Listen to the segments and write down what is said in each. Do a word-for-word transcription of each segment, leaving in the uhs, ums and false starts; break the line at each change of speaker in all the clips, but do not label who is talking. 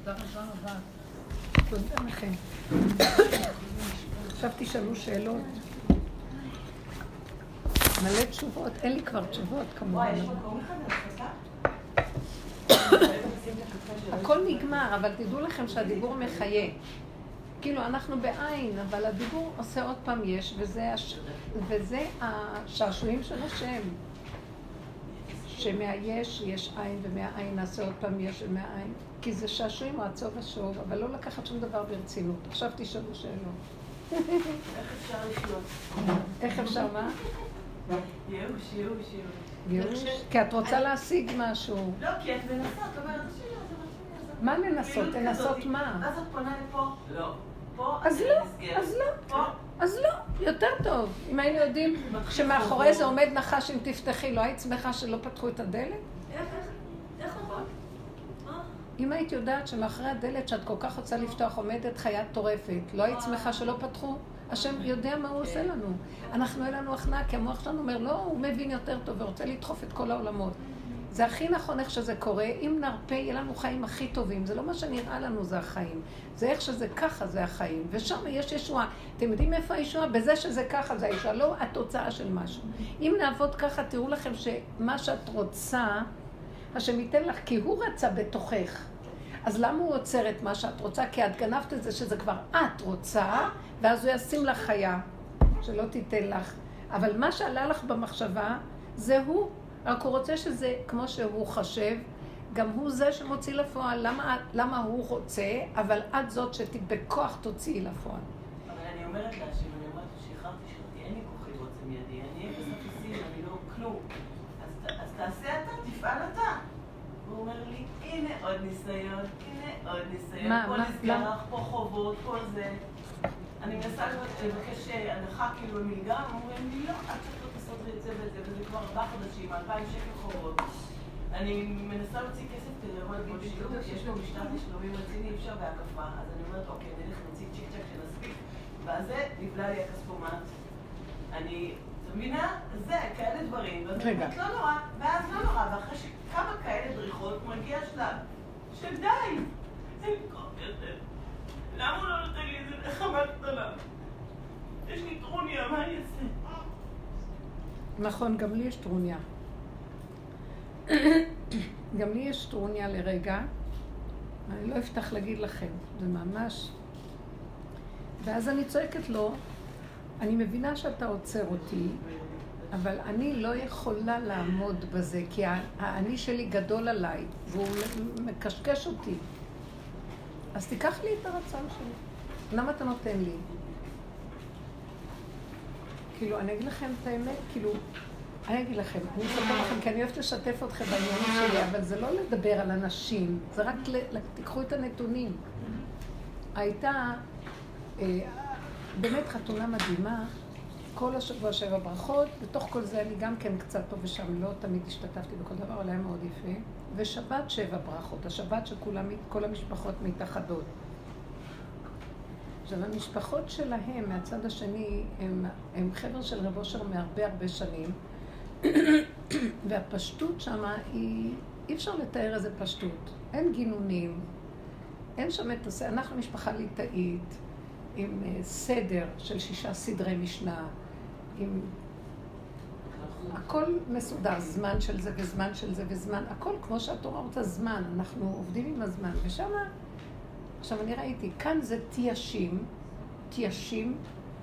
תודה רבה רבה. תודה לכם. עכשיו תשאלו שאלות. מלא תשובות, אין לי כבר תשובות כמובן.
וואי, יש מקום אחד להפסקה?
הכל נגמר, אבל תדעו לכם שהדיבור מחיה. כאילו אנחנו בעין, אבל הדיבור עושה עוד פעם יש, וזה, הש... וזה השעשועים של השם. שמהיש יש עין, ומהעין נעשה עוד פעם יש ומהעין. כי זה שעשועים רצו ושוב, אבל לא לקחת שום דבר ברצינות. עכשיו תשאלו שאלות.
איך אפשר לחיות?
איך אפשר מה?
ייאוש, ייאוש,
ייאוש? כי את רוצה להשיג משהו.
לא, כי את מנסות, את אומרת, זה שלי, זה
מה לנסות? לנסות מה?
אז את פונה לפה, לא. פה
אז לא, אז לא. אז לא, יותר טוב. אם היינו יודעים שמאחורי זה עומד נחש אם תפתחי, לא היית שמחה שלא פתחו את הדלת?
איך? איך נכון?
אם היית יודעת שמאחורי הדלת שאת כל כך רוצה לפתוח עומדת חיית טורפת, לא היית שמחה שלא פתחו? השם יודע מה הוא עושה לנו. אנחנו אין לנו הכנעה, כי המוח שלנו אומר, לא, הוא מבין יותר טוב ורוצה לדחוף את כל העולמות. זה הכי נכון איך שזה קורה. אם נרפה, יהיה לנו חיים הכי טובים. זה לא מה שנראה לנו, זה החיים. זה איך שזה ככה, זה החיים. ושם יש ישועה. אתם יודעים איפה הישועה? בזה שזה ככה, זה הישועה. לא התוצאה של משהו. אם נעבוד ככה, תראו לכם שמה שאת רוצה, השם ייתן לך, כי הוא רצה בתוכך. אז למה הוא עוצר את מה שאת רוצה? כי את גנבת את זה שזה כבר את רוצה, ואז הוא ישים לך חיה, שלא תיתן לך. אבל מה שעלה לך במחשבה, זה הוא. רק הוא רוצה שזה, כמו שהוא חשב, גם הוא זה שמוציא לפועל. למה, למה הוא רוצה, אבל את זאת שבכוח תוציאי לפועל.
אבל אני אומרת לה, שאם אני אומרת שחררתי שרתי, אין לי כוחי בעוצם ידי, אני אהיה בספיסים, אני לא כלום. אז, אז תעשה אתה, תפעל אתה. הוא אומר לי, הנה עוד ניסיון, הנה עוד ניסיון.
מה,
פה
מה,
נסגר לך, פה חובות, כל זה. אני מנסה לבקש הנחה כאילו במלגה, הם אומרים לי, לא, את צריך לא לעשות את זה ואת זה, וזה כבר ארבעה חודשים, אלפיים שקל חובות. אני מנסה להוציא כסף כדי לבוא לגיל שיעור, יש לו משטר תשלומים רציני, אי אפשר בהקפה. אז אני אומרת, אוקיי, נלך נוציא צ'יק צ'ק שנספיק, ואז זה נבלע לי הכספומט. אני, אתה מבינה? זה, כאלה דברים.
רגע.
ואז לא נורא, ואז לא נורא, ואחרי שכמה כאלה דריכות מגיע שלב של די. אין כוח יותר. למה הוא לא נותן לי איזה נחמה גדולה? יש לי טרוניה, מה אני אעשה?
נכון, גם לי יש טרוניה. גם לי יש טרוניה לרגע. אני לא אפתח להגיד לכם, זה ממש... ואז אני צועקת לו, אני מבינה שאתה עוצר אותי, אבל אני לא יכולה לעמוד בזה, כי האני שלי גדול עליי, והוא מקשקש אותי. אז תיקח לי את הרצון שלי. למה אתה נותן לי? כאילו, אני אגיד לכם את האמת, כאילו, אני אגיד לכם, אני אספר לכם, כי אני אוהבת לשתף אתכם בעניינים שלי, אבל זה לא לדבר על אנשים, זה רק, תיקחו את הנתונים. הייתה באמת חתונה מדהימה, כל השבוע שבע ברכות, בתוך כל זה אני גם כן קצת פה ושם, לא תמיד השתתפתי בכל דבר, אבל היה מאוד יפה. ושבת שבע ברכות, השבת שכל המשפחות מתאחדות. עכשיו, המשפחות שלהם, מהצד השני, הם, הם חבר של רב אושר מהרבה הרבה שנים, והפשטות שמה היא, אי אפשר לתאר איזה פשטות. אין גינונים, אין שם את הסדר, אנחנו משפחה ליטאית, עם סדר של שישה סדרי משנה, עם... הכל מסודר, זמן של זה וזמן של זה וזמן, הכל כמו שהתורה רוצה זמן, אנחנו עובדים עם הזמן, ושם, עכשיו אני ראיתי, כאן זה תיישים, תיישים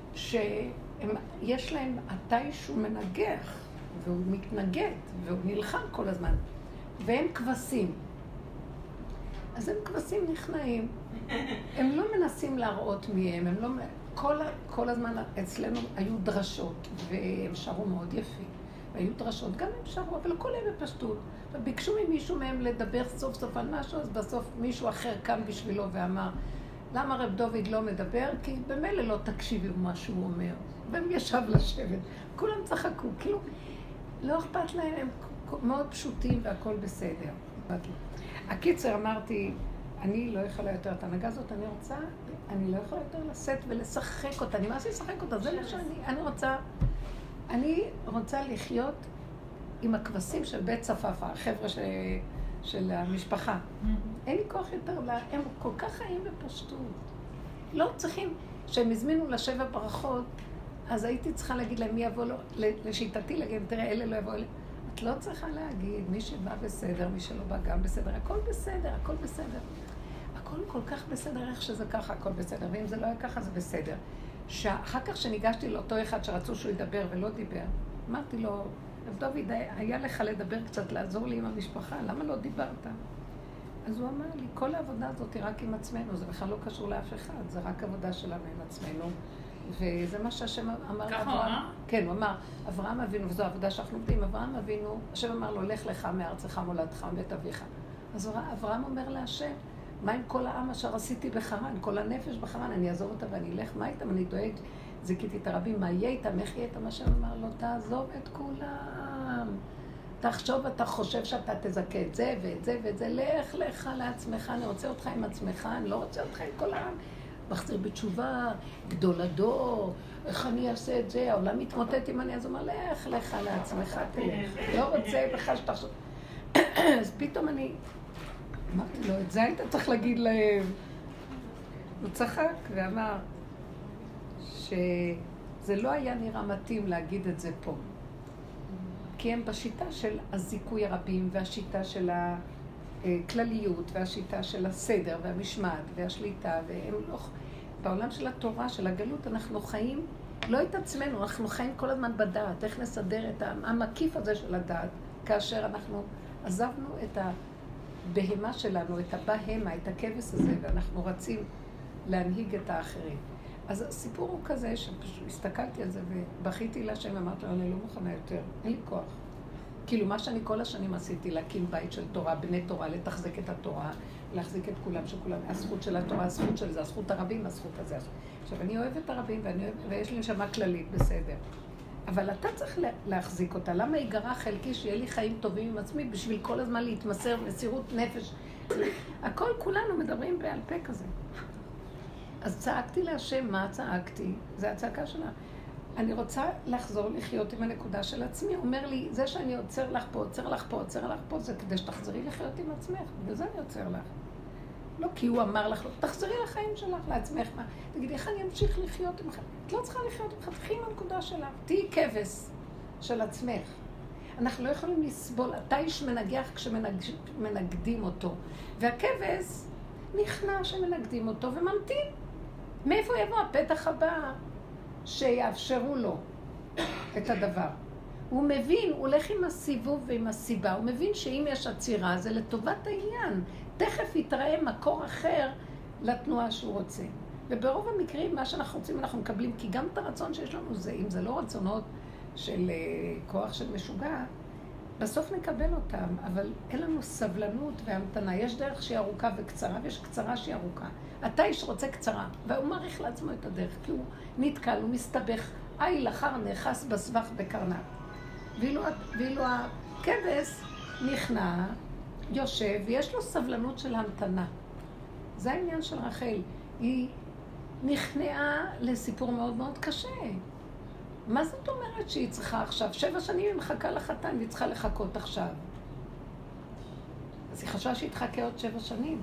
שיש להם עתי שהוא מנגח, והוא מתנגד, והוא נלחם כל הזמן, והם כבשים. אז הם כבשים נכנעים, הם לא מנסים להראות מי הם, הם לא... כל, כל הזמן אצלנו היו דרשות, והם שרו מאוד יפים. והיו דרשות, גם הם שרו, אבל הכל הם בפשטות. וביקשו ממישהו מהם לדבר סוף סוף על משהו, אז בסוף מישהו אחר קם בשבילו ואמר, למה רב דוד לא מדבר? כי במילא לא תקשיבי מה שהוא אומר. והם ישב לשבת. כולם צחקו, כאילו, לא אכפת להם, הם מאוד פשוטים והכל בסדר. הקיצר אמרתי, אני לא יכולה יותר את ההנהגה הזאת, אני רוצה, אני לא יכולה יותר לשאת ולשחק אותה. אני מה עושה לשחק אותה? זה מה שאני, אני רוצה, אני רוצה לחיות עם הכבשים של בית צפפה, החבר'ה ש, של המשפחה. אין לי כוח יותר, לה, הם כל כך חיים בפשטות. לא צריכים, כשהם הזמינו לשבע ברכות, אז הייתי צריכה להגיד להם מי יבוא לו, לשיטתי להגיד, תראה, אלה לא יבוא אלה. את לא צריכה להגיד, מי שבא בסדר, מי שלא בא גם בסדר, הכל בסדר, הכל בסדר. הכל כל כך בסדר, איך שזה ככה, הכל בסדר, ואם זה לא היה ככה, זה בסדר. שאחר כך שניגשתי לאותו אחד שרצו שהוא ידבר ולא דיבר, אמרתי לו, רב דוד, היה לך לדבר קצת, לעזור לי עם המשפחה, למה לא דיברת? אז הוא אמר לי, כל העבודה הזאת היא רק עם עצמנו, זה בכלל לא קשור לאף אחד, זה רק עבודה שלנו עם עצמנו. וזה מה שהשם אמר לאברהם.
ככה הוא אמר?
כן, הוא אמר, אברהם אבינו, וזו העבודה שאנחנו עובדים, אברהם אבינו, השם אמר לו, לך לך מארצך מולדתך מבית אביך. אז אברהם אומר להשם, מה עם כל העם אשר עשיתי בחרן, כל הנפש בחרן, אני אעזוב אותה ואני אלך, מה איתם? אני דואג, זיכיתי את הרבים, מה יהיה איתם, איך יהיה איתם? השם אמר לו, תעזוב את כולם. תחשוב, אתה חושב שאתה תזכה את זה ואת זה ואת זה, לך לך לעצמך, אני רוצה אותך עם עצמך, אני לא רוצה אותך עם כל העם. מחזיר בתשובה, גדול הדור, איך אני אעשה את זה, העולם מתמוטט אם אני אז אומר, לך לך לעצמך, תלך, לא רוצה בכלל שתחשוב. אז פתאום אני אמרתי לו, את זה היית צריך להגיד להם. הוא צחק ואמר שזה לא היה נראה מתאים להגיד את זה פה. כי הם בשיטה של הזיכוי הרבים והשיטה של הכלליות והשיטה של הסדר והמשמעת והשליטה, והם לא... בעולם של התורה, של הגלות, אנחנו חיים, לא את עצמנו, אנחנו חיים כל הזמן בדעת, איך נסדר את המקיף הזה של הדעת, כאשר אנחנו עזבנו את הבהמה שלנו, את הבהמה, את הכבש הזה, ואנחנו רצים להנהיג את האחרים. אז הסיפור הוא כזה, שפשוט הסתכלתי על זה ובכיתי להשם, אמרתי לו, אני לא מוכנה יותר, אין לי כוח. כאילו מה שאני כל השנים עשיתי, להקים בית של תורה, בני תורה, לתחזק את התורה, להחזיק את כולם, שכולם, הזכות של התורה, הזכות של זה, הזכות הרבים, הזכות הזה. עכשיו, אני אוהבת את הרבים, ואני אוהב, ויש לי נשמה כללית, בסדר. אבל אתה צריך להחזיק אותה. למה ייגרע חלקי שיהיה לי חיים טובים עם עצמי, בשביל כל הזמן להתמסר, מסירות נפש? הכל, כולנו מדברים בעל פה כזה. אז צעקתי להשם, מה צעקתי? זה הצעקה שלה. אני רוצה לחזור לחיות עם הנקודה של עצמי. הוא אומר לי, זה שאני עוצר לך פה, עוצר לך פה, עוצר לך פה, זה כדי שתחזרי לחיות עם עצמך. וזה אני עוצר לך. לא כי הוא אמר לך, לא, תחזרי לחיים שלך, לעצמך. מה? תגידי, איך אני אמשיך לחיות עם חיים? את לא צריכה לחיות עם חיים, תחי עם הנקודה שלך. תהי כבש של עצמך. אנחנו לא יכולים לסבול, אתה איש מנגח כשמנגדים אותו. והכבש נכנע שמנגדים אותו וממתין. מאיפה יבוא הפתח הבא שיאפשרו לו את הדבר? הוא מבין, הוא הולך עם הסיבוב ועם הסיבה, הוא מבין שאם יש עצירה זה לטובת העניין. תכף יתראה מקור אחר לתנועה שהוא רוצה. וברוב המקרים מה שאנחנו רוצים אנחנו מקבלים, כי גם את הרצון שיש לנו זה, אם זה לא רצונות של uh, כוח של משוגע, בסוף נקבל אותם, אבל אין לנו סבלנות והמתנה. יש דרך שהיא ארוכה וקצרה, ויש קצרה שהיא ארוכה. אתה איש רוצה קצרה, והוא מעריך לעצמו את הדרך, כי הוא נתקל, הוא מסתבך, איי לחר נחס בסבך בקרנה. ואילו, ואילו הכבש נכנע, יושב, ויש לו סבלנות של המתנה. זה העניין של רחל. היא נכנעה לסיפור מאוד מאוד קשה. מה זאת אומרת שהיא צריכה עכשיו? שבע שנים היא מחכה לחתן והיא צריכה לחכות עכשיו. אז היא חשבה שהיא תחכה עוד שבע שנים.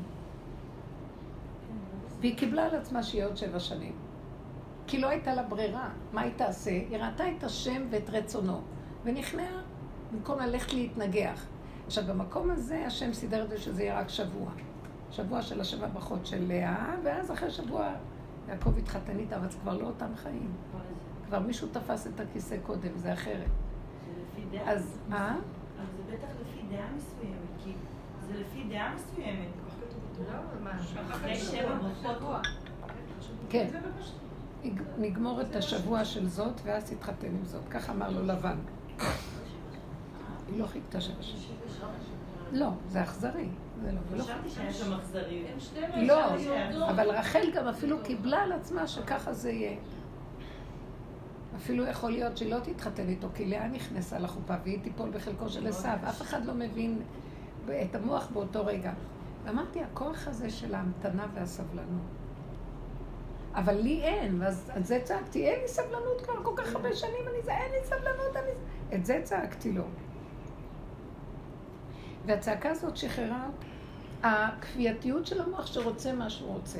והיא קיבלה על עצמה שיהיה עוד שבע שנים. כי לא הייתה לה ברירה. מה היא תעשה? היא ראתה את השם ואת רצונו. ונכנעה במקום ללכת להתנגח. עכשיו, במקום הזה השם סידר את זה שזה יהיה רק שבוע. שבוע של השבע ברכות של לאה, ואז אחרי שבוע יעקב התחתן איתה, אבל זה כבר לא אותם חיים. כבר מישהו תפס את הכיסא קודם, זה אחרת. אז, אה?
אבל זה בטח לפי דעה מסוימת, כי זה לפי דעה מסוימת.
לא, מה?
אחרי שבע ברכות.
כן. נגמור את השבוע של זאת, ואז תתחתן עם זאת. כך אמר לו לבן. היא לא חיכתה שבע שנים. לא, זה אכזרי.
חשבתי שהיה שם אכזרי.
לא, אבל רחל גם אפילו קיבלה על עצמה שככה זה יהיה. אפילו יכול להיות שהיא לא תתחתן איתו, כי לאה נכנסה לחופה והיא תיפול בחלקו של עשיו. אף אחד לא מבין את המוח באותו רגע. אמרתי, הכוח הזה של ההמתנה והסבלנות. אבל לי אין, ואז את זה צעקתי, אין לי סבלנות כבר כל כך הרבה שנים, אני זה, אין לי סבלנות, אני... את זה צעקתי לו. והצעקה הזאת שחררה הכפייתיות של המוח שרוצה מה שהוא רוצה.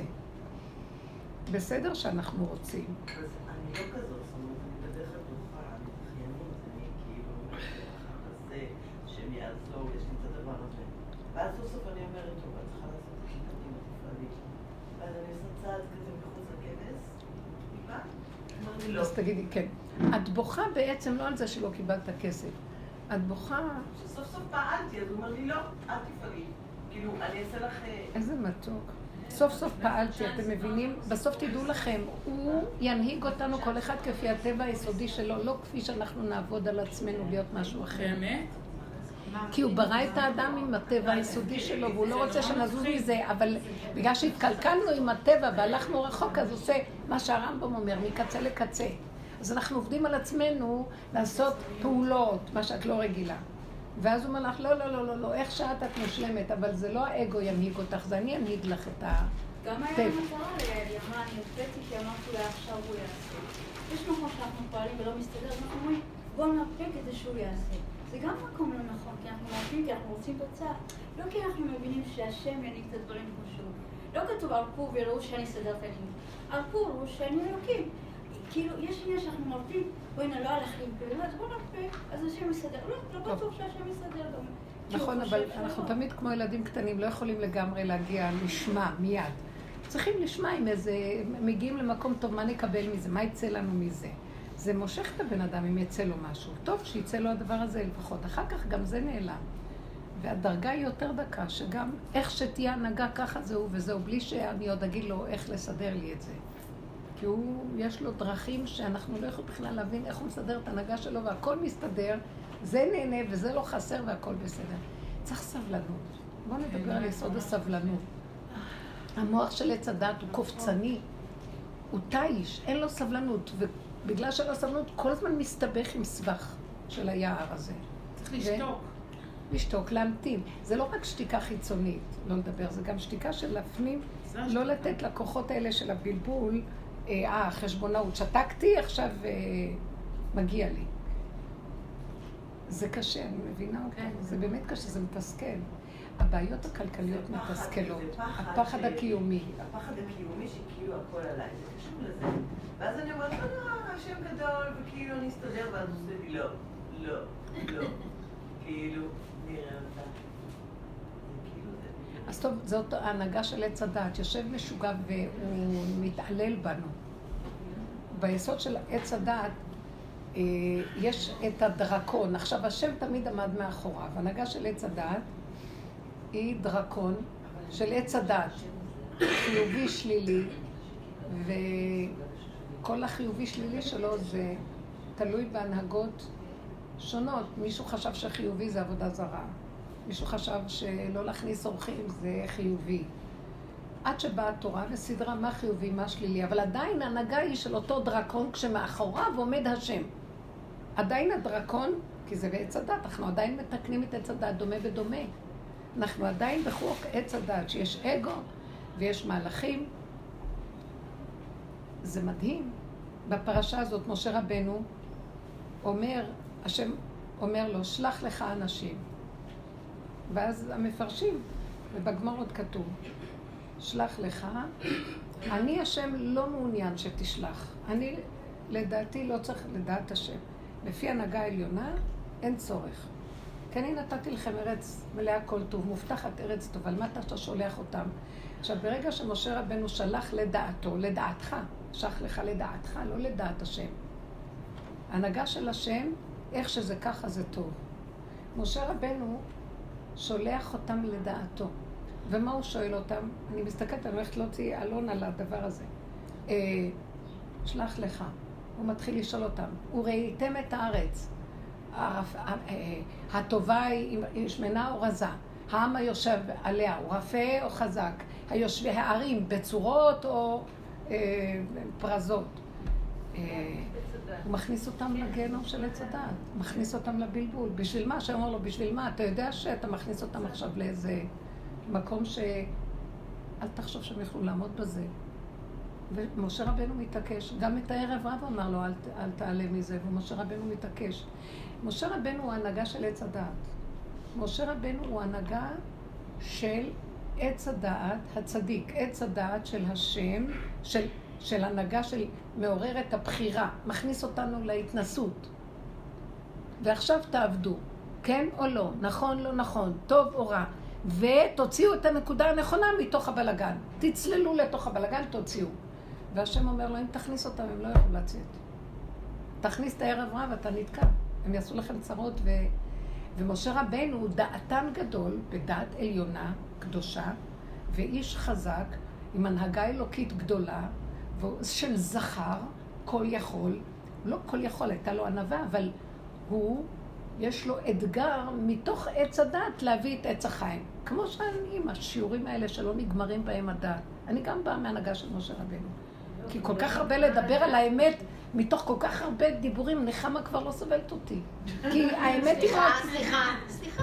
בסדר שאנחנו רוצים.
אז אני לא כזאת, זאת אומרת, אני בדרך כלל דוחה, אני דחיינית, אני כאילו, אז שהם יעזור, יש לי את הדבר הזה. ואז סוף סוף אני אומרת, טוב, אני צריכה לעשות את הכיתתים התפעלית. ואז אני עושה צעד כזה מחוץ לכבש, טיפה, אמרתי לא.
אז תגידי, כן. את בוכה בעצם לא על זה שלא קיבלת כסף. את בוכה...
שסוף סוף פעלתי, אז הוא אומר לי, לא, אל תפעלי. כאילו, אני אעשה לך...
איזה מתוק. סוף סוף פעלתי, אתם מבינים? בסוף תדעו לכם, הוא ינהיג אותנו כל אחד כפי הטבע היסודי שלו, לא כפי שאנחנו נעבוד על עצמנו להיות משהו אחר.
באמת?
כי הוא ברא את האדם עם הטבע היסודי שלו, והוא לא רוצה שנזוז מזה, אבל בגלל שהתקלקלנו עם הטבע והלכנו רחוק, אז עושה מה שהרמב"ם אומר, מקצה לקצה. אז אנחנו עובדים על עצמנו לעשות פעולות, מה שאת לא רגילה. ואז הוא אומר לך, לא, לא, לא, לא, לא, איך שאת את מושלמת, אבל זה לא האגו ינהיג אותך, זה אני ינהיג לך את הטבע.
גם היה לי מטרה לידי, אמרה, אני הופעתי כי אמרתי לה, עכשיו הוא יעשה. יש מקום שאנחנו פועלים ולא מסתדר, אנחנו אומרים, בואו נרפא כדי שהוא יעשה. זה גם מקום לא נכון, כי אנחנו מרפאים, כי אנחנו רוצים תוצאה. לא כי אנחנו מבינים שהשם ינהיג את הדברים כמו שהוא. לא כתוב, ערפו וראו שאני אסדר את העניינים. ערפו, ראו שאני אלוקים. כאילו, יש עניין שאנחנו מרפאים, בואי נא לא הלך לי עם פעולה, אז בואו נרפא, אז השם יסדר. לא, לא בטוח שהשם יסדר גם.
נכון, אבל אנחנו תמיד כמו ילדים קטנים, לא יכולים לגמרי להגיע לשמה, מיד. צריכים לשמה עם איזה, מגיעים למקום טוב, מה נקבל מזה, מה יצא לנו מזה. זה מושך את הבן אדם אם יצא לו משהו. טוב שיצא לו הדבר הזה לפחות. אחר כך גם זה נעלם. והדרגה היא יותר דקה, שגם איך שתהיה הנהגה ככה זהו וזהו, בלי שאני עוד אגיד לו איך לסדר לי את זה. כי הוא, יש לו דרכים שאנחנו לא יכולים בכלל להבין איך הוא מסדר את ההנהגה שלו, והכל מסתדר, זה נהנה וזה לא חסר והכל בסדר. צריך סבלנות. בואו נדבר על יסוד הסבלנות. המוח של עץ הדת הוא קופצני, הוא תאיש, אין לו סבלנות, ובגלל שאין לו סבלנות כל הזמן מסתבך עם סבך של היער הזה.
צריך לשתוק.
לשתוק, להמתין. זה לא רק שתיקה חיצונית, לא לדבר, זה גם שתיקה של להפנים, לא לתת לכוחות האלה של הבלבול, אה, חשבונאות, שתקתי, עכשיו אה, מגיע לי. זה קשה, אני מבינה אותה. זה באמת קשה, זה מתסכל. הבעיות הכלכליות מתסכלות. הפחד הקיומי.
הפחד הקיומי שכאילו הכל עליי, זה קשור לזה. ואז אני אומרת, לא, לא, השם גדול, וכאילו אני אסתדר, ואז הוא עושה לי, לא, לא, לא. כאילו, נראה אותה.
אז טוב, זאת ההנהגה של עץ הדת. יושב משוגע והוא מתעלל בנו. ביסוד של עץ הדת, יש את הדרקון. עכשיו, השם תמיד עמד מאחוריו. ההנהגה של עץ הדת היא דרקון של עץ הדת. חיובי שלילי, וכל החיובי שלילי שלו זה תלוי בהנהגות שונות. מישהו חשב שחיובי זה עבודה זרה. מישהו חשב שלא להכניס אורחים זה חיובי. עד שבאה התורה וסדרה מה חיובי, מה שלילי. אבל עדיין ההנהגה היא של אותו דרקון כשמאחוריו עומד השם. עדיין הדרקון, כי זה בעץ הדת, אנחנו עדיין מתקנים את עץ הדת, דומה ודומה. אנחנו עדיין בחוק עץ הדת, שיש אגו ויש מהלכים. זה מדהים. בפרשה הזאת משה רבנו אומר, השם אומר לו, שלח לך אנשים. ואז המפרשים, ובגמרות כתוב, שלח לך, אני השם לא מעוניין שתשלח. אני לדעתי לא צריך לדעת השם. לפי הנהגה העליונה אין צורך. כי אני נתתי לכם ארץ מלאה כל טוב, מובטחת ארץ טוב, על מה אתה שולח אותם? עכשיו, ברגע שמשה רבנו שלח לדעתו, לדעתך, שלח לך לדעתך, לא לדעת השם. ההנהגה של השם, איך שזה ככה זה טוב. משה רבנו שולח אותם לדעתו. ומה הוא שואל אותם? אני מסתכלת, אני הולכת להוציא אלון על הדבר הזה. אה, שלח לך. הוא מתחיל לשאול אותם. וראיתם את הארץ. הרפ... הטובה היא שמנה או רזה. העם היושב עליה הוא רפה או חזק. היושבי הערים בצורות או אה, פרזות. אה, הוא מכניס אותם לגיהנום של עץ הדת. מכניס אותם לבלבול. בשביל מה? שאומר לו, בשביל מה? אתה יודע שאתה מכניס אותם עכשיו לאיזה מקום ש... אל תחשוב שהם יכלו לעמוד בזה. ומשה רבנו מתעקש. גם את הערב רב אמר לו, אל, אל תעלה מזה, ומשה רבנו מתעקש. משה רבנו הוא ההנהגה של עץ הדת. משה רבנו הוא הנהגה של עץ הדעת, הצדיק, עץ הדעת של השם, של, של הנהגה של מעוררת הבחירה, מכניס אותנו להתנסות. ועכשיו תעבדו, כן או לא, נכון לא נכון, טוב או רע, ותוציאו את הנקודה הנכונה מתוך הבלגן. תצללו לתוך הבלגן, תוציאו. והשם אומר לו, אם תכניס אותם, הם לא יכולים לצאת. תכניס את הערב רב, אתה נתקע. הם יעשו לכם צרות ו... ומשה רבנו הוא דעתן גדול, בדעת עליונה, קדושה, ואיש חזק, עם הנהגה אלוקית גדולה, של זכר, כל יכול, לא כל יכול, הייתה לו ענווה, אבל הוא, יש לו אתגר מתוך עץ הדת להביא את עץ החיים. כמו שאני עם השיעורים האלה שלא נגמרים בהם הדת. אני גם באה מהנהגה של משה רבנו. כי כל כך הרבה לדבר על האמת, מתוך כל כך הרבה דיבורים, נחמה כבר לא סובלת אותי. כי האמת היא מאוד...
סליחה, סליחה.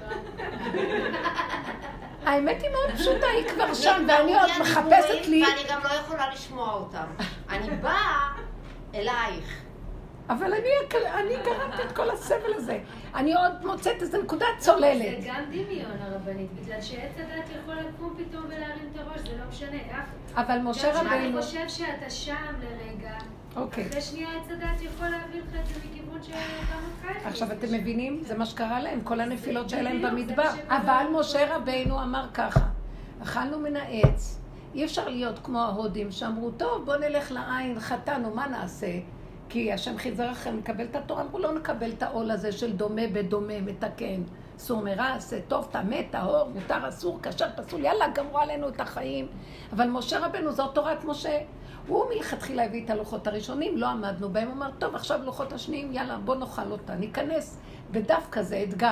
האמת היא מאוד פשוטה, היא כבר שם, ואני עוד מחפשת לי...
ואני גם לא יכולה לשמוע אותם. אני באה אלייך.
אבל אני גרמתי את כל הסבל הזה. אני עוד מוצאת איזו נקודה צוללת.
זה גם דמיון הרבנית, בגלל שעץ הדת יכול לקום פתאום ולהרים את הראש, זה לא משנה.
אבל משה רבנו...
אני חושב שאתה שם לרגע, אחרי שנייה עץ הדת יכול להביא לך את זה מכיוון שגם אותך יש.
עכשיו אתם מבינים? זה מה שקרה להם, כל הנפילות שלהם במדבר. אבל משה רבנו אמר ככה, אכלנו מן העץ, אי אפשר להיות כמו ההודים שאמרו, טוב בוא נלך לעין, חטאנו, מה נעשה? כי השם חיזר לכם, נקבל את התורה, אמרו לא נקבל את העול הזה של דומה בדומה, מתקן, סור מרע, עשה טוב, טמא, טהור, מותר, אסור, כשר, פסול, יאללה, גמרו עלינו את החיים. אבל משה רבנו, זאת תורת משה, הוא מלכתחילה הביא את הלוחות הראשונים, לא עמדנו בהם, הוא אמר, טוב, עכשיו לוחות השניים, יאללה, בוא נאכל אותה, ניכנס, ודווקא זה אתגר.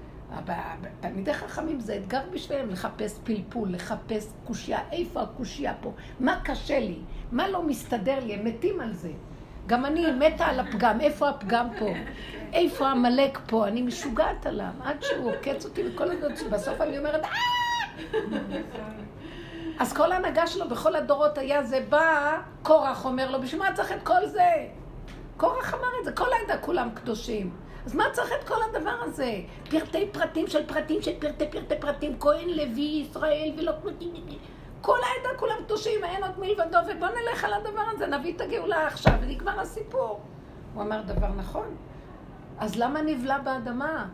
תלמידי חכמים זה אתגר בשבילם, לחפש פלפול, לחפש קושיה, איפה הקושיה פה, מה קשה לי, מה לא מסתדר לי, הם מתים על זה. גם אני מתה על הפגם, איפה הפגם פה? איפה המלאק פה? אני משוגעת עליו, עד שהוא עוקץ אותי בכל הדעות, בסוף אני אומרת, אההה! אז כל ההנהגה שלו בכל הדורות היה זה, בא, קורח אומר לו, בשביל מה צריך את כל זה? קורח אמר את זה, כל העדה כולם קדושים. אז מה צריך את כל הדבר הזה? פרטי פרטים של פרטים של פרטי פרטי פרטים, כהן לוי, ישראל ולא פרטים. כל העדה כולם קדושים, אין עוד מלבדו, ובוא נלך על הדבר הזה, נביא את הגאולה עכשיו, ונגמר הסיפור. הוא אמר דבר נכון. אז למה נבלע באדמה?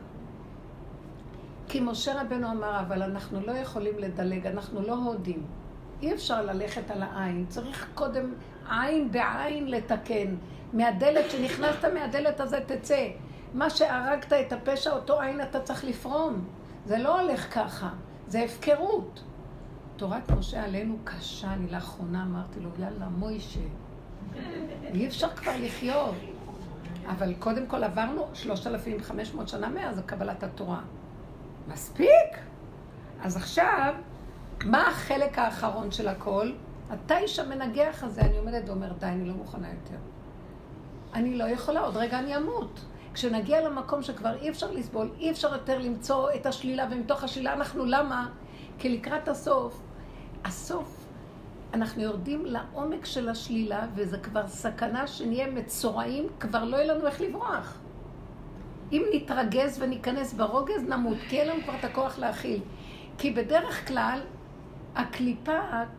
כי משה רבנו אמר, אבל אנחנו לא יכולים לדלג, אנחנו לא הודים. אי אפשר ללכת על העין, צריך קודם עין בעין לתקן. מהדלת שנכנסת מהדלת הזה תצא. מה שהרגת את הפשע, אותו עין אתה צריך לפרום. זה לא הולך ככה, זה הפקרות. תורת משה עלינו קשה, אני לאחרונה אמרתי לו, יאללה, מוישה, אי אפשר כבר לחיות. אבל קודם כל עברנו שלושת אלפים וחמש מאות שנה מאז קבלת התורה. מספיק? אז עכשיו, מה החלק האחרון של הכל? התיש המנגח הזה, אני עומדת ואומר, די, אני לא מוכנה יותר. אני לא יכולה, עוד רגע אני אמות. כשנגיע למקום שכבר אי אפשר לסבול, אי אפשר יותר למצוא את השלילה, ומתוך השלילה אנחנו למה? כי לקראת הסוף, הסוף, אנחנו יורדים לעומק של השלילה, וזה כבר סכנה שנהיה מצורעים, כבר לא יהיה לנו איך לברוח. אם נתרגז וניכנס ברוגז, נמות, כי אין לנו כבר את הכוח להכיל. כי בדרך כלל, הקליפה,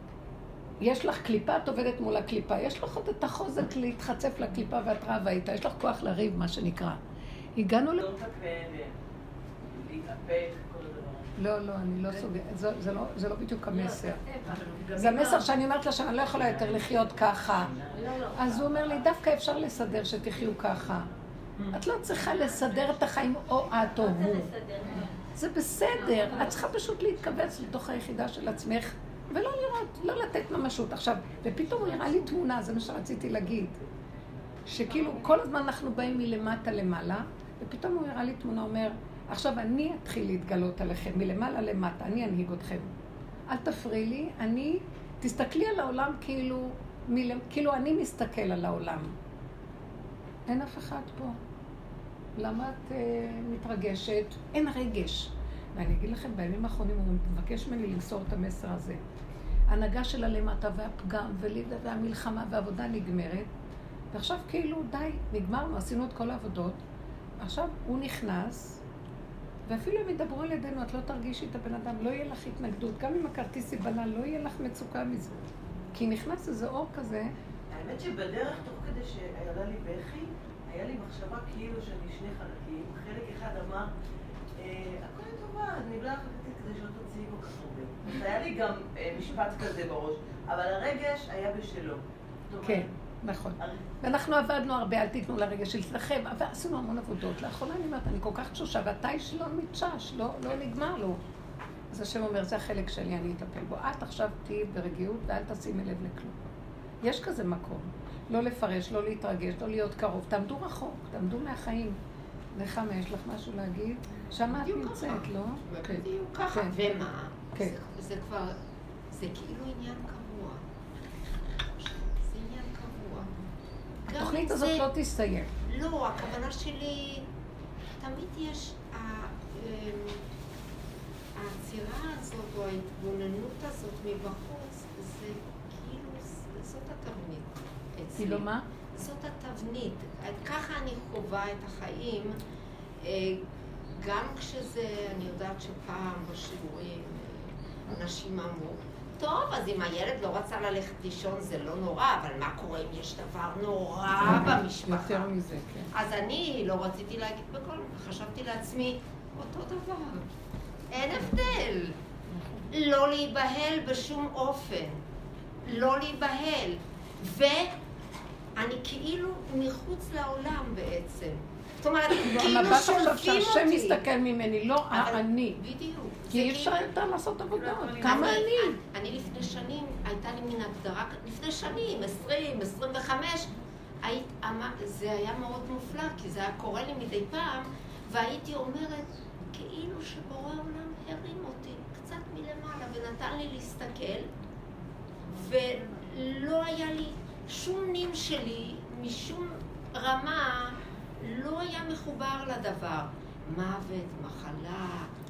יש לך קליפה, את עובדת מול הקליפה, יש לך עוד את החוזק להתחצף לקליפה ואת רבה איתה, יש לך כוח לריב, מה שנקרא. הגענו ל...
לא תקן, להתאפק, כל הדבר.
לא, לא, אני לא סוגרת, זה, לא, זה לא בדיוק המסר. זה המסר שאני אומרת לה שאני לא יכולה יותר לחיות ככה. אז הוא אומר לי, דווקא אפשר לסדר שתחיו ככה. את לא צריכה לסדר את החיים או את או הוא. זה בסדר, את צריכה פשוט להתכווץ לתוך היחידה של עצמך, ולא לראות, לא לתת ממשות. עכשיו, ופתאום הוא הראה לי תמונה, זה מה שרציתי להגיד. שכאילו, כל הזמן אנחנו באים מלמטה למעלה, ופתאום הוא הראה לי תמונה, אומר, עכשיו אני אתחיל להתגלות עליכם, מלמעלה למטה, אני אנהיג אתכם. אל תפריעי לי, אני, תסתכלי על העולם כאילו, מל, כאילו אני מסתכל על העולם. אין אף אחד פה. למה את uh, מתרגשת? אין רגש. ואני אגיד לכם, בימים האחרונים הוא מבקש ממני למסור את המסר הזה. ההנהגה של הלמטה והפגם והמלחמה והעבודה נגמרת, ועכשיו כאילו די, נגמרנו, עשינו את כל העבודות. עכשיו הוא נכנס ואפילו הם ידברו על ידינו, את לא תרגישי את הבן אדם, לא יהיה לך התנגדות. גם אם הכרטיס ייבנה, לא יהיה לך מצוקה מזה. כי נכנס איזה אור כזה.
האמת שבדרך, תוך כדי שעלה לי בכי, היה לי מחשבה כאילו שאני שני חלקים. חלק אחד אמר, הכל טובה, אני לא החלטתי כדי שלא תוציאי כל כך הרבה. היה לי גם משפט כזה בראש, אבל הרגש היה בשלו.
כן, נכון. ואנחנו עבדנו הרבה, אל תיתנו לרגש שלכם, אבל עשינו המון עבודות. לאחרונה אני אומרת, אני כל כך תשושה, והתיש לא מתשש, לא נגמר לו. אז השם אומר, זה החלק שלי, אני אטפל בו. את עכשיו תהיי ברגיעות ואל תשימי לב לכלום. יש כזה מקום. לא לפרש, לא להתרגש, לא להיות קרוב. תעמדו רחוק, תעמדו מהחיים. נחמה, יש לך משהו להגיד? שמה את נמצאת, לא?
בדיוק ככה. ומה? זה כבר, זה כאילו עניין קבוע. זה עניין קבוע.
התוכנית הזאת לא תסתיים.
לא, הכוונה שלי, תמיד יש העצירה הזאת או ההתבוננות הזאת מבחוץ, זה כאילו, זאת התבנית אצלי.
כאילו מה?
זאת התבנית. ככה אני חווה את החיים, גם כשזה, אני יודעת שפעם בשיעורים אנשים אמרו, טוב, אז אם הילד לא רצה ללכת לישון זה לא נורא, אבל מה קורה אם יש דבר נורא במשפחה?
יותר מזה, כן.
אז אני לא רציתי להגיד בכל, חשבתי לעצמי, אותו דבר. אין הבדל. לא להיבהל בשום אופן. לא להיבהל. ואני כאילו מחוץ לעולם בעצם. זאת אומרת, כאילו שולפים אותי.
שהשם מסתכל ממני, לא אני.
בדיוק.
כי אי אפשר יותר לעשות עבודה. כמה אני?
אני לפני שנים, הייתה לי מין הגדרה, לפני שנים, עשרים, עשרים וחמש, זה היה מאוד מופלא, כי זה היה קורה לי מדי פעם, והייתי אומרת, כאילו שבורא העולם הרים אותי קצת מלמעלה, ונתן לי להסתכל, ולא היה לי שום נים שלי, משום רמה, לא היה מחובר לדבר. מוות, מחלה,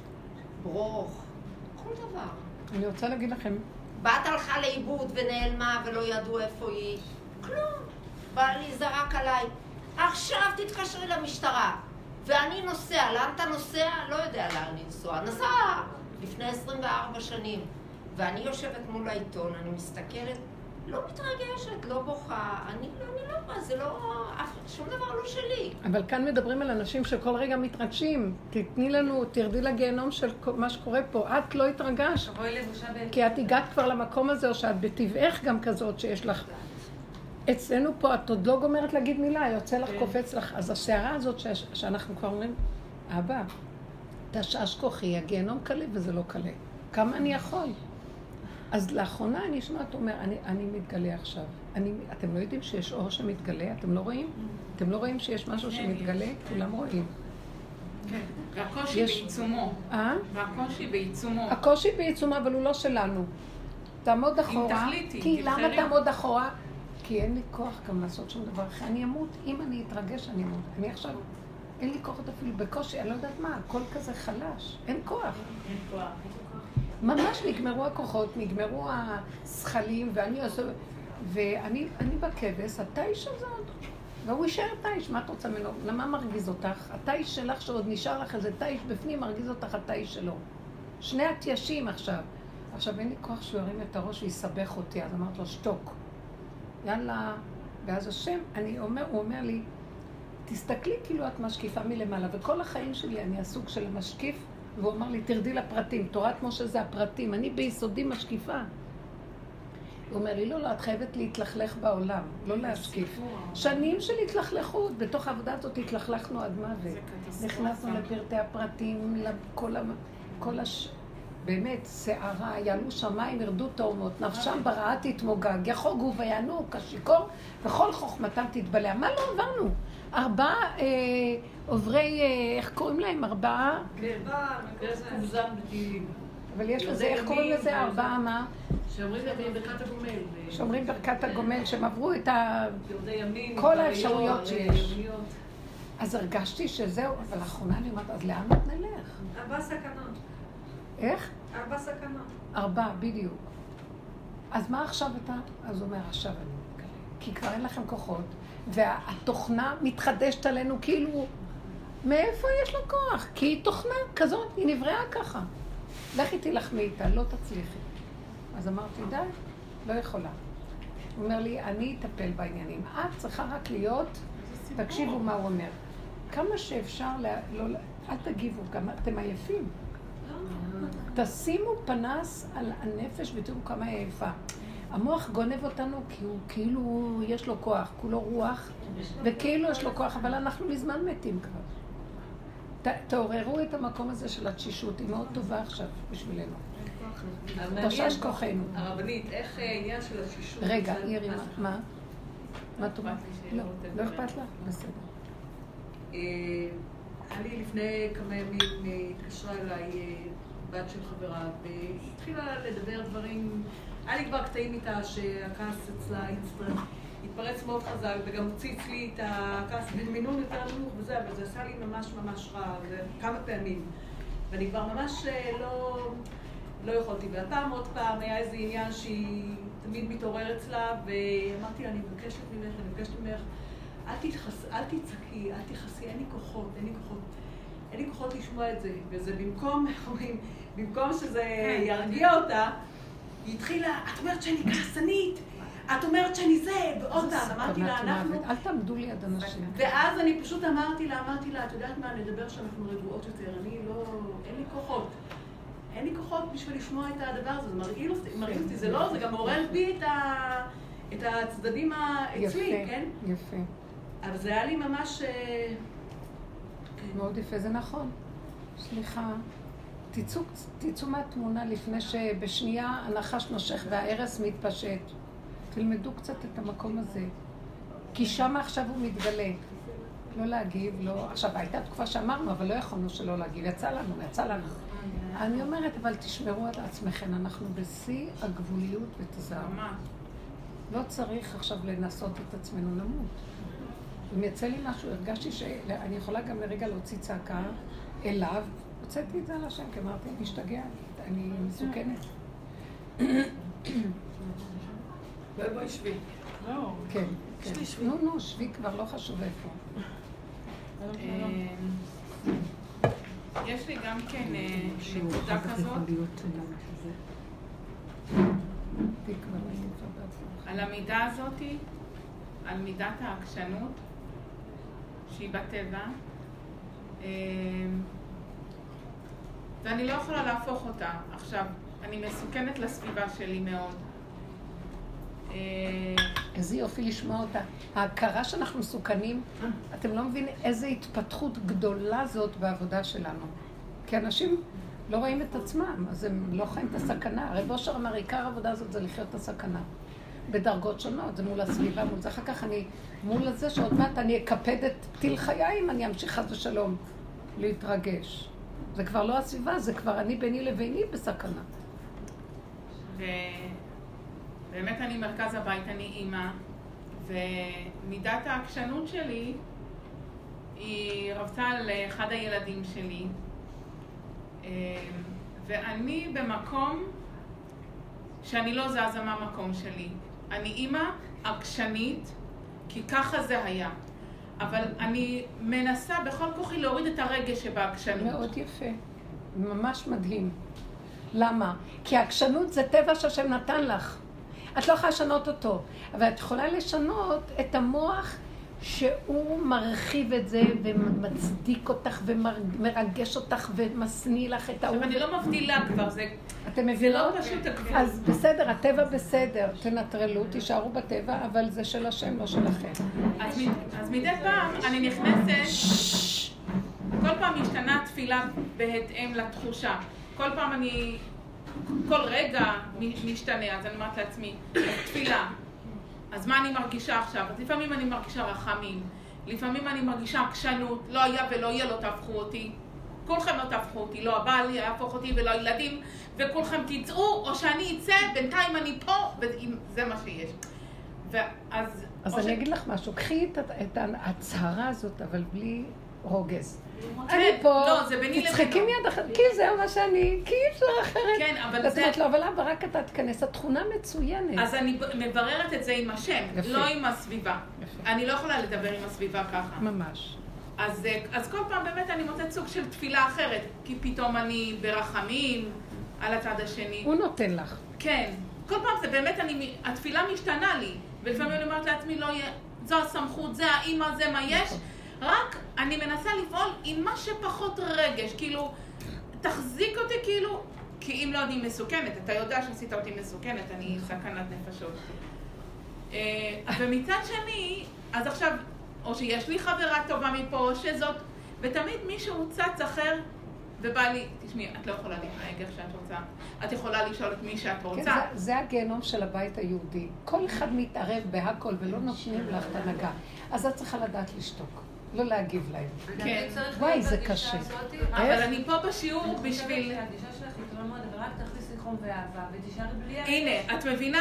ברוך, כל דבר.
אני רוצה להגיד לכם.
בת הלכה לאיבוד ונעלמה ולא ידעו איפה היא. כלום. בעלי זרק עליי. עכשיו תתקשרי למשטרה. ואני נוסע. לאן אתה נוסע? לא יודע לאן לנסוע. נסע לפני עשרים וארבע שנים. ואני יושבת מול העיתון, אני מסתכלת, לא מתרגשת, לא בוכה. אני לא, אני לא, זה לא, שום דבר לא שלי.
אבל כאן מדברים על אנשים שכל רגע מתרגשים. תתני לנו, תרדי לגיהנום של מה שקורה פה. את לא התרגשת. כי את הגעת כבר למקום הזה, או שאת בטבעך גם כזאת שיש לך. אצלנו פה את עוד לא גומרת להגיד מילה, יוצא לך, קופץ לך. אז השערה הזאת שאנחנו כבר אומרים, אבא, תשעש כוחי, הגיהנום קלה וזה לא קלה. כמה אני יכול? אז לאחרונה אני שומעת, אומר, אני, אני מתגלה עכשיו. אני, אתם לא יודעים שיש אור שמתגלה? אתם לא רואים? אתם לא רואים שיש משהו שמתגלה? כולם רואים.
כן, והקושי בעיצומו.
אה?
והקושי בעיצומו.
הקושי בעיצומו, אבל הוא לא שלנו. תעמוד אחורה.
אם תחליטי,
כי למה תעמוד אחורה? כי אין לי כוח גם לעשות שום דבר אחר. אני אמות, אם אני אתרגש, אני אמות. אני עכשיו, אין לי כוח אפילו בקושי, אני לא יודעת מה, הכל כזה חלש. אין כוח.
אין כוח.
ממש נגמרו הכוחות, נגמרו השכלים, ואני עושה... ואני אני בכבש, התאיש הזה עוד... והוא יישאר תאיש, מה את רוצה ממנו? למה מרגיז אותך? התאיש שלך שעוד נשאר לך איזה תאיש בפנים, מרגיז אותך התאיש שלו. שני התיישים עכשיו. עכשיו אין לי כוח שהוא ירים את הראש ויסבך אותי, אז אמרת לו, שתוק. יאללה. ואז השם, אני אומר, הוא אומר לי, תסתכלי כאילו את משקיפה מלמעלה, וכל החיים שלי אני הסוג של משקיף, והוא אמר לי, תרדי לפרטים, תורת משה זה הפרטים, אני ביסודי משקיפה. הוא אומר לי, לא, לא, את חייבת להתלכלך בעולם, לא להשקיף. שנים של התלכלכות, בתוך העבודה הזאת התלכלכנו עד מוות. נכנסנו לפרטי הפרטים, לכל ה... כל הש... באמת, שערה, יעלו שמיים, ירדו תאומות, נפשם ברעה תתמוגג, יחוגו ויענו כשיקור, וכל חוכמתם תתבלע. מה לא עברנו? ארבעה אה, עוברי, אה, איך קוראים להם? ארבעה?
כן, כוזן בתהילים.
אבל יש לזה, איך קוראים לזה? ארבעה מה?
שאומרים ברכת הגומל.
שאומרים ברכת הגומל, שהם עברו את ה...
ימים,
כל האפשרויות שיש. אז הרגשתי שזהו, אבל לאחרונה אני אומרת, אז לאן את נלך?
ארבע סכנות.
איך?
ארבע סכנות.
ארבע, בדיוק. אז מה עכשיו אתה? אז הוא אומר, עכשיו אני מתגלה. כי כבר אין לכם כוחות, והתוכנה מתחדשת עלינו כאילו מאיפה יש לו כוח? כי היא תוכנה כזאת, היא נבראה ככה. לכי תלחמי איתה, לא תצליחי. אז אמרתי, די, לא יכולה. הוא אומר לי, אני אטפל בעניינים. את צריכה רק להיות, תקשיבו מה הוא אומר. כמה שאפשר, לא, אל תגיבו, גם אתם עייפים. תשימו פנס על הנפש ותראו כמה היא עייפה. המוח גונב אותנו כי הוא כאילו יש לו כוח, כולו רוח, וכאילו יש לו כוח, אבל אנחנו מזמן מתים כבר. ת, תעוררו את המקום הזה של התשישות, היא מאוד טובה עכשיו בשבילנו. תושש כוחנו.
הרבנית, איך העניין של התשישות?
רגע, אירי, מה? מה טובה? לא, לא אכפת לך? בסדר.
אני לפני כמה ימים התקשרה אליי בת של חברה, והתחילה לדבר דברים, היה לי כבר קטעים איתה שהכעס אצלה התפרץ מאוד חזק, וגם הוציץ לי את הכעס במינון יותר נמוך וזה, אבל זה עשה לי ממש ממש רע, כמה פעמים. ואני כבר ממש לא, לא יכולתי. והפעם עוד פעם היה איזה עניין שהיא תמיד מתעורר אצלה, ואמרתי לה, אני מבקשת ממך, אני מבקשת ממך, אל תתחס, אל תצעקי, אל תחסי, אין לי כוחות, אין לי כוחות. אין לי כוחות לשמוע את זה, וזה במקום, איך אומרים, במקום שזה ירגיע אותה, היא התחילה, את אומרת שאני כעסנית, את אומרת שאני זה, ועוד פעם, אמרתי לה, אנחנו...
אל תעמדו ליד אנשים.
ואז אני פשוט אמרתי לה, אמרתי לה, את יודעת מה, נדבר שאנחנו רגועות יותר, אני לא, אין לי כוחות. אין לי כוחות בשביל לשמוע את הדבר הזה, זה מרגיל אותי, זה לא, זה גם מעורר בי את הצדדים אצלי, כן?
יפה.
אבל זה היה לי ממש...
מאוד יפה, זה נכון. סליחה, תצאו, תצאו מהתמונה לפני שבשנייה הנחש נושך והערס מתפשט. תלמדו קצת את המקום הזה. כי שם עכשיו הוא מתגלה. לא להגיב, לא... עכשיו, הייתה תקופה שאמרנו, אבל לא יכולנו שלא להגיב. יצא לנו, יצא לנו. אני אומרת, אבל תשמרו על עצמכם. אנחנו בשיא הגבוליות ותזהרו. לא צריך עכשיו לנסות את עצמנו למות. אם יצא לי משהו, הרגשתי שאני יכולה גם לרגע להוציא צעקה אליו, הוצאתי את זה על השם, כי אמרתי, אני משתגע, אני מסוכנת.
בואי בואי שבי.
כן, כן. נו, נו, שבי כבר, לא חשוב איפה.
יש לי גם כן נקודה כזאת. על המידה הזאת, על מידת העקשנות, שהיא בטבע, ואני לא יכולה להפוך אותה. עכשיו, אני מסוכנת לסביבה שלי מאוד.
איזה יופי לשמוע אותה. ההכרה שאנחנו מסוכנים, אתם לא מבינים איזו התפתחות גדולה זאת בעבודה שלנו. כי אנשים לא רואים את עצמם, אז הם לא חיים את הסכנה. הרי בושר אמר, עיקר העבודה הזאת זה לחיות את הסכנה. בדרגות שונות, זה מול הסביבה, מול זה. אחר כך אני, מול הזה שעוד מעט אני אקפד את פתיל חיי אם אני אמשיך חס ושלום להתרגש. זה כבר לא הסביבה, זה כבר אני ביני לביני בסכנה.
ובאמת אני מרכז הבית, אני אימא, ומידת העקשנות שלי היא רבתה על אחד הילדים שלי, ואני במקום שאני לא זזה מהמקום שלי. אני אימא עקשנית, כי ככה זה היה. אבל אני מנסה בכל כוחי להוריד את הרגש שבעקשנות.
מאוד יפה. ממש מדהים. למה? כי העקשנות זה טבע שהשם נתן לך. את לא יכולה לשנות אותו. אבל את יכולה לשנות את המוח שהוא מרחיב את זה ומצדיק אותך ומרגש אותך ומסניא לך את האור.
אני לא מבדילה כבר, זה...
אתם מבינות?
זה לא פשוט הגבול.
אז בסדר, הטבע בסדר, תנטרלו, תישארו בטבע, אבל זה של השם, לא שלכם.
אז מדי פעם אני נכנסת, כל פעם משתנה תפילה בהתאם לתחושה. כל פעם אני, כל רגע משתנה, אז אני אומרת לעצמי, תפילה. אז מה אני מרגישה עכשיו? אז לפעמים אני מרגישה רחמים, לפעמים אני מרגישה עקשנות, לא היה ולא יהיה, לא תהפכו אותי. כולכם לא תהפכו אותי, לא הבעל יהפוך אותי ולא ילדים, וכולכם תצאו, או שאני אצא, בינתיים אני פה, וזה מה שיש. ואז...
אז אני אגיד לך משהו, קחי את ההצהרה הזאת, אבל בלי רוגז. אני פה, תצחקי מיד אחת, כי זהו מה שאני, כי אי אפשר אחרת.
כן, אבל זה...
זאת אומרת, לא, אבל אבא, רק אתה תכנס, התכונה מצוינת.
אז אני מבררת את זה עם השם, לא עם הסביבה. אני לא יכולה לדבר עם הסביבה ככה.
ממש.
אז, אז כל פעם באמת אני מוצאת סוג של תפילה אחרת, כי פתאום אני ברחמים על הצד השני.
הוא נותן לך.
כן. כל פעם זה באמת, אני, התפילה משתנה לי, ולפעמים אני אומרת לעצמי, לא, זו הסמכות, זה האמא, זה מה יש, רק אני מנסה לפעול עם מה שפחות רגש, כאילו, תחזיק אותי כאילו, כי אם לא אני מסוכנת, אתה יודע שעשית אותי מסוכנת, אני סכנת נפשות. ומצד שני, אז עכשיו, או שיש לי חברה טובה מפה, או שזאת, ותמיד מישהו צץ אחר, ובא לי, תשמעי, את לא יכולה להתנהג איך שאת רוצה. את יכולה לשאול את מי שאת רוצה.
כן, זה, זה הגיהנום של הבית היהודי. כל אחד מתערב בהכל ולא נותנים לך את הנהגה. אז את צריכה לדעת לשתוק, לא להגיב להם.
כן.
וואי, זה קשה.
אבל אני פה בשיעור בשביל...
הגישה שלך היא טובה מאוד, אבל רק תכניסי חום ואהבה, ותישארי בלי...
הנה, את מבינה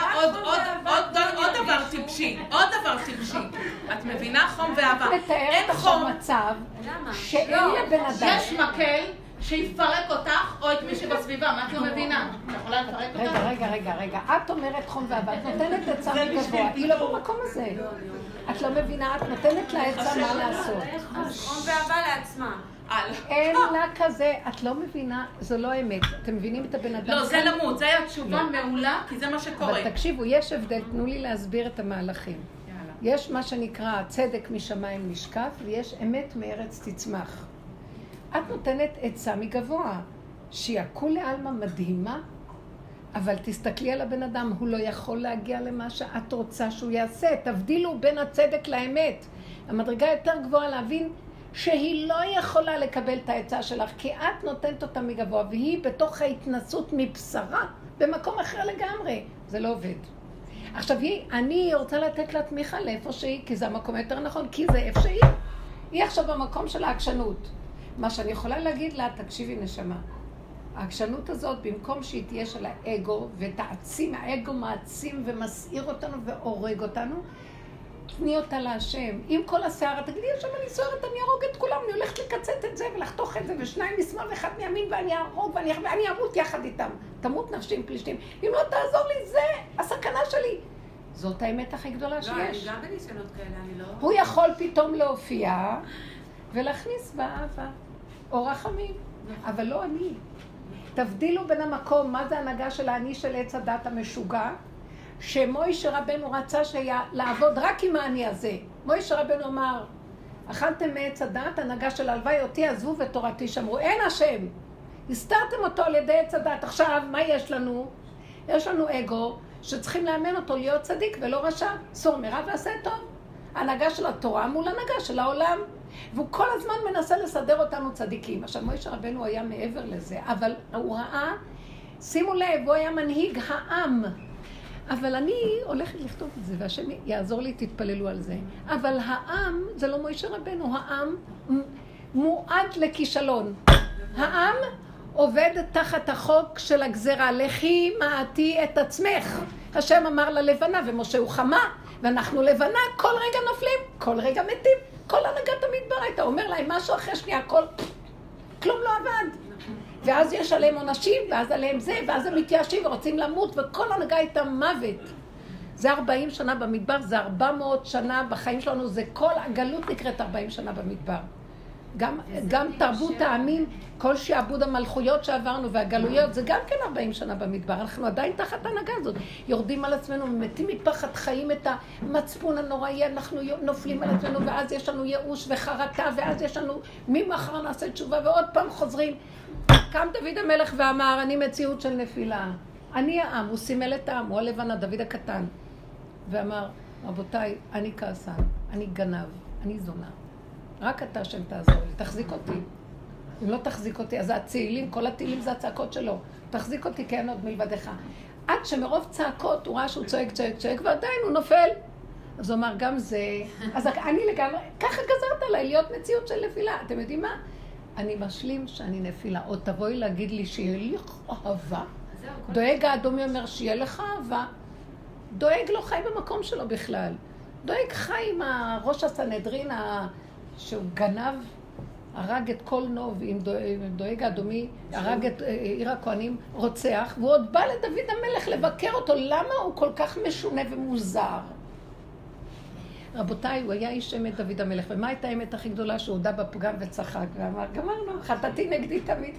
עוד דבר טיפשי, עוד דבר טיפשי. את מבינה חום ואהבה.
את מתארת עכשיו מצב שאין לבן אדם...
יש מקל שיפרק אותך או את מי שבסביבה, מה את לא מבינה? את יכולה לפרק אותך?
רגע, רגע, רגע, רגע. את אומרת חום ואהבה, את נותנת עצה מגבוה, היא לא במקום הזה. את לא מבינה, את נותנת לה עצה מה לעשות.
חום ואהבה לעצמה.
אין לה כזה, את לא מבינה, זו לא אמת. אתם מבינים את הבן אדם?
לא, זה למות, זה היה תשובה מעולה, כי זה מה שקורה.
אבל תקשיבו, יש הבדל, תנו לי להסביר את המהלכים. יש מה שנקרא צדק משמיים נשקף, ויש אמת מארץ תצמח. את נותנת עצה מגבוה, שהיא הכולי עלמא מדהימה, אבל תסתכלי על הבן אדם, הוא לא יכול להגיע למה שאת רוצה שהוא יעשה. תבדילו בין הצדק לאמת. המדרגה יותר גבוהה להבין שהיא לא יכולה לקבל את העצה שלך, כי את נותנת אותה מגבוה, והיא בתוך ההתנסות מבשרה, במקום אחר לגמרי. זה לא עובד. עכשיו, היא, אני רוצה לתת לה תמיכה לאיפה שהיא, כי זה המקום יותר נכון, כי זה איפה שהיא. היא עכשיו במקום של העקשנות. מה שאני יכולה להגיד לה, תקשיבי נשמה, העקשנות הזאת, במקום שהיא תהיה של האגו, ותעצים, האגו מעצים ומסעיר אותנו והורג אותנו, תני אותה להשם. עם כל השערה, תגידי, יש שם אני סוערת, אני ארוג את כולם, אני הולכת לקצת את זה ולחתוך את זה, ושניים משמאל ואחד מימין, ואני ארוג ואני, ואני אמות יחד איתם. תמות נפשי עם פלישתים. אם לא תעזור לי, זה הסכנה שלי. זאת האמת הכי גדולה שיש.
לא, אני גם בניסיונות כאלה, אני לא...
הוא יכול פתאום להופיע ולהכניס באהבה, או רחמים, אבל לא אני. תבדילו בין המקום, מה זה הנהגה של האני של עץ הדת המשוגע, שמוישה רבנו רצה שהיה לעבוד רק עם האני הזה. מוישה רבנו אמר, אכלתם מעץ הדת, הנהגה של הלוואי אותי עזבו ותורתי שמרו, אין השם. הסתרתם אותו על ידי עץ הדת. עכשיו, מה יש לנו? יש לנו אגו שצריכים לאמן אותו להיות צדיק ולא רשע. סור מרע ועשה טוב. הנהגה של התורה מול הנהגה של העולם. והוא כל הזמן מנסה לסדר אותנו צדיקים. עכשיו, מוישה רבנו היה מעבר לזה, אבל הוא ראה, שימו לב, הוא היה מנהיג העם. אבל אני הולכת לכתוב את זה, והשם יעזור לי, תתפללו על זה. אבל העם, זה לא מוישה רבנו, העם מועד לכישלון. העם עובד תחת החוק של הגזרה, לכי מעתי את עצמך. השם אמר ללבנה, ומשה הוא חמה, ואנחנו לבנה, כל רגע נופלים, כל רגע מתים. כל הנהגת המדבר הייתה אומר להם משהו אחרי שנייה, הכל, כלום לא עבד. ואז יש עליהם עונשים, ואז עליהם זה, ואז הם מתייאשים ורוצים למות, וכל הנהגה הייתה מוות. זה ארבעים שנה במדבר, זה ארבע מאות שנה בחיים שלנו, זה כל הגלות נקראת ארבעים שנה במדבר. גם, גם תרבות העמים, כל שעבוד המלכויות שעברנו והגלויות, זה גם כן ארבעים שנה במדבר. אנחנו עדיין תחת ההנהגה הזאת. יורדים על עצמנו, מתים מפחד, חיים את המצפון הנוראי, אנחנו נופלים על עצמנו, ואז יש לנו ייאוש וחרטה, ואז יש לנו ממחר נעשה תשובה, ועוד פעם חוזרים. קם דוד המלך ואמר, אני מציאות של נפילה. אני העם, הוא סימל את העם, הוא הלבנה, דוד הקטן. ואמר, רבותיי, אני כעסן, אני גנב, אני זונה. רק אתה השם תעזור לי, תחזיק אותי. אם לא תחזיק אותי, אז הצעילים, כל התהילים זה הצעקות שלו. תחזיק אותי כי אין עוד מלבדך. עד שמרוב צעקות הוא ראה שהוא צועק, צועק, צועק, ועדיין הוא נופל. אז הוא אמר, גם זה... אז אני לגמרי, ככה גזרת עליי להיות מציאות של נפילה. אתם יודעים מה? אני משלים שאני נפילה. עוד תבואי להגיד לי שיהיה לי אהבה. דואג האדומי אומר שיהיה לך אהבה. דואג לא חי במקום שלו בכלל. דואג חי עם ראש הסנהדרין שהוא גנב, הרג את כל נוב עם דואג האדומי, הרג את עיר הכהנים, רוצח, והוא עוד בא לדוד המלך לבקר אותו. למה הוא כל כך משונה ומוזר? רבותיי, הוא היה איש אמת דוד המלך, ומה הייתה האמת הכי גדולה? שהוא הודה בפגם וצחק, ואמר, גמרנו, חטאתי נגדי תמיד.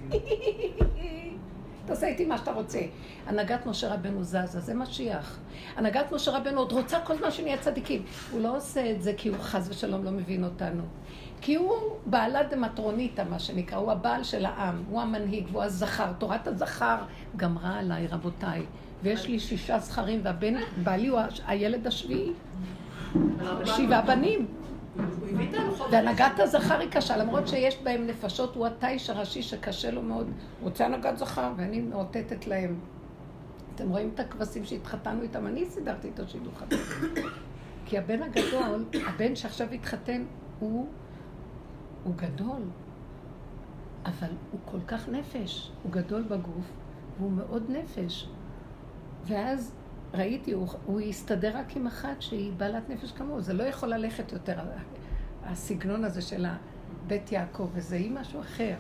תעשה איתי מה שאתה רוצה. הנהגת משה רבנו זזה, זה משיח. הנהגת משה רבנו עוד רוצה כל זמן שנהיה צדיקים. הוא לא עושה את זה כי הוא חס ושלום לא מבין אותנו. כי הוא בעלת דמטרוניתא, מה שנקרא, הוא הבעל של העם, הוא המנהיג, והוא הזכר. תורת הזכר גמרה עליי, רבותיי. ויש לי שישה זכרים, והבן, בעלי הוא הילד השביעי. שבעה בנים. והנהגת הזכר היא קשה, למרות שיש בהם נפשות, הוא התיש הראשי שקשה לו מאוד. הוא רוצה הנהגת זכר, ואני מאותתת להם. אתם רואים את הכבשים שהתחתנו איתם? אני סידרתי איתו שידוך חתן. כי הבן הגדול, הבן שעכשיו התחתן, הוא, הוא גדול. אבל הוא כל כך נפש. הוא גדול בגוף, והוא מאוד נפש. ואז ראיתי, הוא, הוא יסתדר רק עם אחת שהיא בעלת נפש כמוהו. זה לא יכול ללכת יותר, הסגנון הזה של בית יעקב, וזה היא משהו אחר.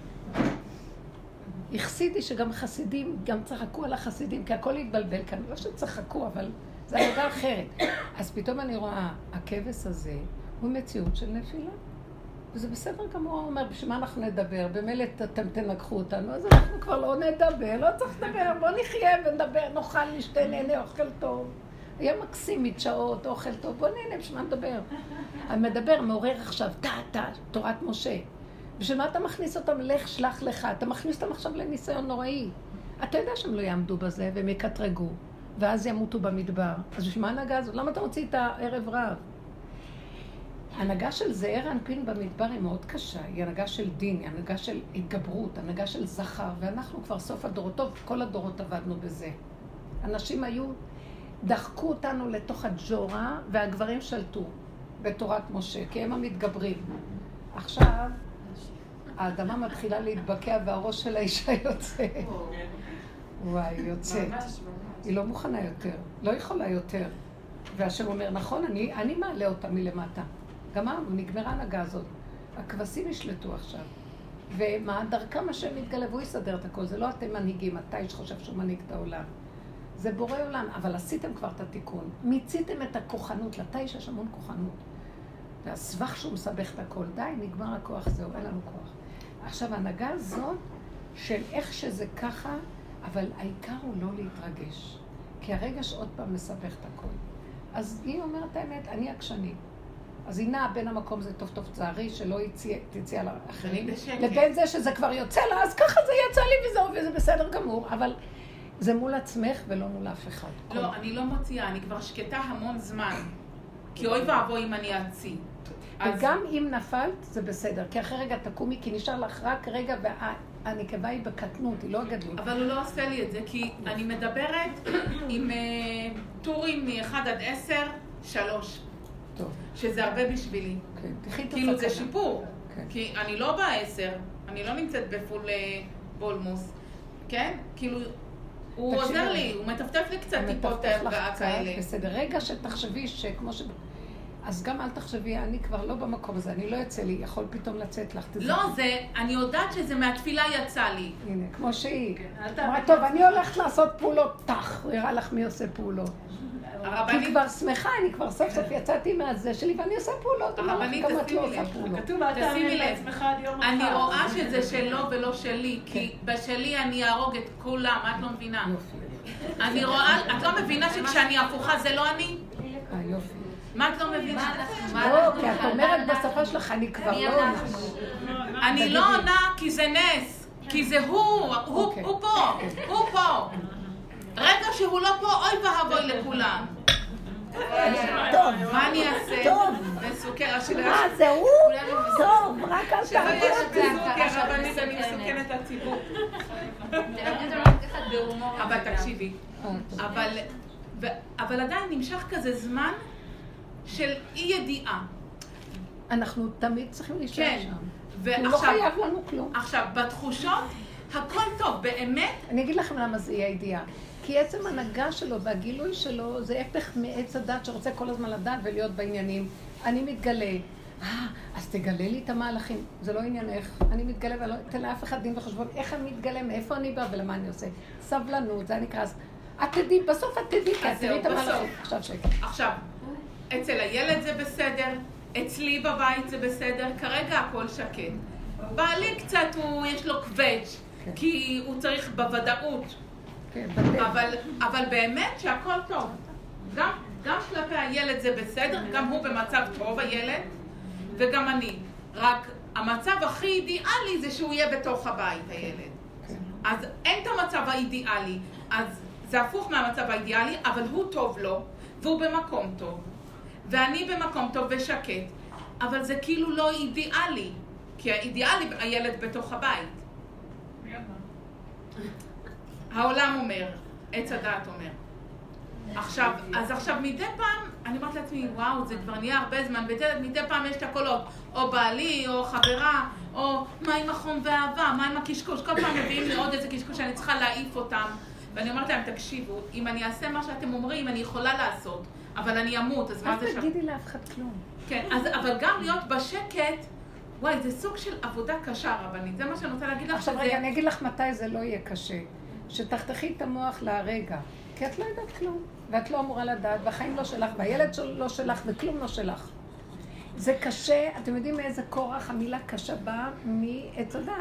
החסידי שגם חסידים, גם צחקו על החסידים, כי הכל התבלבל כאן. לא שצחקו, אבל זה עבודה אחרת. אז פתאום אני רואה, הכבש הזה הוא מציאות של נפילה. וזה בסדר גמור, הוא אומר, בשביל מה אנחנו נדבר? במילא אתם תנגחו אותנו, אז אנחנו כבר לא נדבר, לא צריך לדבר, בוא נחיה ונדבר, נאכל, נשתה, נהנה, אוכל טוב. היה מקסים מדשאות, אוכל טוב, בוא נהנה, בשביל מה נדבר? אני מדבר, מעורר עכשיו, תא, תא, תורת משה. בשביל מה אתה מכניס אותם, לך, שלח לך, אתה מכניס אותם עכשיו לניסיון נוראי. אתה יודע שהם לא יעמדו בזה והם יקטרגו, ואז ימותו במדבר. אז בשביל מה הנהגה הזאת? למה אתה מוציא את הערב רב? הנהגה של זעיר אנפין במדבר היא מאוד קשה, היא הנהגה של דין, היא הנהגה של התגברות, הנהגה של זכר, ואנחנו כבר סוף הדורות, טוב, כל הדורות עבדנו בזה. אנשים היו, דחקו אותנו לתוך הג'ורה, והגברים שלטו בתורת משה, כי הם המתגברים. עכשיו, האדמה מתחילה להתבקע והראש של האישה יוצא. וואי, יוצאת. היא לא מוכנה יותר, לא יכולה יותר. והשם אומר, נכון, אני, אני מעלה אותה מלמטה. גמרנו, נגמרה הנהגה הזאת. הכבשים ישלטו עכשיו. ומה דרכם השם מתגלה, והוא יסדר את הכל. זה לא אתם מנהיגים, אתה איש חושב שהוא מנהיג את העולם. זה בורא עולם, אבל עשיתם כבר את התיקון. מיציתם את הכוחנות, לתיש יש המון כוחנות. והסבך שהוא מסבך את הכל. די, נגמר הכוח, זהו, אין לנו כוח. עכשיו, ההנהגה הזאת של איך שזה ככה, אבל העיקר הוא לא להתרגש. כי הרגש עוד פעם מסבך את הכל. אז היא אומרת האמת, אני עקשני. אז היא נעה בין המקום זה טוב טוב צערי, שלא תצא על האחרים, לבין זה שזה כבר יוצא לה, אז ככה זה יצא לי וזהו, וזה בסדר גמור, אבל זה מול עצמך ולא מול אף אחד.
לא, אני לא מוציאה, אני כבר שקטה המון זמן, כי אוי ואבוי אם אני אציא.
וגם אם נפלת, זה בסדר, כי אחרי רגע תקומי, כי נשאר לך רק רגע, והנקבה היא בקטנות, היא לא הגדלות.
אבל הוא לא עושה לי את זה, כי אני מדברת עם טורים מ-אחד עד עשר, שלוש.
טוב.
שזה הרבה בשבילי.
כן.
כאילו זה שיפור. כן. כי אני לא בעשר, אני לא נמצאת בפול בולמוס. כן? כאילו, הוא עוזר לי, הוא מטפטף לי קצת טיפות כאלה.
בסדר, רגע שתחשבי שכמו ש... אז גם אל תחשבי, אני כבר לא במקום הזה, אני לא יוצא לי, יכול פתאום לצאת לך.
לא, זה, אני יודעת שזה מהתפילה יצא לי.
הנה, כמו שהיא. אמרה, טוב, אני הולכת לעשות פעולות, תח, הוא הראה לך מי עושה פעולות. כי כבר שמחה, אני כבר סוף סוף יצאתי מהזה שלי, ואני עושה פעולות.
הרבנית, תשימי לב. תשימי לב. אני רואה שזה שלו ולא שלי, כי בשלי אני אהרוג את כולם, את לא מבינה. אני רואה, את לא מבינה שכשאני הפוכה זה לא אני?
אה, יופי.
מה את לא מבינה?
לא, כי את אומרת בשפה שלך, אני כבר לא עונה.
אני לא עונה כי זה נס, כי זה הוא, הוא פה, הוא פה. רגע שהוא לא פה, אוי ואבוי לכולם.
טוב.
מה אני אעשה?
טוב.
בסוכר,
מה זה הוא? טוב, רק אל תעבור אותי.
הרבנית, אני מסוכנת הציבור. אבל תקשיבי. אבל עדיין נמשך כזה זמן של אי ידיעה.
אנחנו תמיד צריכים להישאר שם. הוא לא חייב לנו כלום.
עכשיו, בתחושות, הכל טוב, באמת.
אני אגיד לכם למה זה אי הידיעה. כי עצם הנהגה שלו והגילוי שלו זה הפך מעץ הדת שרוצה כל הזמן לדעת ולהיות בעניינים. אני מתגלה. אה, אז תגלה לי את המהלכים. זה לא עניינך. אני מתגלה ולא אתן לאף אחד דין וחשבון איך אני מתגלה, מאיפה אני בא ולמה אני עושה. סבלנות, זה נקרא. את תדעי, בסוף את תדעי, כי את תראי את המהלכים. עכשיו שקט.
עכשיו, אצל הילד זה בסדר, אצלי בבית זה בסדר, כרגע הכל שקט. בעלי קצת, הוא, יש לו כבץ', כי הוא צריך בוודאות. אבל, אבל באמת שהכל טוב. גם, גם כלפי הילד זה בסדר, גם הוא במצב טוב, הילד, וגם אני. רק המצב הכי אידיאלי זה שהוא יהיה בתוך הבית, הילד. אז אין את המצב האידיאלי, אז זה הפוך מהמצב האידיאלי, אבל הוא טוב לו, והוא במקום טוב, ואני במקום טוב ושקט, אבל זה כאילו לא אידיאלי, כי האידיאלי הילד בתוך הבית. העולם אומר, עץ הדעת אומר. עכשיו, אז עכשיו מדי פעם, אני אומרת לעצמי, וואו, זה כבר נהיה הרבה זמן, מדי פעם יש את הקולות, או בעלי, או חברה, או מה עם החום והאהבה, מה עם הקשקוש, כל פעם מביאים לי עוד איזה קשקוש שאני צריכה להעיף אותם, ואני אומרת להם, תקשיבו, אם אני אעשה מה שאתם אומרים, אני יכולה לעשות, אבל אני אמות, אז מה זה שם?
אז תגידי לאף אחד כלום.
כן, אז, אבל גם להיות בשקט, וואי, זה סוג של עבודה קשה, רבנית, זה מה שאני רוצה להגיד לך.
עכשיו רגע, אני אגיד לך מתי זה לא יהיה קשה. שתחתכי את המוח להרגע, כי את לא יודעת כלום, ואת לא אמורה לדעת, והחיים לא שלך, והילד לא שלך, וכלום לא שלך. זה קשה, אתם יודעים מאיזה כורח המילה קשה באה מעץ הדעת.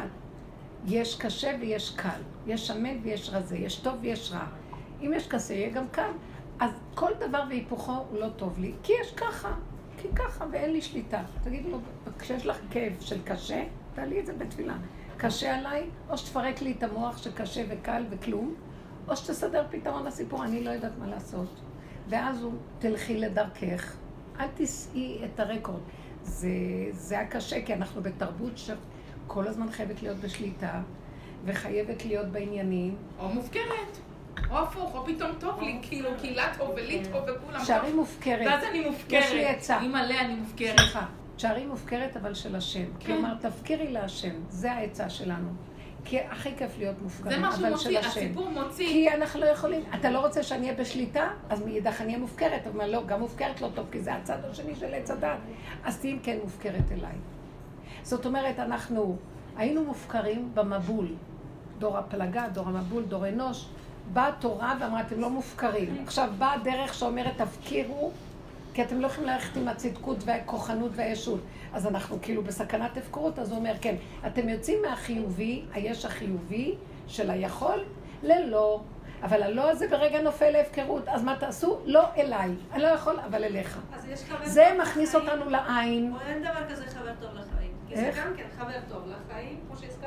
יש קשה ויש קל, יש שמן ויש רזה, יש טוב ויש רע. אם יש קשה, יהיה גם קל. אז כל דבר והיפוכו הוא לא טוב לי, כי יש ככה, כי ככה, ואין לי שליטה. תגידי לו, כשיש לך כאב של קשה, תעלי את זה בתפילה. קשה עליי, או שתפרק לי את המוח שקשה וקל וכלום, או שתסדר פתרון לסיפור, אני לא יודעת מה לעשות. ואז הוא תלכי לדרכך, אל תסעי את הרקורד. זה, זה הקשה, כי אנחנו בתרבות שכל הזמן חייבת להיות בשליטה, וחייבת להיות בעניינים.
או מופקרת, או הפוך, או פתאום טוב לי, כאילו קהילה טוב ולי טוב וכולם טוב.
שערי מופקרת.
ואז אני מופקרת.
יש לי עצה.
אם עליה אני מופקרת.
סליחה. שערי מופקרת אבל של השם. כלומר, תפקירי להשם. זה העצה שלנו. כי הכי כיף להיות מופקרים, אבל של השם.
זה מה שהוא מוציא, הסיפור מוציא.
כי אנחנו לא יכולים, אתה לא רוצה שאני אהיה בשליטה, אז מידך אני אהיה מופקרת. אבל לא, גם מופקרת לא טוב, כי זה הצד השני של עץ הדת. אז תהיים כן מופקרת אליי. זאת אומרת, אנחנו היינו מופקרים במבול. דור הפלגה, דור המבול, דור אנוש. באה תורה ואמרה, אתם לא מופקרים. עכשיו באה דרך שאומרת, תפקירו, כי אתם לא יכולים ללכת עם הצדקות והכוחנות והישות. אז אנחנו כאילו בסכנת הפקרות, אז הוא אומר, כן, אתם יוצאים מהחיובי, היש החיובי של היכול, ללא. אבל הלא הזה ברגע נופל להפקרות, אז מה תעשו? לא אליי. אני לא יכול, אבל אליך. זה מכניס אותנו לעין.
או אין דבר כזה חבר טוב לחיים. כי זה גם כן חבר טוב לחיים, כמו שהזכרת.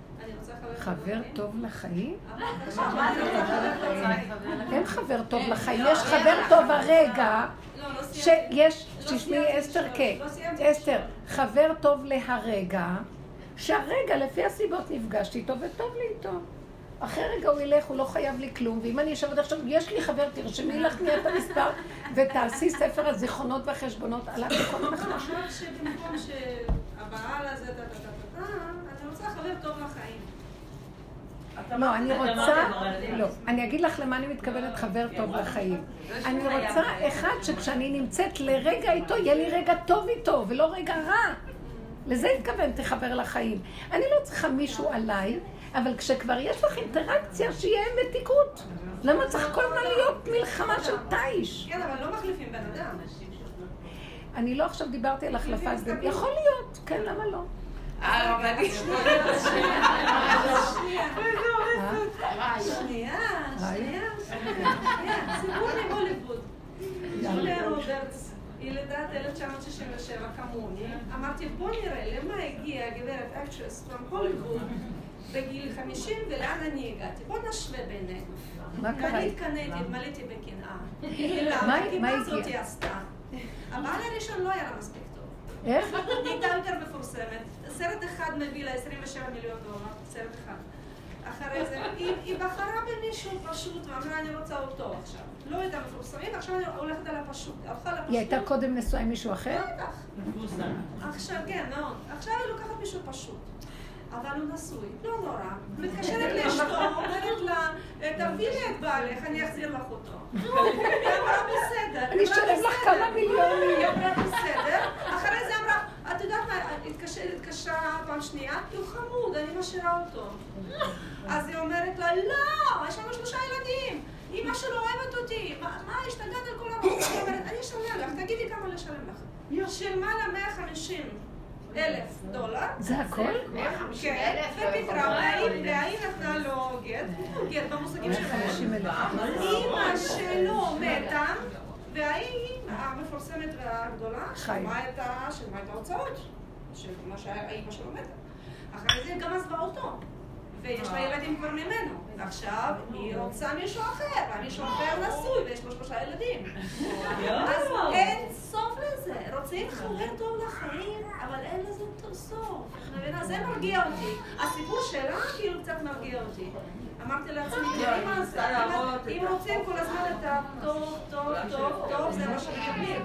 חבר טוב לחיים? אין חבר טוב לחיים, יש חבר טוב הרגע שיש, תשמעי אסתר, כן, אסתר, חבר טוב להרגע, שהרגע לפי הסיבות נפגשתי איתו וטוב לי איתו. אחרי רגע הוא ילך, הוא לא חייב לי כלום, ואם אני אשב עד עכשיו, יש לי חבר, תרשמי לך מי את המספר ותעשי ספר הזיכרונות והחשבונות עליו וכל מחלך.
אני חושבת שבמקום שהבעל הזה, אני רוצה חבר טוב לחיים.
לא, אני רוצה, לא, אני אגיד לך למה אני מתכוונת חבר טוב לחיים. אני רוצה אחד שכשאני נמצאת לרגע איתו, יהיה לי רגע טוב איתו ולא רגע רע. לזה התכוונתי חבר לחיים. אני לא צריכה מישהו עליי, אבל כשכבר יש לך אינטראקציה שיהיה מתיקות. למה צריך כל הזמן להיות מלחמה של תאיש?
כן, אבל לא מחליפים בן אדם.
אני לא עכשיו דיברתי על החלפה, יכול להיות, כן, למה לא?
אה, אבל אני...
שנייה, שנייה, שנייה, שנייה, סיפור מהוליווד. ג'וליה רוברטס, ילידת אלף תשע מאות שישים ושבע כמוני. אמרתי, בוא נראה למה הגיעה גברת אקטרס מהוליווד בגיל חמישים ולאן אני הגעתי. בוא נשווה בינינו.
מה קרה?
אני התקנאתי, התמלאתי בקנאה. מה זאתי עשתה? הבעל הראשון לא היה לה מספיק טוב.
איך?
היא הייתה יותר מפורסמת. סרט אחד מביא לה עשרים ושבע מיליון דולר, סרט אחד. אחרי זה, היא בחרה במישהו פשוט ואמרה, אני רוצה אותו עכשיו. לא הייתה מפורסמית, עכשיו אני הולכת על הפשוט.
היא הייתה קודם נשואה עם מישהו אחר?
בטח. עכשיו, כן, מאוד. עכשיו היא לוקחת מישהו פשוט. אבל הוא נשוי, לא נורא. מתקשרת לאשתו, אומרת לה, תביא לי את בעלך, אני אחזיר לך אותו. היא אמרה בסדר.
אני אשלם לך כמה מיליונים.
היא אמרה בסדר. אחרי זה אמרה, את יודעת מה, התקשרה פעם שנייה, הוא חמוד, אני משאירה אותו. אז היא אומרת לה, לא, יש לנו שלושה ילדים. אמא שלו אוהבת אותי. מה, השתגעת על כל הרוב? היא אומרת, אני אשלם לך, תגידי כמה לשלם לך. שילמה לה מאה וחמישים אלף דולר.
זה הכל?
כן, ופיתרה, והיא נתנה לו גט, גט במושגים שלהם. אמא שלו מתה, והיא המפורסמת והגדולה, שילמה את ההוצאות של מה שהאמא שלו מתה. אחרי זה גם עזבה אותו, ויש לה ילדים כבר ממנו. ועכשיו היא רוצה מישהו אחר, והמישהו אחר נשוי, ויש לו שלושה ילדים. אז אין סוף לזה. רוצים חבר טוב לחיים, אבל אין לזה סוף. זה מרגיע אותי. הסיפור שלה כאילו קצת מרגיע אותי. אמרתי לעצמי, אם רוצים כל הזמן את הטוב, טוב, טוב, טוב, זה מה שמקבלים.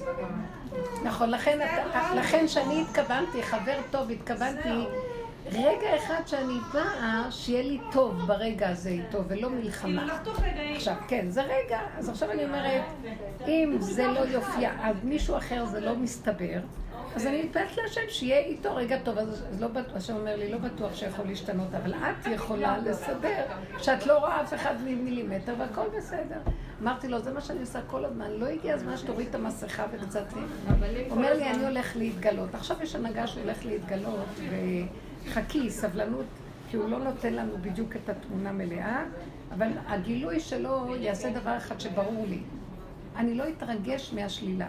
נכון, לכן שאני התכוונתי, חבר טוב, התכוונתי רגע אחד שאני באה, שיהיה לי טוב ברגע הזה איתו, ולא מלחמה. עכשיו, כן, זה רגע, אז עכשיו אני אומרת, אם זה לא יופיע, אז מישהו אחר זה לא מסתבר, אז אני מתפלאת להשם שיהיה איתו רגע טוב, אז לא בטוח, השם אומר לי, לא בטוח שיכול להשתנות, אבל את יכולה לסדר, שאת לא רואה אף אחד ממילימטר, והכל בסדר. אמרתי לו, זה מה שאני עושה כל הזמן, לא הגיע הזמן שתוריד את המסכה וקצת... אומר לי, אני הולך להתגלות. עכשיו יש הנהגה שהולך להתגלות, וחכי, סבלנות, כי הוא לא נותן לנו בדיוק את התמונה מלאה, אבל הגילוי שלו יעשה דבר אחד שברור לי. אני לא אתרגש מהשלילה.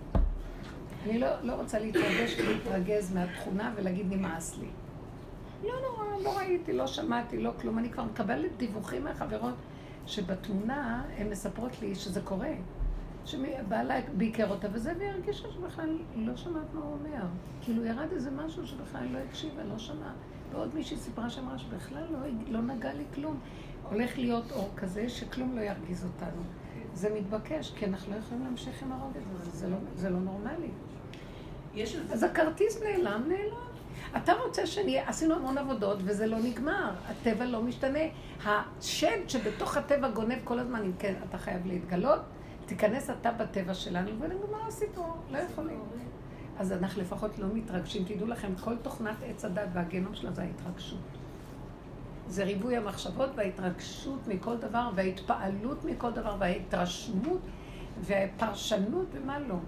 אני לא, לא רוצה להתרגש ולהתרגז מהתכונה ולהגיד נמאס לי. לא נורא, לא ראיתי, לא שמעתי, לא כלום. אני כבר מקבלת דיווחים מהחברות שבתמונה הן מספרות לי שזה קורה. שבעלה ביקר אותה וזה, והיא הרגישה שבכלל לא שמעת מה הוא אומר. כאילו ירד איזה משהו שבכלל לא הקשיבה, לא שמע. ועוד מישהי סיפרה שאמרה שבכלל לא, לא נגע לי כלום. הולך להיות אור כזה שכלום לא ירגיז אותנו. זה מתבקש, כי אנחנו לא יכולים להמשיך עם הרוגת הזה, זה לא, זה לא נורמלי. אז הכרטיס נעלם, נעלם. אתה רוצה שאני, עשינו המון עבודות וזה לא נגמר, הטבע לא משתנה. השד שבתוך הטבע גונב כל הזמן, אם כן, אתה חייב להתגלות, תיכנס אתה בטבע שלנו ונגמר הסיפור, לא יכולים. אז אנחנו לפחות לא מתרגשים, תדעו לכם, כל תוכנת עץ הדת והגנום שלה זה ההתרגשות. זה ריבוי המחשבות וההתרגשות מכל דבר, וההתפעלות מכל דבר, וההתרשמות והפרשנות ומה לא.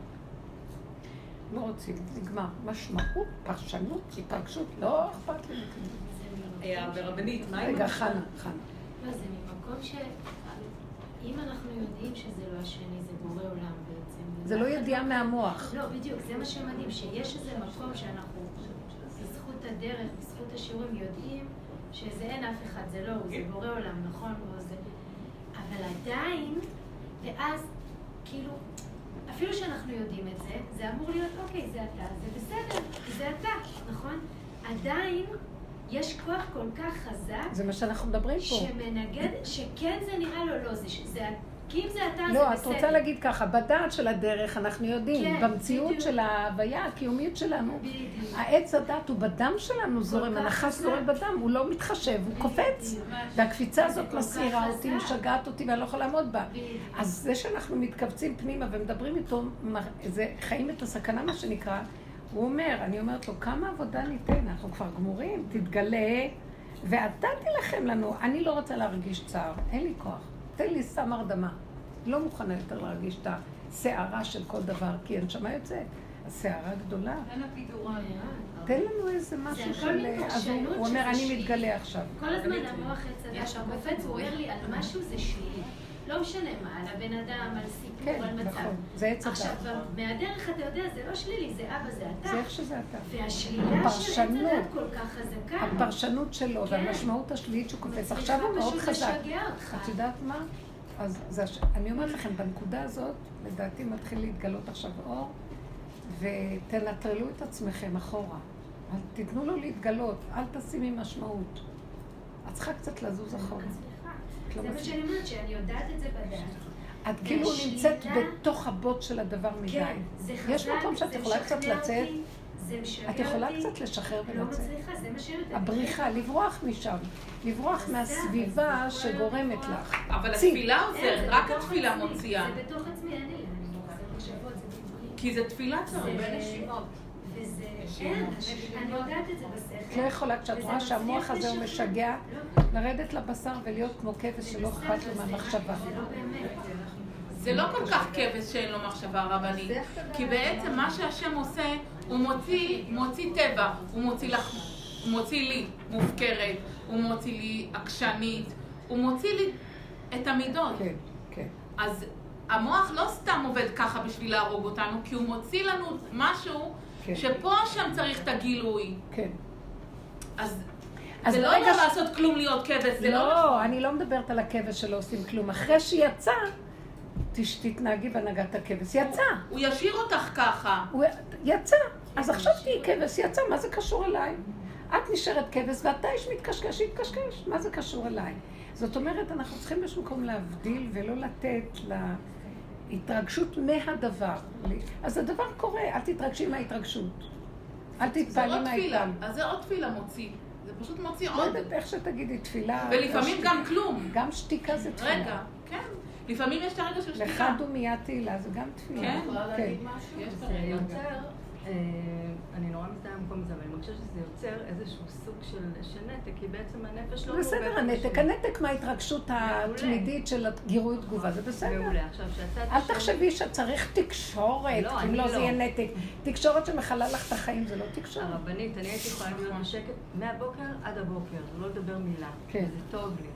לא רוצים, נגמר. משמעות, פרשנות, התרגשות, לא אכפת לי.
ורבנית, מה עם...
רגע, חנה, חנה.
לא, זה ממקום ש... אם אנחנו יודעים שזה לא השני, זה בורא עולם בעצם.
זה לא ידיעה מהמוח.
לא, בדיוק, זה מה שמדהים, שיש איזה מקום שאנחנו, בזכות הדרך, בזכות השיעורים, יודעים שזה אין אף אחד, זה לא הוא, זה בורא עולם, נכון? זה... אבל עדיין, ואז, כאילו, אפילו שאנחנו יודעים את זה, זה אמור להיות, אוקיי, זה אתה, זה בסדר, זה אתה, נכון? עדיין יש כוח כל כך חזק,
זה מה שאנחנו מדברים פה.
שמנגד, שכן זה נראה לו, לא, זה, זה, כי אם זה אתה,
לא,
זה בסדר.
את רוצה להגיד ככה, בדעת של הדרך אנחנו יודעים,
כן,
במציאות
בדיוק.
של ההוויה הקיומית שלנו,
בדיוק.
העץ הדת הוא בדם שלנו זורם, הנחש זורם בדם, הוא לא מתחשב, הוא קופץ. והקפיצה הזאת מסעירה אותי, משגעת אותי ואני לא יכולה לעמוד בה. אז זה שאנחנו מתכווצים פנימה ומדברים איתו, זה חיים את הסכנה מה שנקרא, הוא אומר, אני אומרת לו, כמה עבודה ניתן, אנחנו כבר גמורים, תתגלה, ואתה תלחם לנו, אני לא רוצה להרגיש צער, אין לי כוח, תן לי סם הרדמה, לא מוכנה יותר להרגיש את השערה של כל דבר, כי אין שמה יוצא, השערה גדולה.
אין הפידורה.
תן לנו איזה משהו של... אז הוא אומר, אני מתגלה עכשיו.
כל הזמן המוח הצדה שהקופץ, הוא אומר לי על משהו זה שלילי. לא משנה מה, על הבן אדם, על סיפור, על מצב.
נכון, זה עץ הדת.
עכשיו, מהדרך אתה יודע, זה לא שלילי, זה אבא, זה אתה.
זה איך שזה אתה.
והשלילה של עץ הדת כל כך חזקה.
הפרשנות שלו והמשמעות השלילית שהוא קופץ. עכשיו הוא מאוד חזק.
משגע אותך.
את יודעת מה? אז אני אומרת לכם, בנקודה הזאת, לדעתי מתחיל להתגלות עכשיו אור, ותנטרלו את עצמכם אחורה. תתנו לו להתגלות, אל תשימי משמעות. את צריכה קצת לזוז אחורה.
זה מה שאני אומרת, שאני יודעת את זה בדעת.
את כאילו נמצאת בתוך הבוט של הדבר מדי.
כן, זה חזק,
יש מקום שאת יכולה קצת לצאת, את יכולה
אותי.
קצת לשחרר
לא
ולצאת.
מצליחה, זה מה שאני יודעת.
הבריחה, לברוח משם, לברוח מהסביבה שגורמת לך.
אבל התפילה עוזרת, רק התפילה מוציאה.
זה בתוך עצמי, אין לי, זה מחשבות, זה דיבורים.
כי זה תפילה צריך.
זה נשימות. וזה, אין, אני יודעת את זה בשכל.
את לא יכולה, כשאת רואה שהמוח הזה הוא משגע, לרדת לבשר ולהיות כמו כבש שלא אכפת לו מהמחשבה.
זה לא באמת.
זה לא כל כך כבש שאין לו מחשבה רבנית, כי בעצם מה שהשם עושה, הוא מוציא, מוציא טבע, הוא מוציא לך, הוא מוציא לי מופקרת, הוא מוציא לי עקשנית, הוא מוציא לי את המידות.
כן, כן.
אז המוח לא סתם עובד ככה בשביל להרוג אותנו, כי הוא מוציא לנו משהו כן. שפה שם צריך את הגילוי.
כן.
אז,
אז
זה לא אומר לעשות כלום להיות כבש, זה לא...
לא, אני לא מדברת על הכבש שלא עושים כלום. אחרי שיצא, תתנהגי בהנהגת הכבש. יצא.
הוא ישאיר אותך ככה.
הוא יצא. אז עכשיו תהי כבש, יצא. מה זה קשור אליי? את נשארת כבש ואתה איש מתקשקש, יתקשקש. מה זה קשור אליי? זאת אומרת, אנחנו צריכים בשום מקום להבדיל ולא לתת להתרגשות מהדבר. אז הדבר קורה, אל תתרגשי מההתרגשות. אל תתפעלי מההתפעל.
אז זה עוד תפילה מוציא. זה פשוט מוציא עוד.
לא יודעת איך שתגידי תפילה.
ולפעמים גם כלום.
גם שתיקה זה תפילה.
רגע, כן. לפעמים יש את הרגע של שתיקה.
לך דומיית תהילה, זה גם תפילה.
כן,
יכולה להגיד משהו?
זה יוצר, אני נורא מזדהה במקום הזה, אבל אני מרגישה שזה יוצר איזשהו סוג של נתק, כי בעצם הנפש לא...
בסדר, הנתק, הנתק מההתרגשות התמידית של גירוי תגובה, זה בסדר.
מעולה, עכשיו שהצד...
אל תחשבי שצריך תקשורת, אם לא זה יהיה נתק. תקשורת שמחלה לך את החיים, זה לא תקשורת.
הרבנית, אני הייתי יכולה להיות בשקט מהבוקר עד הבוקר, לא לדבר מילה, זה טוב לי.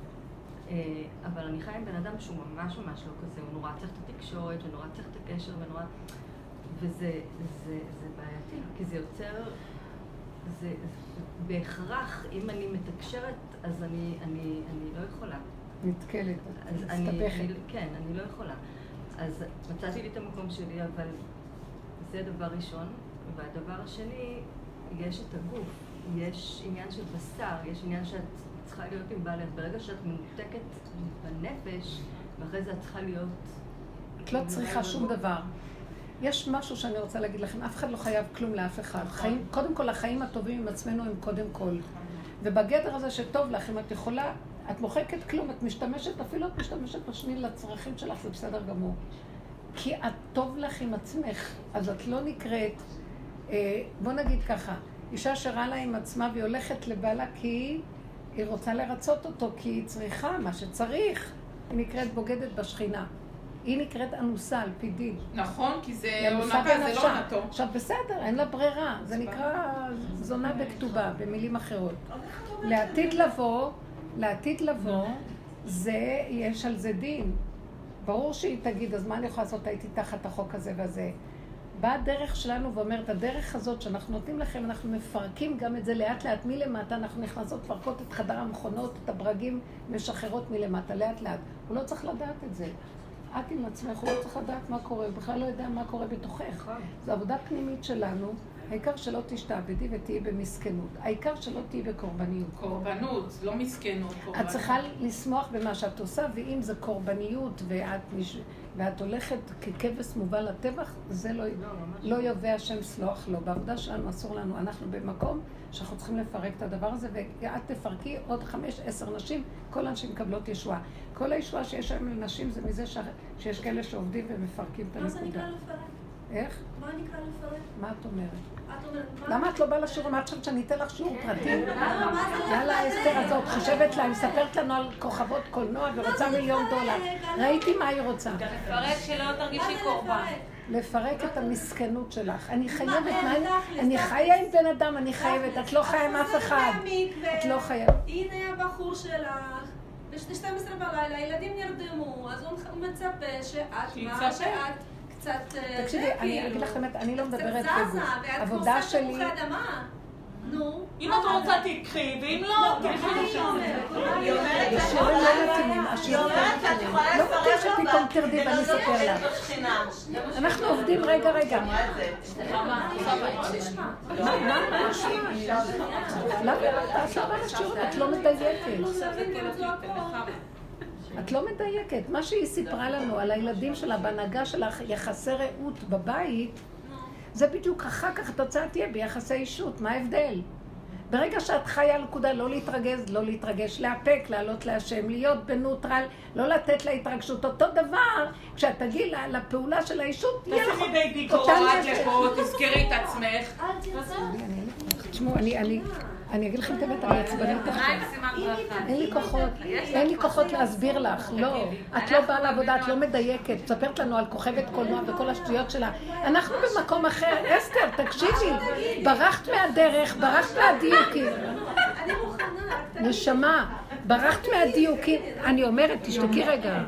אבל אני חיה עם בן אדם שהוא ממש ממש לא כזה, הוא נורא צריך את התקשורת ונורא צריך את הקשר ונורא... וזה זה, זה בעייתי, כי זה יוצר, זה, בהכרח, אם אני מתקשרת, אז אני, אני, אני לא יכולה.
נתקלת,
מסתבכת. כן, אני לא יכולה. אז מצאתי לי את המקום שלי, אבל זה דבר ראשון. והדבר השני, יש את הגוף. יש עניין של בשר, יש עניין שאת צריכה להיות עם בעלך. ברגע שאת מנותקת בנפש, ואחרי זה את צריכה להיות...
את לא צריכה שום דבר. יש משהו שאני רוצה להגיד לכם, אף אחד לא חייב כלום לאף אחד. חיים, קודם כל, החיים הטובים עם עצמנו הם קודם כל. ובגדר הזה שטוב לך, אם את יכולה, את מוחקת כלום, את משתמשת, אפילו את משתמשת בשביל לצרכים שלך, זה בסדר גמור. כי את טוב לך עם עצמך, אז את לא נקראת, אה, בוא נגיד ככה, אישה שרע לה עם עצמה והיא הולכת לבעלה כי היא רוצה לרצות אותו, כי היא צריכה מה שצריך, היא נקראת בוגדת בשכינה. היא נקראת אנוסה על פי דין.
נכון, כי זה עונתה, זה לא עונתו.
עכשיו בסדר, אין לה ברירה. זה נקרא זונה בכתובה, במילים אחרות. לעתיד לבוא, לעתיד לבוא, זה, יש על זה דין. ברור שהיא תגיד, אז מה אני יכולה לעשות? הייתי תחת החוק הזה והזה. באה הדרך שלנו ואומרת, הדרך הזאת שאנחנו נותנים לכם, אנחנו מפרקים גם את זה לאט לאט מלמטה, אנחנו נכנסות פרקות את חדר המכונות, את הברגים, משחררות מלמטה, לאט לאט. הוא לא צריך לדעת את זה. את עם עצמך, הוא לא צריך לדעת מה קורה, הוא בכלל לא יודע מה קורה בתוכך. זו עבודה פנימית שלנו, העיקר שלא תשתעבדי ותהיי במסכנות. העיקר שלא תהיי בקורבניות.
קורבנות, לא מסכנות, קורבנות.
את צריכה לשמוח במה שאת עושה, ואם זה קורבניות ואת, ואת הולכת ככבש מובל לטבח, זה לא, לא יובא השם סלוח לו. בעבודה שלנו אסור לנו, אנחנו במקום שאנחנו צריכים לפרק את הדבר הזה, ואת תפרקי עוד חמש, עשר נשים, כל הנשים מקבלות ישועה. כל הישועה שיש היום לנשים זה מזה ש... שיש כאלה שעובדים ומפרקים את הנקודה.
מה זה נקרא לפרק?
איך?
מה נקרא לפרק?
מה את אומרת?
את אומרת,
למה את לא באה לשיעור? מה את חושבת שאני אתן לך שיעור פרטי? יאללה, אסתר הזאת, חושבת לה, מספרת לנו על כוכבות קולנוע ורוצה מיליון דולר. ראיתי מה היא רוצה.
לפרק שלא תרגישי קורבן.
לפרק את המסכנות שלך. אני חייבת, אני חיה עם בן אדם, אני חייבת, את לא חיה עם אף אחד. את לא חייבת.
הנה הבחור שלך, ב-שתים עשרה בלילה, הילדים נרדמו, אז הוא מצפה שאת, מה שאת קצת...
תקשיבי, אני אגיד לך באמת, אני לא מדברת בגוף. עבודה שלי...
נו.
אם את רוצה תקחי, ואם לא, תקחי שם.
היא אומרת
השיעורים לא מתאימים, השיעורים לא מתאימים. לא מתאים שפתאום תרדי ואני אספר לך. אנחנו עובדים, רגע, רגע. מה, מה, מה נשמע? למה לא תעשה בשיעורים? את לא מדייקת. את לא מדייקת. מה שהיא סיפרה לנו על הילדים שלה, בהנהגה של יחסי רעות בבית, זה בדיוק אחר כך התוצאה תהיה ביחסי אישות. מה ההבדל? ברגע שאת חיה על נקודה, לא להתרגז, לא להתרגש, להפק, לעלות להשם, להיות בנוטרל, לא לתת לה התרגשות. אותו דבר, כשאת תגיעי לפעולה של האישות, תהיה לך
תשימי די ביקורת לפה, תזכרי את עצמך.
תשמעו, אני, אני, אני אגיד לכם את האמת, אני עצבנית עכשיו. אין לי כוחות, אין לי כוחות להסביר לך, לא. את לא באה לעבודה, את לא מדייקת, מספרת לנו על כוכבת קולנוע וכל השטויות שלה. אנחנו במקום אחר, אסתר, תקשיבי, ברחת מהדרך, ברחת מהדיוקים.
אני מוכנה.
נשמה, ברחת מהדיוקים, אני אומרת, תשתקי רגע.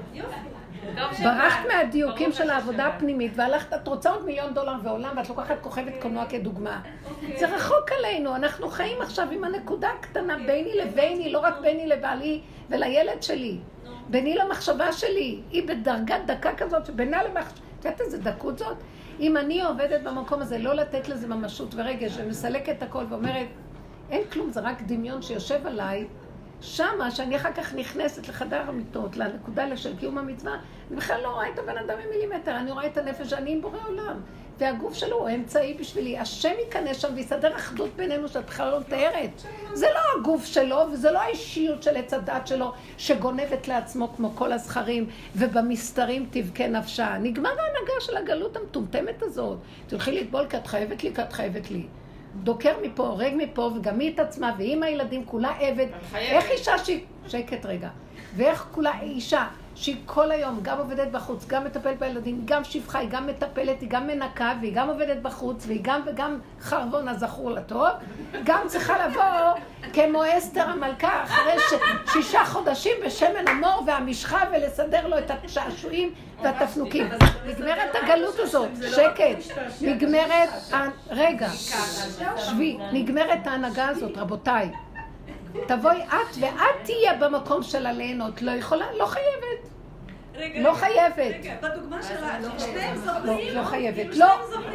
ברחת מהדיוקים של העבודה הפנימית והלכת, את רוצה עוד מיליון דולר ועולם ואת לוקחת כוכבת קולנוע כדוגמה. זה רחוק עלינו, אנחנו חיים עכשיו עם הנקודה הקטנה ביני לביני, לא רק ביני לבעלי ולילד שלי. ביני למחשבה שלי, היא בדרגת דקה כזאת שבינה למחשבה, את יודעת איזה דקות זאת? אם אני עובדת במקום הזה, לא לתת לזה ממשות ורגש ומסלקת את הכל ואומרת, אין כלום, זה רק דמיון שיושב עליי, שמה, שאני אחר כך נכנסת לחדר המיטות, לנקודה של קיום המצווה, אני בכלל לא רואה את הבן אדם במילימטר, אני רואה את הנפש שאני עם בורא עולם. והגוף שלו הוא אמצעי בשבילי. השם ייכנס שם ויסדר אחדות בינינו שאת בכלל לא מתארת. זה לא הגוף שלו וזה לא האישיות של עץ הדת שלו שגונבת לעצמו כמו כל הזכרים ובמסתרים תבכה נפשה. נגמר ההנהגה של הגלות המטומטמת הזאת. תלכי לטבול כי את חייבת לי, כי את חייבת לי. דוקר מפה, הורג מפה, וגם היא את עצמה, והיא עם הילדים, כולה עבד. איך אישה שהיא... שקט רגע. ואיך כולה אישה שהיא כל היום גם עובדת בחוץ, גם מטפלת בילדים, גם שפחה, היא גם מטפלת, היא גם מנקה, והיא גם עובדת בחוץ, והיא גם וגם חרבון הזכור לטוב, גם צריכה לבוא כמו אסתר המלכה, אחרי שישה חודשים בשמן המור והמשחה, ולסדר לו את השעשועים והתפנוקים. נגמרת הגלות הזאת, שקט. נגמרת... רגע, שבי, נגמרת ההנהגה הזאת, רבותיי. תבואי את, ואת תהיה במקום של הליהנות. לא יכולה, לא חייבת. לא חייבת.
רגע, בדוגמה שלה, שתיהם זוכרים?
לא חייבת. לא.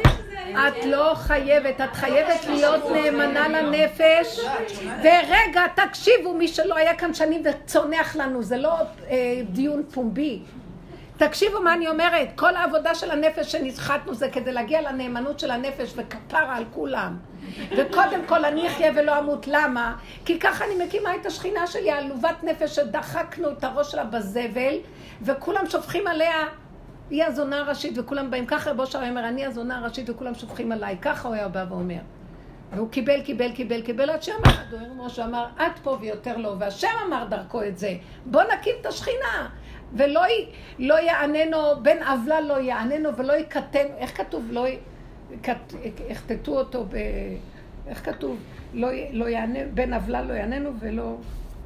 את לא חייבת. את חייבת להיות נאמנה לנפש. ורגע, תקשיבו, מי שלא היה כאן שנים וצונח לנו, זה לא דיון פומבי. תקשיבו מה אני אומרת. כל העבודה של הנפש שנסחטנו זה כדי להגיע לנאמנות של הנפש וכפרה על כולם. וקודם כל אני אחיה ולא אמות. למה? כי ככה אני מקימה את השכינה שלי, העלובת נפש שדחקנו את הראש שלה בזבל, וכולם שופכים עליה, היא הזונה הראשית, וכולם באים ככה, רבו שר אומר, אני הזונה הראשית וכולם שופכים עליי, ככה הוא היה בא ואומר. והוא קיבל, קיבל, קיבל, קיבל, עד שאמר, הדוהר משה אמר, עד פה ויותר לא, והשם אמר דרכו את זה, בוא נקים את השכינה. ולא לא יעננו, בן עוולה לא יעננו ולא יקטן, איך כתוב? לא יכתתו אותו, ב, איך כתוב? לא, לא יעננו, בן עוולה לא יעננו ולא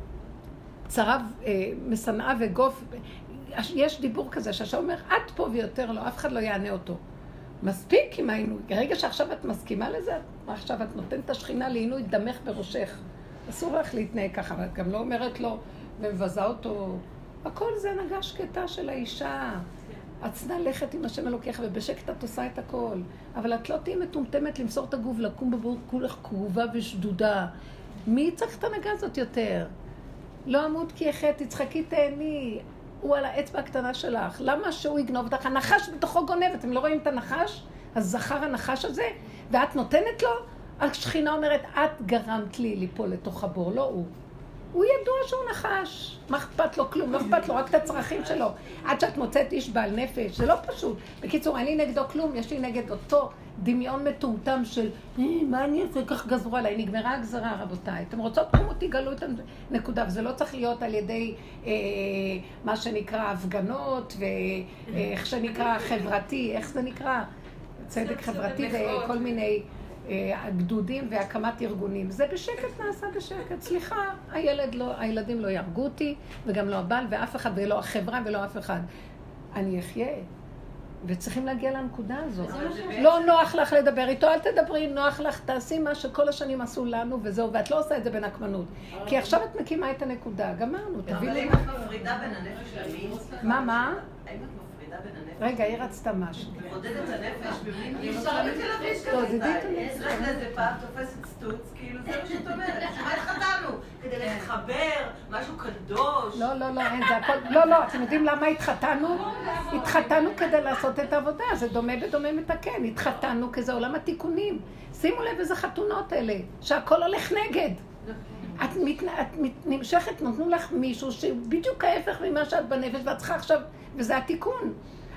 צרב, אה, משנאה וגוף. יש דיבור כזה שהשם אומר, עד פה ויותר לא, אף אחד לא יענה אותו. מספיק עם העינוי. הרגע שעכשיו את מסכימה לזה, עכשיו את נותנת את השכינה לעינוי דמך בראשך. אסור לך להתנהג ככה, אבל גם לא אומרת לו ומבזה אותו. הכל זה הנהגה שקטה של האישה. את צריכה ללכת עם השם אלוקיך ובשקט את עושה את הכל. אבל את לא תהי מטומטמת למסור את הגוף, לקום בבוקר כולך כאובה ושדודה. מי צריך את ההנהגה הזאת יותר? לא עמוד כי יחד, תצחקי תהני. הוא על האצבע הקטנה שלך. למה שהוא יגנוב אותך? הנחש בתוכו גונב. אתם לא רואים את הנחש? הזכר הנחש הזה? ואת נותנת לו? השכינה אומרת, את גרמת לי ליפול לתוך הבור, לא הוא. הוא ידוע שהוא נחש. מה אכפת לו כלום? לא אכפת לו, רק את הצרכים שלו. עד שאת מוצאת איש בעל נפש, זה לא פשוט. בקיצור, אין לי נגדו כלום, יש לי נגד אותו דמיון מטומטם של מה אני אעשה? כך גזרו עליי. נגמרה הגזרה, רבותיי. אתם רוצות כמו תגלו את הנקודה, וזה לא צריך להיות על ידי אה, מה שנקרא הפגנות, ואיך שנקרא חברתי, איך זה נקרא? צדק חברתי וכל מיני... הגדודים והקמת ארגונים. זה בשקט נעשה בשקט. סליחה, הילד לא, הילדים לא ירגו אותי, וגם לא הבעל ואף אחד, ולא החברה ולא אף אחד. אני אחיה. וצריכים להגיע לנקודה הזאת. לא נוח לך לדבר איתו, אל תדברי, נוח לך, תעשי מה שכל השנים עשו לנו וזהו, ואת לא עושה את זה בנקמנות. כי עכשיו את מקימה את הנקודה. גמרנו, תביא לי.
אבל אם את מפרידה בין הנפש למין...
מה, מה?
האם את מפרידה בין הנפש?
רגע, היא רצתה משהו.
מבודדת את הנפש במין... אי אפשר בתל אביב כזה. אצלך לזה פעם תופסת סטוץ, כאילו זה מה שאת אומרת. שמה התחתנו? כדי לחבר משהו קדוש.
לא, לא, לא, אין, זה הכל... לא, לא, אתם יודעים למה התחתנו? התחתנו כדי לעשות את העבודה. זה דומה ודומה מתקן. התחתנו כזה עולם התיקונים. שימו לב איזה חתונות אלה, שהכל הולך נגד. את, מת, את מת, נמשכת, נותנו לך מישהו שבדיוק ההפך ממה שאת בנפש, ואת צריכה עכשיו, וזה התיקון.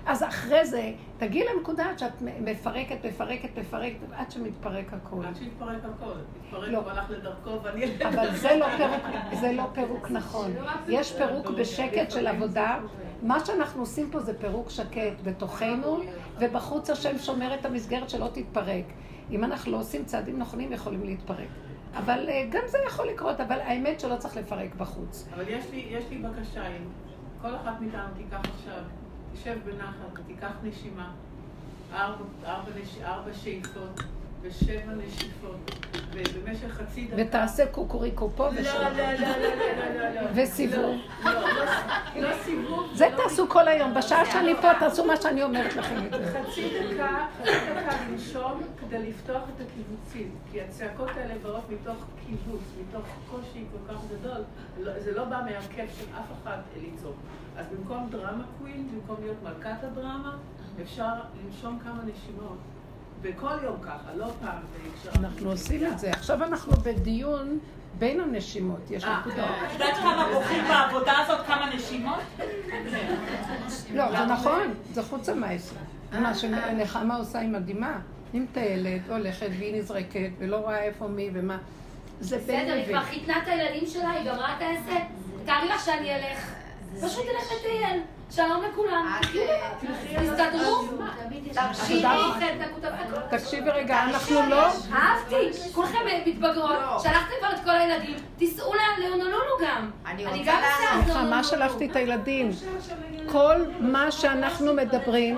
אז אחרי זה, תגיעי לנקודה שאת מפרקת, מפרקת, מפרקת, עד שמתפרק הכל.
עד שמתפרק הכל. מתפרק, הוא הלך לדרכו ואני...
אבל זה לא פירוק, זה לא פירוק נכון. יש פירוק בשקט של עבודה. מה שאנחנו עושים פה זה פירוק שקט בתוכנו, ובחוץ השם שומר את המסגרת שלא תתפרק. אם אנחנו לא עושים צעדים נכונים, יכולים להתפרק. אבל גם זה יכול לקרות, אבל האמת שלא צריך לפרק בחוץ.
אבל יש לי, יש לי בקשה, אם כל אחת מאיתנו תיקח עכשיו, תשב בנחת, תיקח נשימה, ארבע, ארבע, נש... ארבע שאיפות ושבע נשיפות, ובמשך חצי דקה...
ותעשה קוקוריקו פה ושם.
לא, לא, לא, לא, לא, לא.
וסיבוב.
לא, לא, לא סיבוב.
זה תעשו כל היום, בשעה שאני פה תעשו מה שאני אומרת לכם את זה.
חצי דקה, חצי דקה לנשום כדי לפתוח את הקיבוצים, כי הצעקות האלה באות מתוך קיבוץ, מתוך קושי כל כך גדול, זה לא בא מהכיף של אף אחד לצעוק. אז במקום דרמה קווין, במקום להיות מלכת הדרמה, אפשר לנשום כמה נשימות. בכל יום ככה, לא פעם.
אנחנו עושים את זה. עכשיו אנחנו בדיון בין הנשימות. יש נקודה.
את יודעת כמה בוחרים בעבודה הזאת כמה נשימות?
לא, זה נכון. זה חוץ המעשה. מה שנחמה עושה עם הדמעה. היא מטיילת, הולכת והיא נזרקת ולא רואה איפה מי ומה. זה בין
בסדר, היא כבר חיתנה את הילדים שלה, היא גמרה את העסק. תארי לך שאני אלך. פשוט תלך לטייל. שלום לכולם. תסתדרו. תקשיבי,
תקשיבי רגע, אנחנו לא...
אהבתי, כולכם מתבגרות, שלחתם כבר את כל הילדים, תיסעו להונולולו גם. אני גם עושה
סליחה, מה שלחתי את הילדים? כל מה שאנחנו מדברים...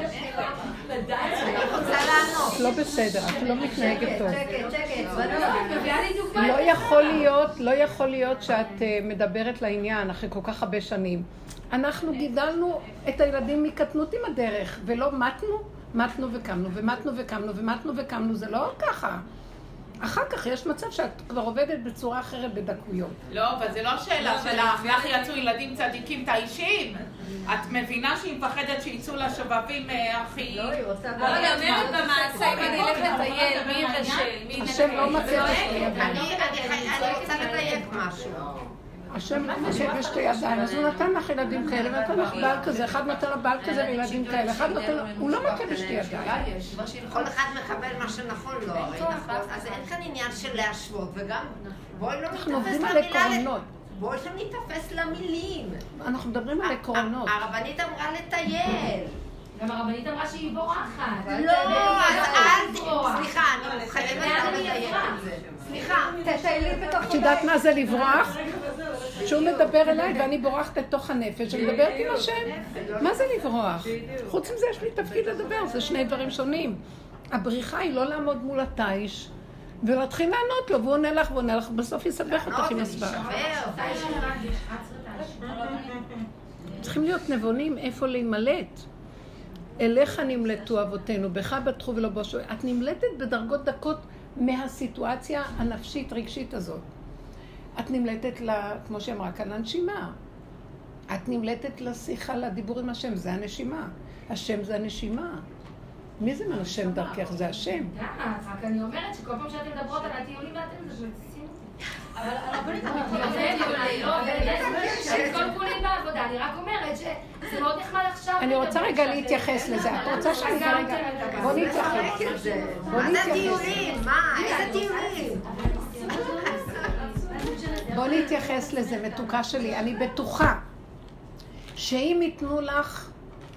לא בסדר, את לא מתנהגת טוב. לא יכול להיות, לא יכול להיות שאת מדברת לעניין אחרי כל כך הרבה שנים. אנחנו גידלנו את הילדים מקטנות עם הדרך, ולא מתנו, מתנו וקמנו, ומתנו וקמנו, ומתנו וקמנו, זה לא ככה. אחר כך יש מצב שאת כבר עובדת בצורה אחרת בדקויות.
לא, אבל זה לא שאלה שלך, לך יצאו ילדים צדיקים תאישים. את מבינה שהיא מפחדת שיצאו לשבבים הכי...
לא, היא רוצה... לא, אני אומרת במעשה, אם אני אלך לטייל, מי ירשם?
השם לא מצא בשתי ידיים.
אני רוצה לדייק משהו.
השם לא מצא בשתי ידיים, אז הוא נתן לך ילדים כאלה, ונתן לך בעל כזה, אחד נתן לבעל כזה וילדים כאלה, אחד נתן... הוא לא מצא בשתי ידיים.
כל אחד מקבל מה שנכון לו, הרי נכון? אז אין כאן עניין של להשוות, וגם בואי לא נתפס למילה... בואי לא נתפס למילים.
אנחנו מדברים על עקרונות.
הרבנית אמרה לטייל.
גם הרבנית אמרה שהיא בורחת.
לא, אז אל תברוח. סליחה, אני חייבת לדייק את זה. סליחה, תטיילי בתוך...
את יודעת מה זה לברוח? שהוא מדבר אליי ואני בורחת לתוך הנפש, אני מדברת עם השם. מה זה לברוח? חוץ מזה יש לי תפקיד לדבר, זה שני דברים שונים. הבריחה היא לא לעמוד מול התיש, ולהתחיל לענות לו, והוא עונה לך ועונה לך, בסוף יסבך אותך עם הסבר. צריכים להיות נבונים איפה להימלט. אליך נמלטו אבותינו, בך בטחו ולא בושו. את נמלטת בדרגות דקות מהסיטואציה הנפשית רגשית הזאת. את נמלטת, לה, כמו שאמרה כאן, לנשימה. את נמלטת לשיחה, לדיבור עם השם, זה הנשימה. השם זה הנשימה. מי זה מן השם דרכך? זה השם.
רק אני אומרת שכל פעם שאתם מדברות על הטיולים ואתם זה מתסיסים אותי. אבל הרבנית אני כל כולי בעבודה, אני רק אומרת שזה מאוד נחמד עכשיו.
אני רוצה רגע להתייחס לזה. את רוצה שאני כרגע... בוא נתייחס.
מה זה טיולים? מה? איזה טיולים?
בוא נתייחס לזה, מתוקה שלי. אני בטוחה שאם ייתנו לך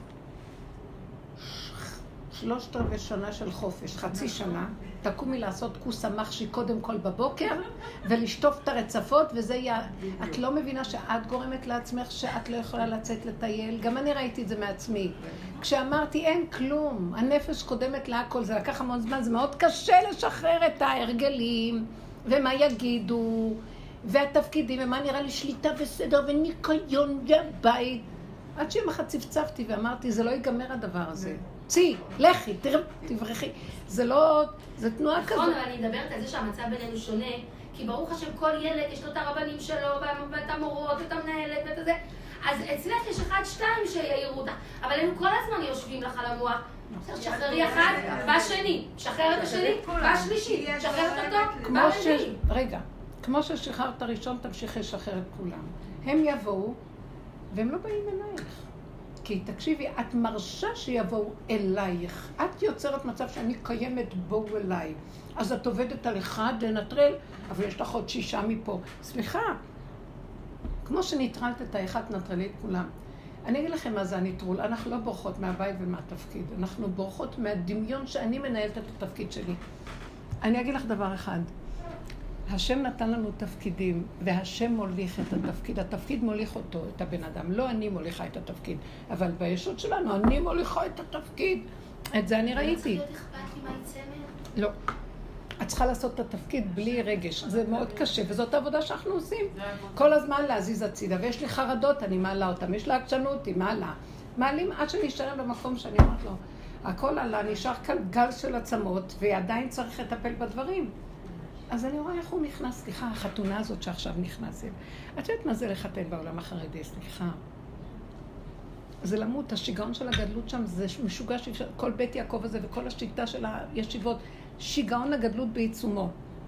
שלושת רבעי שנה של חופש, חצי שנה, תקומי לעשות כוס המחשי קודם כל בבוקר, ולשטוף את הרצפות, וזה יהיה... את לא מבינה שאת גורמת לעצמך שאת לא יכולה לצאת לטייל? גם אני ראיתי את זה מעצמי. כשאמרתי אין כלום, הנפש קודמת להכל, זה לקח המון זמן, זה מאוד קשה לשחרר את ההרגלים, ומה יגידו, והתפקידים, ומה נראה לי שליטה וסדר וניקיון והבית. עד שיום אחד צפצפתי ואמרתי, זה לא ייגמר הדבר הזה. צי, לכי, תברכי. זה לא, זה תנועה כזאת.
נכון, אבל אני מדברת על זה שהמצב בינינו שונה, כי ברוך השם כל ילד יש לו את הרבנים שלו, ואת המורות, ואת המנהלת, ואת הזה. אז אצלך יש אחד, שתיים שיעירו אותך, אבל הם כל הזמן יושבים לך על המוח. שחררי אחד, בשני, שחרר את השני, בשלישי, שחרר את אותו, ברביעי.
רגע, כמו ששחררת ראשון, תמשיך לשחרר את כולם. הם יבואו, והם לא באים אלייך. כי תקשיבי, את מרשה שיבואו אלייך. את יוצרת מצב שאני קיימת בואו אליי. אז את עובדת על אחד לנטרל, אבל יש לך עוד שישה מפה. סליחה, כמו שניטרלת את האחד, נטרלי את כולם. אני אגיד לכם מה זה הניטרול. אנחנו לא בורחות מהבית ומהתפקיד. אנחנו בורחות מהדמיון שאני מנהלת את התפקיד שלי. אני אגיד לך דבר אחד. השם נתן לנו תפקידים, והשם מוליך את התפקיד. התפקיד מוליך אותו, את הבן אדם. לא אני מוליכה את התפקיד, אבל בישות שלנו אני מוליכה את התפקיד. את זה אני ראיתי.
צריך להיות אכפת לי מה יצא מהם?
לא. את צריכה לעשות את התפקיד בלי רגש. זה מאוד קשה, וזאת העבודה שאנחנו עושים. כל הזמן להזיז הצידה, ויש לי חרדות, אני מעלה אותם. יש לה עקשנות, היא מעלה. מעלים עד שנשארים במקום שאני אומרת לו, הכל עלה, נשאר כאן גל של עצמות, ועדיין צריך לטפל בדברים. אז אני רואה איך הוא נכנס, סליחה, החתונה הזאת שעכשיו נכנס. את יודעת מה זה לחתן בעולם החרדי, סליחה. זה למות, השיגעון של הגדלות שם, זה משוגע שאפשר, כל בית יעקב הזה וכל השיטה של הישיבות, שיגעון הגדלות בעיצומו.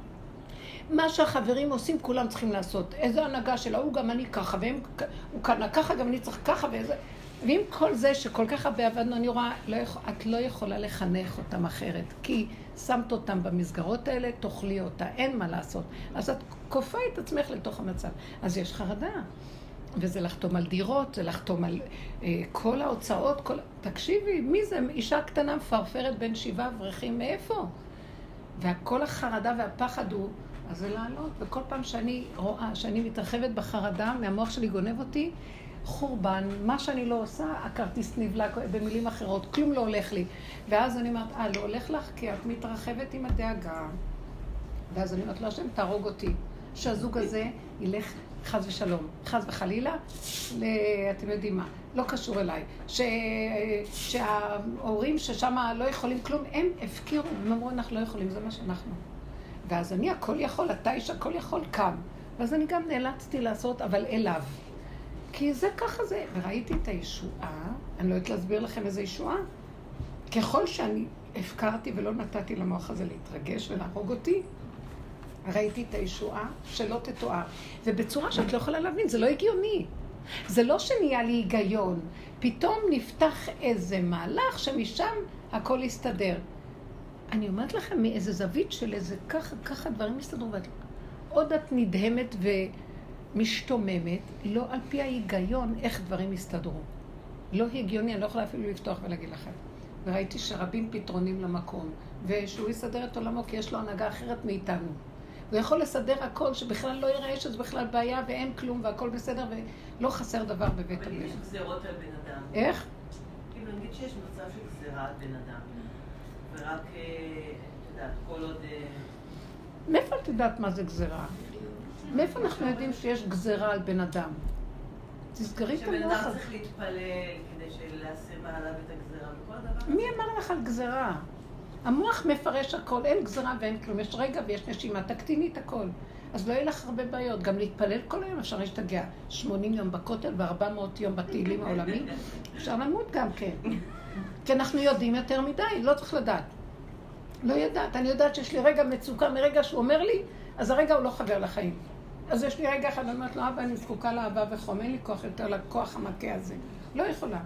מה שהחברים עושים, כולם צריכים לעשות. איזו הנהגה שלה, הוא גם אני ככה, והם, הוא קנה ככה, גם אני צריך ככה, ואיזה... ועם כל זה שכל כך הרבה עבדנו, אני רואה, לא יכול, את לא יכולה לחנך אותם אחרת, כי שמת אותם במסגרות האלה, תאכלי אותה, אין מה לעשות. אז את כופה את עצמך לתוך המצב. אז יש חרדה. וזה לחתום על דירות, זה לחתום על אה, כל ההוצאות, כל... תקשיבי, מי זה? אישה קטנה מפרפרת בין שבעה אברכים, מאיפה? והכל החרדה והפחד הוא, אז זה לעלות. וכל פעם שאני רואה, שאני מתרחבת בחרדה, מהמוח שלי גונב אותי, חורבן, מה שאני לא עושה, הכרטיס נבלע במילים אחרות, כלום לא הולך לי. ואז אני אומרת, אה, לא הולך לך, כי את מתרחבת עם הדאגה. ואז אני אומרת, לא, השם, תהרוג אותי. שהזוג הזה ילך חס ושלום, חס וחלילה, אתם יודעים מה, לא קשור אליי. ש... שההורים ששם לא יכולים כלום, הם הפקירו, הם אמרו, אנחנו לא יכולים, זה מה שאנחנו. ואז אני הכל יכול, אתה איש הכל יכול, קם. ואז אני גם נאלצתי לעשות, אבל אליו. כי זה ככה זה. וראיתי את הישועה, אני לא יודעת להסביר לכם איזה ישועה. ככל שאני הפקרתי ולא נתתי למוח הזה להתרגש ולהרוג אותי, ראיתי את הישועה שלא תתואר. ובצורה שאת לא יכולה להבין, זה לא הגיוני. זה לא שנהיה לי היגיון. פתאום נפתח איזה מהלך שמשם הכל יסתדר. אני אומרת לכם מאיזה זווית של איזה ככה, ככה דברים יסתדרו. עוד את נדהמת ומשתוממת, לא על פי ההיגיון איך דברים יסתדרו. לא הגיוני, אני לא יכולה אפילו לפתוח ולהגיד לכם. וראיתי שרבים פתרונים למקום, ושהוא יסדר את עולמו כי יש לו הנהגה אחרת מאיתנו. הוא יכול לסדר הכל, שבכלל לא יראה שזה בכלל בעיה ואין כלום והכל בסדר ולא חסר דבר בבית המלך.
אבל יש גזירות על בן אדם.
איך?
כאילו נגיד שיש מצב של גזירה על בן אדם, ורק, את יודעת, כל עוד...
מאיפה את יודעת מה זה גזירה? מאיפה אנחנו יודעים שיש גזירה על בן אדם? תסגרי את המוח.
שבן אדם צריך להתפלל כדי להסיר מעליו את הגזירה וכל דבר.
מי אמר לך על גזירה? המוח מפרש הכל, אין גזרה ואין כלום, יש רגע ויש נשימה, תקטיני את הכל. אז לא יהיה לך הרבה בעיות, גם להתפלל כל היום אפשר להשתגע. שמונים יום בכותל ו-ארבע מאות יום בתהילים העולמיים, אפשר למות גם כן. כי אנחנו יודעים יותר מדי, לא צריך לדעת. לא יודעת, אני יודעת שיש לי רגע מצוקה מרגע שהוא אומר לי, אז הרגע הוא לא חבר לחיים. אז יש לי רגע אחד, אני אומרת לו, אבא, אני זקוקה לאהבה וחום, אין לי כוח יותר לכוח המכה הזה. לא יכולה.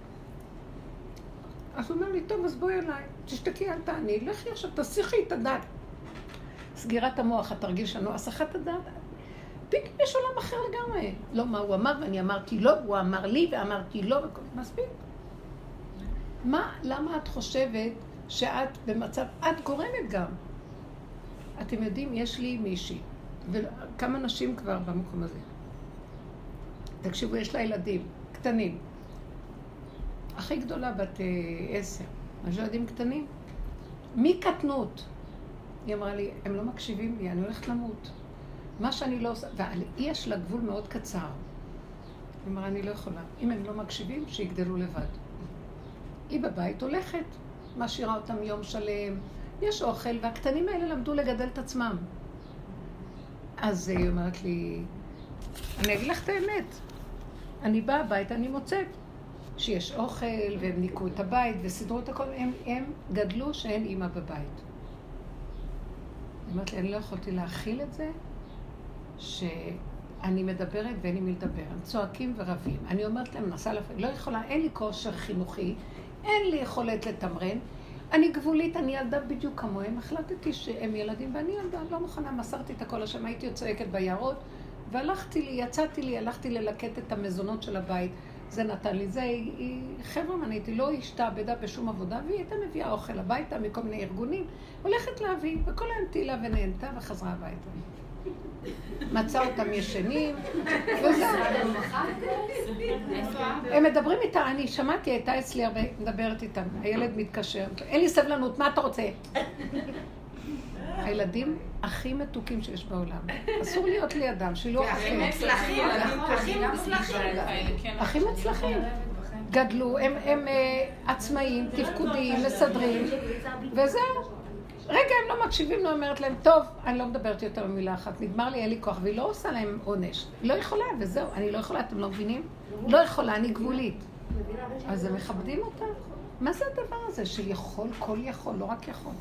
אז הוא אומר לי, טוב, אז בואי אליי, תשתקי, אל תעני, לכי עכשיו, תסיכי את הדעת. סגירת המוח, התרגיל שלנו, הסחת הדעת, פתאום יש עולם אחר לגמרי. לא מה הוא אמר, ואני אמרתי לא, הוא אמר לי ואמרתי לא, מספיק. מה, למה את חושבת שאת במצב, את גורמת גם? אתם יודעים, יש לי מישהי, וכמה נשים כבר במקום הזה. תקשיבו, יש לה ילדים קטנים. הכי גדולה בת עשר, יש ילדים קטנים. מקטנות. היא אמרה לי, הם לא מקשיבים לי, אני הולכת למות. מה שאני לא עושה, ועל יש לה גבול מאוד קצר. היא אמרה, אני לא יכולה. אם הם לא מקשיבים, שיגדלו לבד. היא בבית הולכת, משאירה אותם יום שלם, יש אוכל, והקטנים האלה למדו לגדל את עצמם. אז היא אומרת לי, אני אגיד לך את האמת, אני באה הביתה, אני מוצאת שיש אוכל, והם ניקו את הבית, וסידרו את הכל, הם, הם גדלו שאין אימא בבית. היא אומרת לי, אני לא יכולתי להכיל את זה, ש... אני מדברת ואין לי מי לדבר, הם צועקים ורבים. אני אומרת להם, נסה לפעמים, לא יכולה, אין לי כושר חינוכי, אין לי יכולת לתמרן, אני גבולית, אני ילדה בדיוק כמוהם, החלטתי שהם ילדים ואני ילדה, לא מוכנה, מסרתי את הכל השם, הייתי צועקת ביערות, והלכתי לי, יצאתי לי, הלכתי ללקט את המזונות של הבית, זה נתן לי, זה, היא, היא חבר'ה מניתי, לא השתעבדה בשום עבודה, והיא הייתה מביאה אוכל הביתה מכל מיני ארגונים, הולכת להביא, וכל היום תהילה ונהנתה וחזרה הביתה. מצא אותם ישנים, וזהו. הם מדברים איתה, אני שמעתי, הייתה אצלי הרבה, מדברת איתם, הילד מתקשר, אין לי סבלנות, מה אתה רוצה? הילדים הכי מתוקים שיש בעולם. אסור להיות לידם, שלא הכי
מוצלחים. הכי מוצלחים.
הכי מוצלחים. גדלו, הם עצמאים, תפקודיים, מסדרים, וזהו. רגע, הם לא מקשיבים, לא אומרת להם, טוב, אני לא מדברת יותר במילה אחת, נגמר לי, אין לי כוח, והיא לא עושה להם עונש. לא יכולה, וזהו, אני לא יכולה, אתם לא מבינים? לא יכולה, אני גבולית. אז הם מכבדים אותה. מה זה הדבר הזה של יכול, כל יכול, לא רק יכול?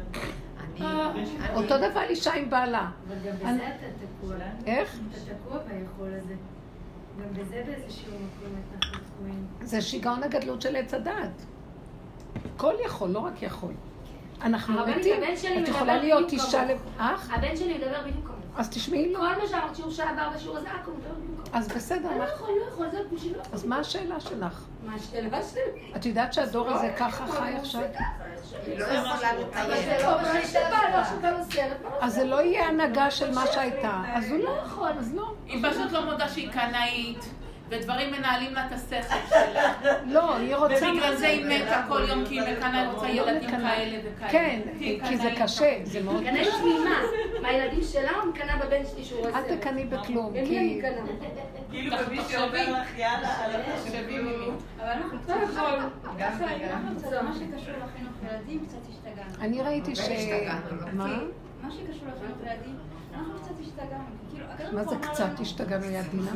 אותו דבר אישה עם בעלה.
וגם בזה אתה תקוע.
איך?
אתה תקוע ביכול הזה. גם בזה באיזשהו מקום אנחנו תקועים. זה
שיגעון הגדלות של עץ הדעת. כל יכול, לא רק יכול. אנחנו מתים. את יכולה להיות אישה לב... אח?
הבן שלי מדבר בדיוק כמוך.
אז תשמעי לו.
כל מה שאמרת שהוא שעה בעבר בשיעור הזה, הכל מדבר בדיוק כמוך.
אז בסדר.
לא יכול, לא יכול, זה בשביל לא.
אז מה השאלה שלך?
מה השאלה שלי?
את יודעת שהדור הזה ככה חי עכשיו?
היא לא יכולה לטייל.
אז זה לא יהיה הנהגה של מה שהייתה. אז הוא לא יכול, אז לא.
היא פשוט לא מודה שהיא קנאית. ודברים מנהלים לה את השכל שלה.
לא, היא רוצה...
ובגלל זה היא מתה כל יום, כי היא מקנה, היא רוצה ילדים כאלה וכאלה.
כן, כי זה קשה, זה מאוד קשה.
מקנה שמימה. מהילדים שלה הוא מקנה בבן שלי שהוא רוצה.
אל תקני בכלום,
כי... אני מקנה.
כאילו במי שאומר לך יאללה, על התחשבים ממי.
אבל אנחנו קצת יכול... גם וגם. מה שקשור לחינוך ילדים קצת השתגענו.
אני ראיתי ש... מה?
מה שקשור לחינוך ילדים, אנחנו קצת השתגענו.
מה זה קצת השתגענו ידינה?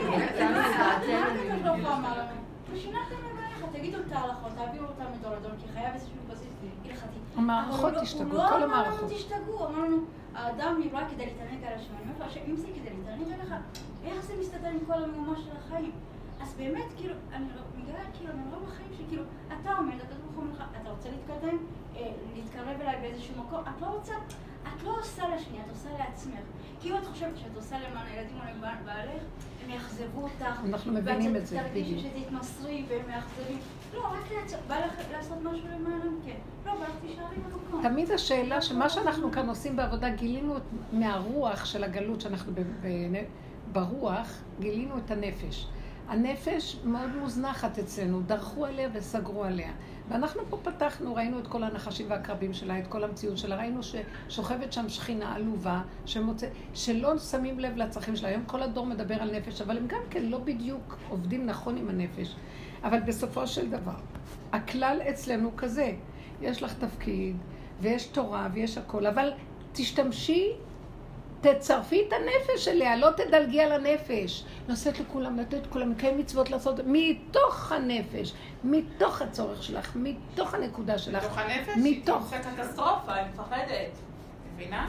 ושינחתם לבעיך, תגידו את ההלכות, תעבירו אותם מדור לדור, כי חייב איזשהו בסיס הלכתי.
המערכות השתגעו, כל המערכות.
הוא לא אמר לנו תשתגעו, אמר לנו, האדם נברא כדי להתענג על השם. אני אומר אם זה כדי להתענג עליך, איך זה מסתדר עם כל הממש של החיים? אז באמת, כאילו, אני מגלה, כאילו, אני רואה בחיים שכאילו, אתה עומד, אתה תבחור לך, אתה רוצה להתקדם, להתקרב אליי באיזשהו מקום, את לא רוצה, את לא עושה לשנייה, את עושה לעצמך. כי אם את חושבת שאת עושה למען הילדים או למען בעלך, הם יחזבו אותך.
אנחנו מבינים את זה,
בדיוק. ואת שתתמסרי והם יחזבים. לא, רק בא לך לעשות משהו למענם, כן. לא, בא לך תישארי במקום.
תמיד השאלה שמה שאנחנו כאן עושים בעבודה, גילינו מהרוח של הגלות שאנחנו ברוח, גילינו את הנפש. הנפש מאוד מוזנחת אצלנו, דרכו עליה וסגרו עליה. ואנחנו פה פתחנו, ראינו את כל הנחשים והקרבים שלה, את כל המציאות שלה, ראינו ששוכבת שם שכינה עלובה, שמוצא, שלא שמים לב לצרכים שלה. היום כל הדור מדבר על נפש, אבל הם גם כן לא בדיוק עובדים נכון עם הנפש. אבל בסופו של דבר, הכלל אצלנו כזה, יש לך תפקיד, ויש תורה, ויש הכל, אבל תשתמשי, תצרפי את הנפש אליה, לא תדלגי על הנפש. נושאת לכולם, לתת לכולם, מקיים מצוות לעשות, מתוך הנפש, מתוך הצורך שלך, מתוך הנקודה שלך.
מתוך הנפש?
מתוך.
זה קטסטרופה, אני מפחדת. מבינה?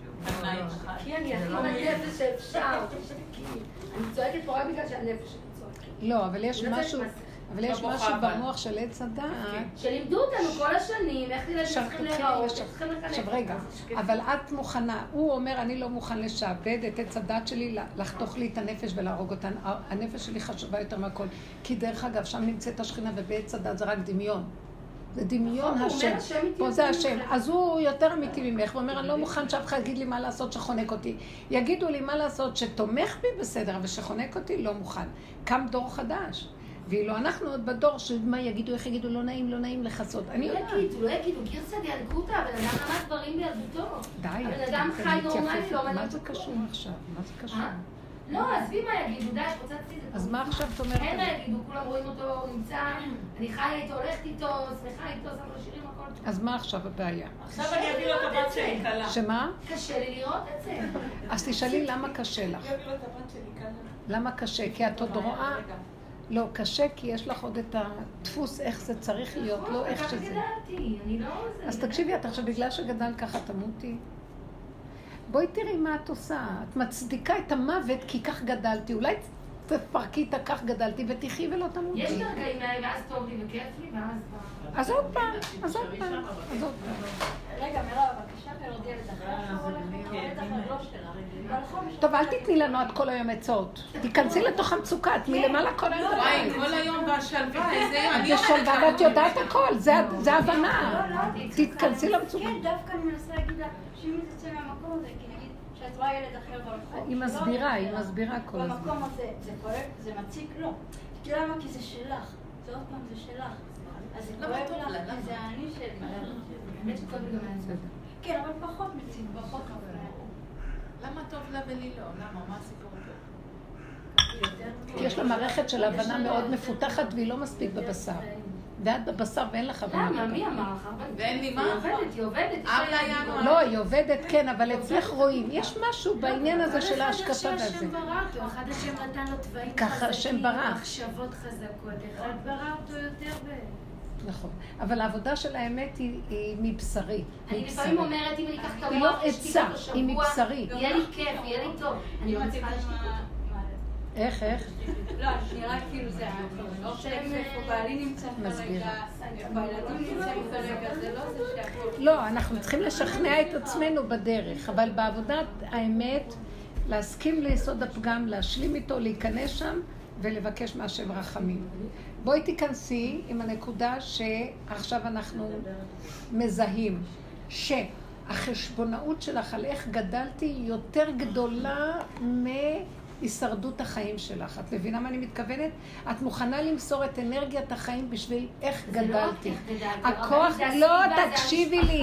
כי אני הכי בנפש שאפשר. אני צועקת פה רק בגלל שהנפש צועקת.
לא, אבל יש משהו... אבל יש משהו במוח של עץ הדעת.
שלימדו אותנו כל השנים, איך תלדים צריכים להיראות,
עכשיו רגע, אבל את מוכנה, הוא אומר אני לא מוכן לשעבד את עץ הדעת שלי, לחתוך לי את הנפש ולהרוג אותה. הנפש שלי חשובה יותר מהכל. כי דרך אגב, שם נמצאת השכינה ובעץ הדעת זה רק דמיון. זה דמיון השם. פה זה השם. אז הוא יותר אמיתי ממך, הוא אומר אני לא מוכן שאף אחד יגיד לי מה לעשות שחונק אותי. יגידו לי מה לעשות שתומך בי בסדר, אבל שחונק אותי לא מוכן. קם דור חדש. ואילו אנחנו עוד בדור שמה יגידו, איך יגידו, לא נעים, לא נעים לחסות. אני
לא יגידו, לא יגידו, גרסא דיאלגותא, הבן אדם למד דברים בילדותו.
די,
הבן אדם חי נורמלי, לא מנהל.
מה זה קשור עכשיו? מה זה קשור?
לא, עזבי מה יגידו, די, את רוצה להציג את זה.
אז מה עכשיו את אומרת?
אין מה יגידו, כולם רואים אותו, הוא נמצא, אני חיה איתו, הולכת איתו, שמחה איתו, שם לו שירים, הכל.
אז מה עכשיו הבעיה?
עכשיו אני אביא לו את הבת שלי קלה.
שמה?
קשה לי לראות את זה.
אז תשאלי למה קשה לך.
אני אביא לו את הבת שלי קלה.
למה קשה? כי את עוד רואה... לא, קשה כי יש לך עוד את הדפוס איך זה צריך להיות, לא איך שזה.
גדלתי, אני לא...
אז תקשיבי, את עכשיו בגלל שגדלת ככה תמותי. בואי תראי מה את עושה. את מצדיקה את המוות כי כך גדלתי. אולי תפרקי את כך גדלתי ותחי ולא תמותי.
יש דרגעים האלה, ואז טוב לי וכיף לי, ואז...
אז עוד פעם, אז עוד פעם, אז עוד פעם.
רגע, מירב, בבקשה, תלודי על את אחר, לא שלה.
טוב, אל תתני לנו את כל היום עצות. תיכנסי לתוך המצוקה, את מלמעלה כל היום.
וואי, כל היום בשלווה, איזה...
את בשלווה ואת יודעת הכל, זה הבנה. תתכנסי למצוקה.
כן, דווקא אני מנסה להגיד לה, שאם היא תצא מהמקום הזה, כי נגיד שאת רואה ילד אחר ברחוב.
היא מסבירה, היא מסבירה כל הזמן.
במקום הזה, זה כואב, זה מציק? לא. כי למה? כי זה שלך. זה עוד פעם, זה שלך. אז זה כואב לך, כי זה אני שלי.
באמת שכל וגם היה זה.
כן, אבל פחות מציג, פחות כואב.
למה טוב לה ולי לא? למה? מה הסיפור פה?
כי יש לה מערכת של הבנה מאוד מפותחת והיא לא מספיק בבשר. ואת בבשר ואין לך הבנה.
למה? מי אמר לך?
ואין לי מה?
היא עובדת, היא עובדת.
לא, היא עובדת, כן, אבל אצלך רואים. יש משהו בעניין הזה של ההשקפה הזה.
אחד השם ברא אותו, אחד השם נתן לו תוואים חזקים.
ככה השם ברא.
מחשבות חזקות. אחד ברא אותו יותר ב...
נכון, אבל העבודה של האמת היא, היא מבשרי.
אני לפעמים אומרת, אם אני אקח את
היא לא
המוח,
עצה, היא מבשרי.
יהיה לי כיף, יהיה לי טוב. אני לא מצליחה להשתיק אותה.
איך, איך?
לא, נראה כאילו זה לא שהם איפה בעלי נמצא כרגע, איפה הילדים נמצאים כרגע, זה לא זה שהכל.
לא, אנחנו צריכים לשכנע את עצמנו בדרך, אבל בעבודת האמת, להסכים ליסוד הפגם, להשלים איתו, להיכנס שם ולבקש מהשם רחמים. בואי תיכנסי עם הנקודה שעכשיו אנחנו מזהים, שהחשבונאות שלך על איך גדלתי היא יותר גדולה מהישרדות החיים שלך. את מבינה מה אני מתכוונת? את מוכנה למסור את אנרגיית החיים בשביל איך גדלתי. הכוח, לא, תקשיבי לי.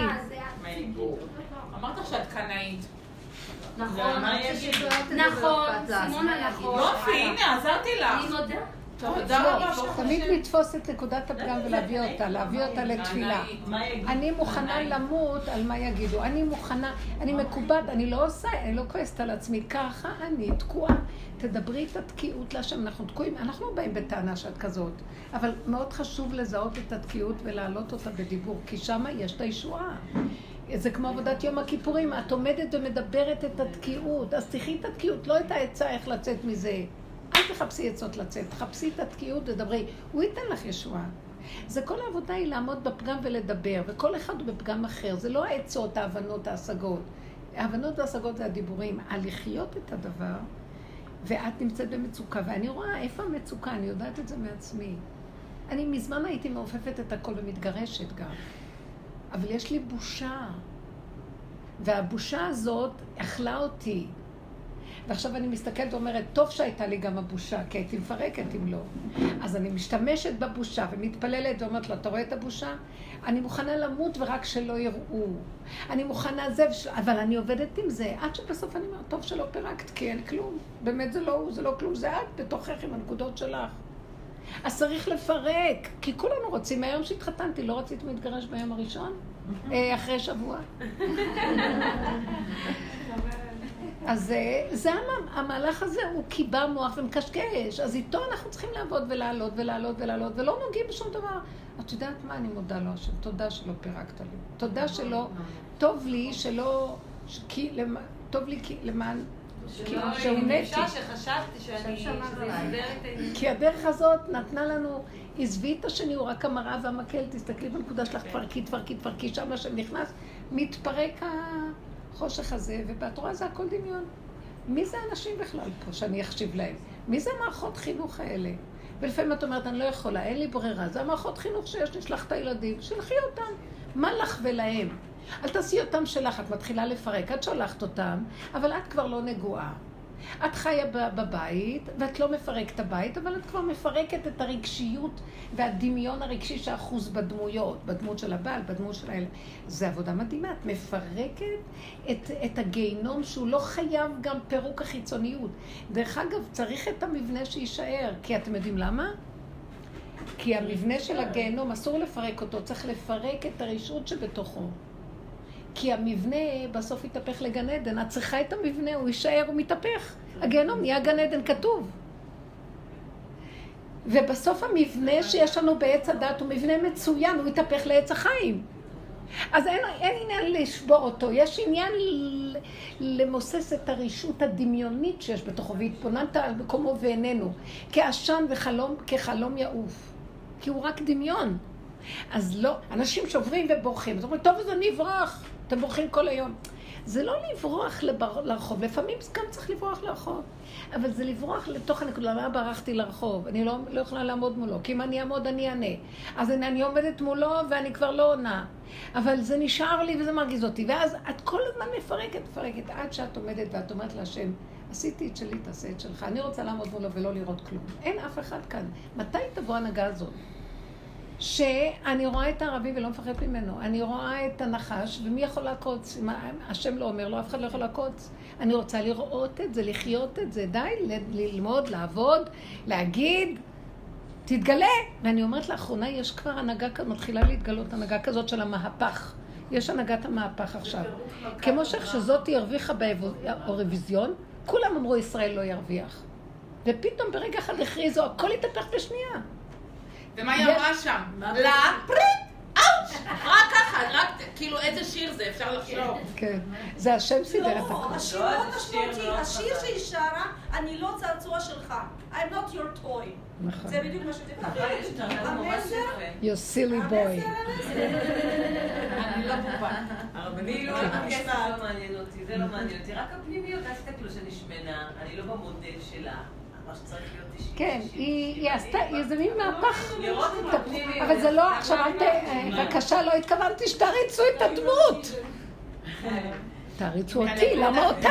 אמרת שאת קנאית.
נכון, נכון, סימונה נכון.
יופי, הנה, עזרתי לך.
אני מודה.
תודה רבה.
תמיד לתפוס את נקודת הפגם ולהביא אותה, להביא אותה לתפילה. אני מוכנה למות על מה יגידו. אני מוכנה, אני מקובעת, אני לא עושה, אני לא כועסת על עצמי. ככה אני תקועה. תדברי את התקיעות להשם, אנחנו תקועים, אנחנו באים בטענה שאת כזאת. אבל מאוד חשוב לזהות את התקיעות ולהעלות אותה בדיבור, כי שם יש את הישועה. זה כמו עבודת יום הכיפורים, את עומדת ומדברת את התקיעות, אז תחי את התקיעות, לא את העצה איך לצאת מזה. אל תחפשי עצות לצאת, תחפשי את התקיעות ודברי, הוא ייתן לך ישועה. זה כל העבודה היא לעמוד בפגם ולדבר, וכל אחד הוא בפגם אחר, זה לא העצות, ההבנות, ההשגות. ההבנות וההשגות זה הדיבורים, על לחיות את הדבר, ואת נמצאת במצוקה, ואני רואה איפה המצוקה, אני יודעת את זה מעצמי. אני מזמן הייתי מעופפת את הכל ומתגרשת גם. אבל יש לי בושה, והבושה הזאת אכלה אותי. ועכשיו אני מסתכלת ואומרת, טוב שהייתה לי גם הבושה, כי הייתי מפרקת אם לא. אז אני משתמשת בבושה ומתפללת ואומרת לו, אתה רואה את הבושה? אני מוכנה למות ורק שלא יראו. אני מוכנה זה, אבל אני עובדת עם זה, עד שבסוף אני אומרת, טוב שלא פירקת, כי אין כלום. באמת זה לא, זה לא כלום, זה את בתוכך עם הנקודות שלך. אז צריך לפרק, כי כולנו רוצים, מהיום שהתחתנתי, לא רציתי להתגרש ביום הראשון? אחרי שבוע. אז זה המהלך הזה, הוא קיבה מוח ומקשקש, אז איתו אנחנו צריכים לעבוד ולעלות ולעלות ולעלות, ולא נוגעים בשום דבר. את יודעת מה? אני מודה לו השם, תודה שלא פירקת לי. תודה שלא, טוב לי שלא, טוב לי למען, שהוא נטי.
שחשבתי שאני, שזה יסדר את העניין.
כי הדרך הזאת נתנה לנו, עזבי את השני, הוא רק המראה והמקל, תסתכלי בנקודה שלך, תפרקי, תפרקי, תפרקי, שם השם נכנס, מתפרק החושך הזה, ובתורה זה הכל דמיון. מי זה האנשים בכלל פה שאני אחשיב להם? מי זה מערכות חינוך האלה? ולפעמים את אומרת, אני לא יכולה, אין לי ברירה, זה המערכות חינוך שיש, נשלח את הילדים, שלחי אותם. מה לך ולהם? אל תעשי אותם שלך, את מתחילה לפרק, את שולחת אותם, אבל את כבר לא נגועה. את חיה בבית, ואת לא מפרקת הבית, אבל את כבר מפרקת את הרגשיות והדמיון הרגשי שאחוז בדמויות, בדמות של הבעל, בדמות של האלה. זה עבודה מדהימה, את מפרקת את, את הגיהנום שהוא לא חייב גם פירוק החיצוניות. דרך אגב, צריך את המבנה שישאר, כי אתם יודעים למה? כי המבנה של הגיהנום אסור לפרק אותו, צריך לפרק את הרשעות שבתוכו. כי המבנה בסוף יתהפך לגן עדן, את צריכה את המבנה, הוא יישאר, הוא מתהפך. הגיהנום נהיה גן עדן כתוב. ובסוף המבנה שיש לנו בעץ הדת הוא מבנה מצוין, הוא יתהפך לעץ החיים. אז אין, אין עניין לשבור אותו, יש עניין ל- למוסס את הרישות הדמיונית שיש בתוכו, והתבוננת על מקומו ואיננו, כעשן וחלום, כחלום יעוף, כי הוא רק דמיון. אז לא, אנשים שוברים ובורחים, זאת אומרת, טוב, אז אני אברח, אתם בורחים כל היום. זה לא לברוח לבר... לרחוב, לפעמים גם צריך לברוח לרחוב, אבל זה לברוח לתוך הנקודה. למה ברחתי לרחוב? אני לא, לא יכולה לעמוד מולו, כי אם אני אעמוד אני אענה. אז אני, אני עומדת מולו ואני כבר לא עונה. אבל זה נשאר לי וזה מרגיז אותי. ואז את כל הזמן מפרקת, מפרקת, עד שאת עומדת ואת אומרת להשם, עשיתי את שלי, תעשה את שלך. אני רוצה לעמוד מולו ולא לראות כלום. אין אף אחד כאן. מתי תבוא הנהגה הזאת? שאני רואה את הערבי ולא מפחד ממנו. אני רואה את הנחש, ומי יכול לעקוץ? השם לא אומר לו, אף אחד לא יכול לעקוץ. אני רוצה לראות את זה, לחיות את זה. די, ללמוד, לעבוד, להגיד, תתגלה. ואני אומרת לאחרונה, יש כבר הנהגה, מתחילה להתגלות הנהגה כזאת של המהפך. יש הנהגת המהפך עכשיו. כמו שזאת הרוויחה באירוויזיון, כולם אמרו ישראל לא ירוויח. ופתאום ברגע אחד הכריזו, הכל התהפך בשנייה.
ומה היא אמרה שם? לה, פריט, אאוץ', רק ככה, רק, כאילו איזה שיר זה, אפשר לחשוב.
כן, זה השם סידר את הכל.
לא, השיר לא משמעותי, השיר שהיא שרה, אני לא צעצוע שלך. I'm not your toy.
נכון.
זה בדיוק מה שתפתח. המסר?
You silly boy.
אני לא בובה. הרבנית, הכסף לא מעניין אותי, זה לא מעניין אותי. רק הפנימיות, אל תסתכלו שאני שמנה, אני לא במודל שלה.
כן, היא עשתה, זה מין מהפך.
לראות את הפנימיות.
אבל זה לא, עכשיו אל ת... בבקשה, לא התכוונתי שתריצו את הדמות. תריצו אותי, למה אותה?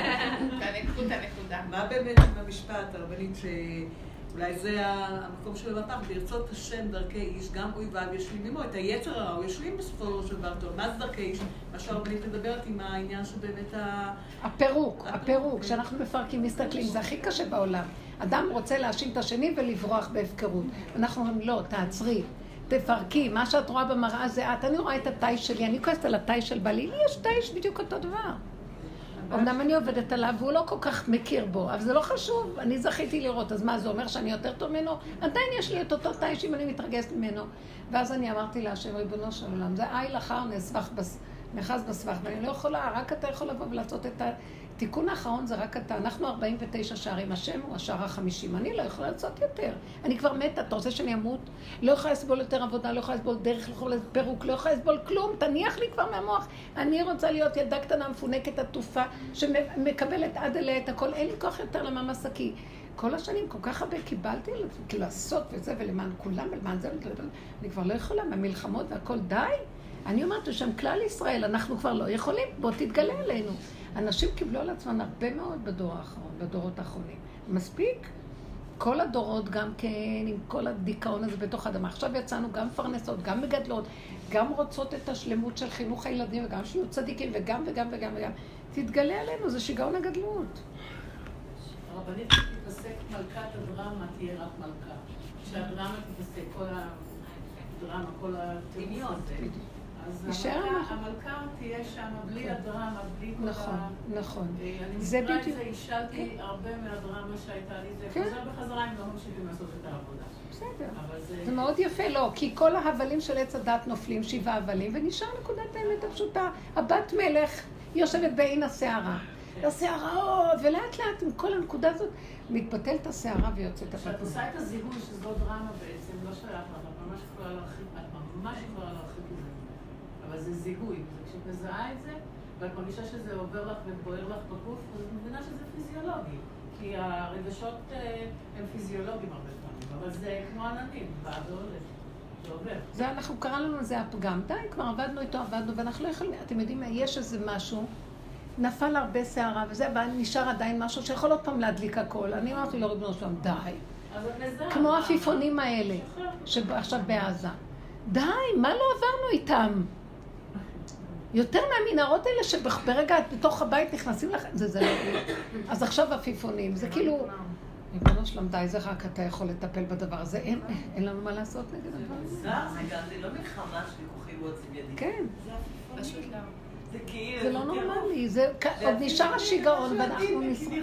תנקחו את הנקודה.
מה באמת עם המשפט, הרבנית, שאולי זה המקום של המהפך, ברצות השם דרכי איש, גם אויביו ישלים עמו, את היצר הרע הוא ישלים בסופו של דבר טוב. מה זה דרכי איש? מה שהרבנית מדברת עם העניין שבאמת ה...
הפירוק, הפירוק, כשאנחנו מפרקים, מסתכלים, זה הכי קשה בעולם. אדם רוצה להאשים את השני ולברוח בהפקרות. אנחנו אומרים, לא, תעצרי, תפרקי, מה שאת רואה במראה זה את. אני רואה את התאי שלי, אני כועסת על התאי של בעלי, לי יש תאי בדיוק אותו דבר. אמנם אני עובדת עליו והוא לא כל כך מכיר בו, אבל זה לא חשוב, אני זכיתי לראות, אז מה, זה אומר שאני יותר טוב ממנו? עדיין יש לי את אותו תאי שאם אני מתרגשת ממנו. ואז אני אמרתי להשם, ריבונו של עולם, זה איי לחר נסבך, נחז בסבך, ואני לא יכולה, רק אתה יכול לבוא ולעשות את התיקון האחרון, זה רק אתה. אנחנו ארבעים ותשע שערים, השם הוא השער החמישים, אני לא יכולה לעשות יותר. אני כבר מתה, אתה רוצה שאני אמות? לא יכולה לסבול יותר עבודה, לא יכולה לסבול דרך, לא יכולה לסבול פירוק, לא יכולה לסבול כלום, תניח לי כבר מהמוח. אני רוצה להיות ילדה קטנה מפונקת עטופה, שמקבלת עד אליה את הכל, אין לי כוח יותר למאמא שקי. כל השנים כל כך הרבה קיבלתי לעשות וזה ולמען כולם ולמען זה, אני כבר לא יכולה, מהמלחמות והכל די. אני אומרת לשם כלל ישראל, אנחנו כבר לא יכולים, בוא תתגלה עלינו. אנשים קיבלו על עצמם הרבה מאוד בדור האחרון, בדורות האחרונים. מספיק? כל הדורות גם כן, עם כל הדיכאון הזה בתוך האדמה. עכשיו יצאנו גם פרנסות, גם מגדלות, גם רוצות את השלמות של חינוך הילדים, וגם שיהיו צדיקים, וגם וגם וגם וגם. תתגלה עלינו, זה שיגעון הגדלות.
הרבנית תתפסק מלכת הדרמה, תהיה רק מלכה. כשהדרמה תתפסק, כל הדרמה, כל התאומיות הזה. אז המלכה תהיה שם בלי הדרמה, בלי כל ה...
נכון, נכון.
אני מכירה את זה, השלתי הרבה מהדרמה שהייתה לי, זה חוזר בחזרה, הם לא ממשיכים לעשות את העבודה.
בסדר. זה מאוד יפה, לא, כי כל ההבלים של עץ הדת נופלים, שבעה הבלים, ונשאר נקודת האמת הפשוטה. הבת מלך יושבת בעין השערה. השערה, ולאט לאט עם כל הנקודה הזאת מתפתלת השערה ויוצאת הבת.
כשאת עושה את הזיהוי שזו דרמה בעצם, לא שייך לך, את ממש יכולה להרחיק, את ממש יכולה להרחיק את זה. אבל זה זיהוי, וכשאת מזהה את זה, ואת מרגישה שזה עובר לך ובוער לך בגוף, אז את מבינה שזה פיזיולוגי. כי הרגשות הם פיזיולוגיים הרבה פעמים, אבל זה כמו עננים, בא ועולה. זה עובר.
זה אנחנו קראנו לנו זה הפגם. די, כבר עבדנו איתו, עבדנו, ואנחנו לא יכולים, אתם יודעים מה, יש איזה משהו, נפל הרבה שערה, וזה, אבל נשאר עדיין משהו שיכול עוד פעם להדליק הכל. אני אמרתי לו, ריבונו שלום, די. כמו העפיפונים האלה, שעכשיו בעזה. די, מה לא עברנו איתם? יותר מהמנהרות האלה שברגע בתוך הבית נכנסים לך, זה זה לא. אז עכשיו עפיפונים, זה כאילו, ריבונו שלום, די, זה רק אתה יכול לטפל בדבר הזה, אין לנו מה לעשות נגד הדבר הזה.
זה גם, זה לא מלחמה של כוחי ועוצם ידי.
כן.
פשוט למה. זה כאילו...
זה לא נורמלי, זה עוד נשאר השיגעון ואנחנו נשאר.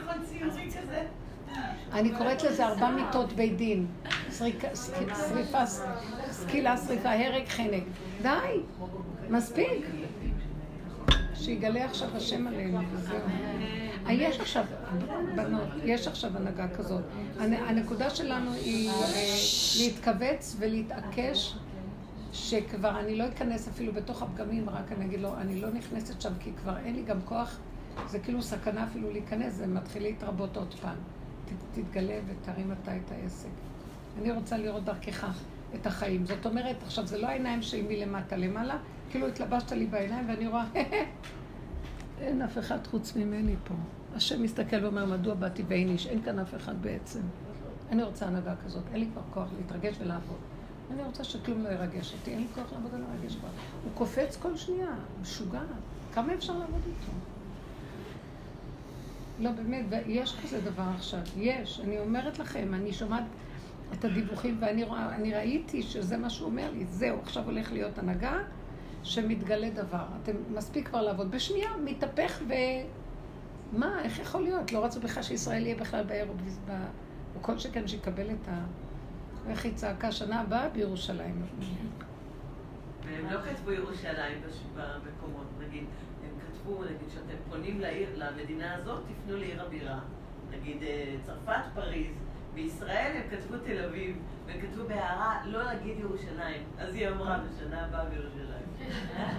אני קוראת לזה ארבע מיטות בית דין. שריפה, סקילה, שריפה, הרג, חנק. די. מספיק. שיגלה עכשיו השם עלינו, וזהו. יש עכשיו, בנות, יש עכשיו הנהגה כזאת. הנקודה שלנו היא להתכווץ ולהתעקש שכבר אני לא אכנס אפילו בתוך הפגמים, רק אני אגיד לו, אני לא נכנסת שם כי כבר אין לי גם כוח, זה כאילו סכנה אפילו להיכנס, זה מתחיל להתרבות עוד פעם. תתגלה ותרים אתה את העסק. אני רוצה לראות דרכך את החיים. זאת אומרת, עכשיו זה לא העיניים שלי מלמטה למעלה, כאילו התלבשת לי בעיניים ואני רואה, אין אף אחד חוץ ממני פה. השם מסתכל ואומר, מדוע באתי ואין איש? אין כאן אף אחד בעצם. אני רוצה הנהגה כזאת, אין לי כבר כוח להתרגש ולעבוד. אני רוצה שכלום לא ירגש אותי, אין לי כוח לעבוד על הרגש כבר. הוא קופץ כל שנייה, משוגע. כמה אפשר לעבוד איתו? לא, באמת, ויש כזה דבר עכשיו. יש, אני אומרת לכם, אני שומעת את הדיווחים ואני רואה, אני ראיתי שזה מה שהוא אומר לי. זהו, עכשיו הולך להיות הנהגה שמתגלה דבר. אתם מספיק כבר לעבוד. בשנייה מתהפך ו... מה, איך יכול להיות? לא רצו בכלל שישראל יהיה בכלל באירוביז, או כל שכן שיקבל את ה... איך היא צעקה שנה הבאה בירושלים.
והם לא כתבו ירושלים במקומות, נגיד, הם כתבו, נגיד, שאתם פונים לעיר, למדינה הזאת, תפנו לעיר הבירה. נגיד, צרפת, פריז, בישראל הם כתבו תל אביב, והם כתבו בהערה, לא להגיד ירושלים. אז היא אמרה, בשנה הבאה בירושלים.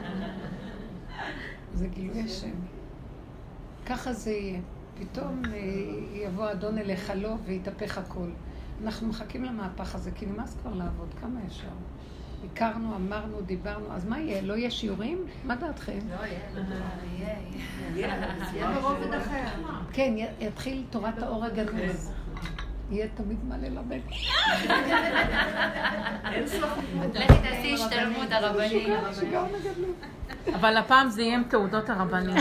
זה גילוי השם. ככה זה יהיה. פתאום יבוא אדון אליך לו ויתהפך הכל. אנחנו מחכים למהפך הזה, כי נמאס כבר לעבוד. כמה אפשר? הכרנו, אמרנו, דיברנו. אז מה יהיה? לא יהיה שיעורים? מה דעתכם?
לא יהיה.
יהיה ברובד אחר.
כן, יתחיל תורת האור הגנוז. יהיה תמיד מה ללמד.
לכי תעשי השתלמות הרבנים.
אבל הפעם זה יהיה עם תעודות הרבנים.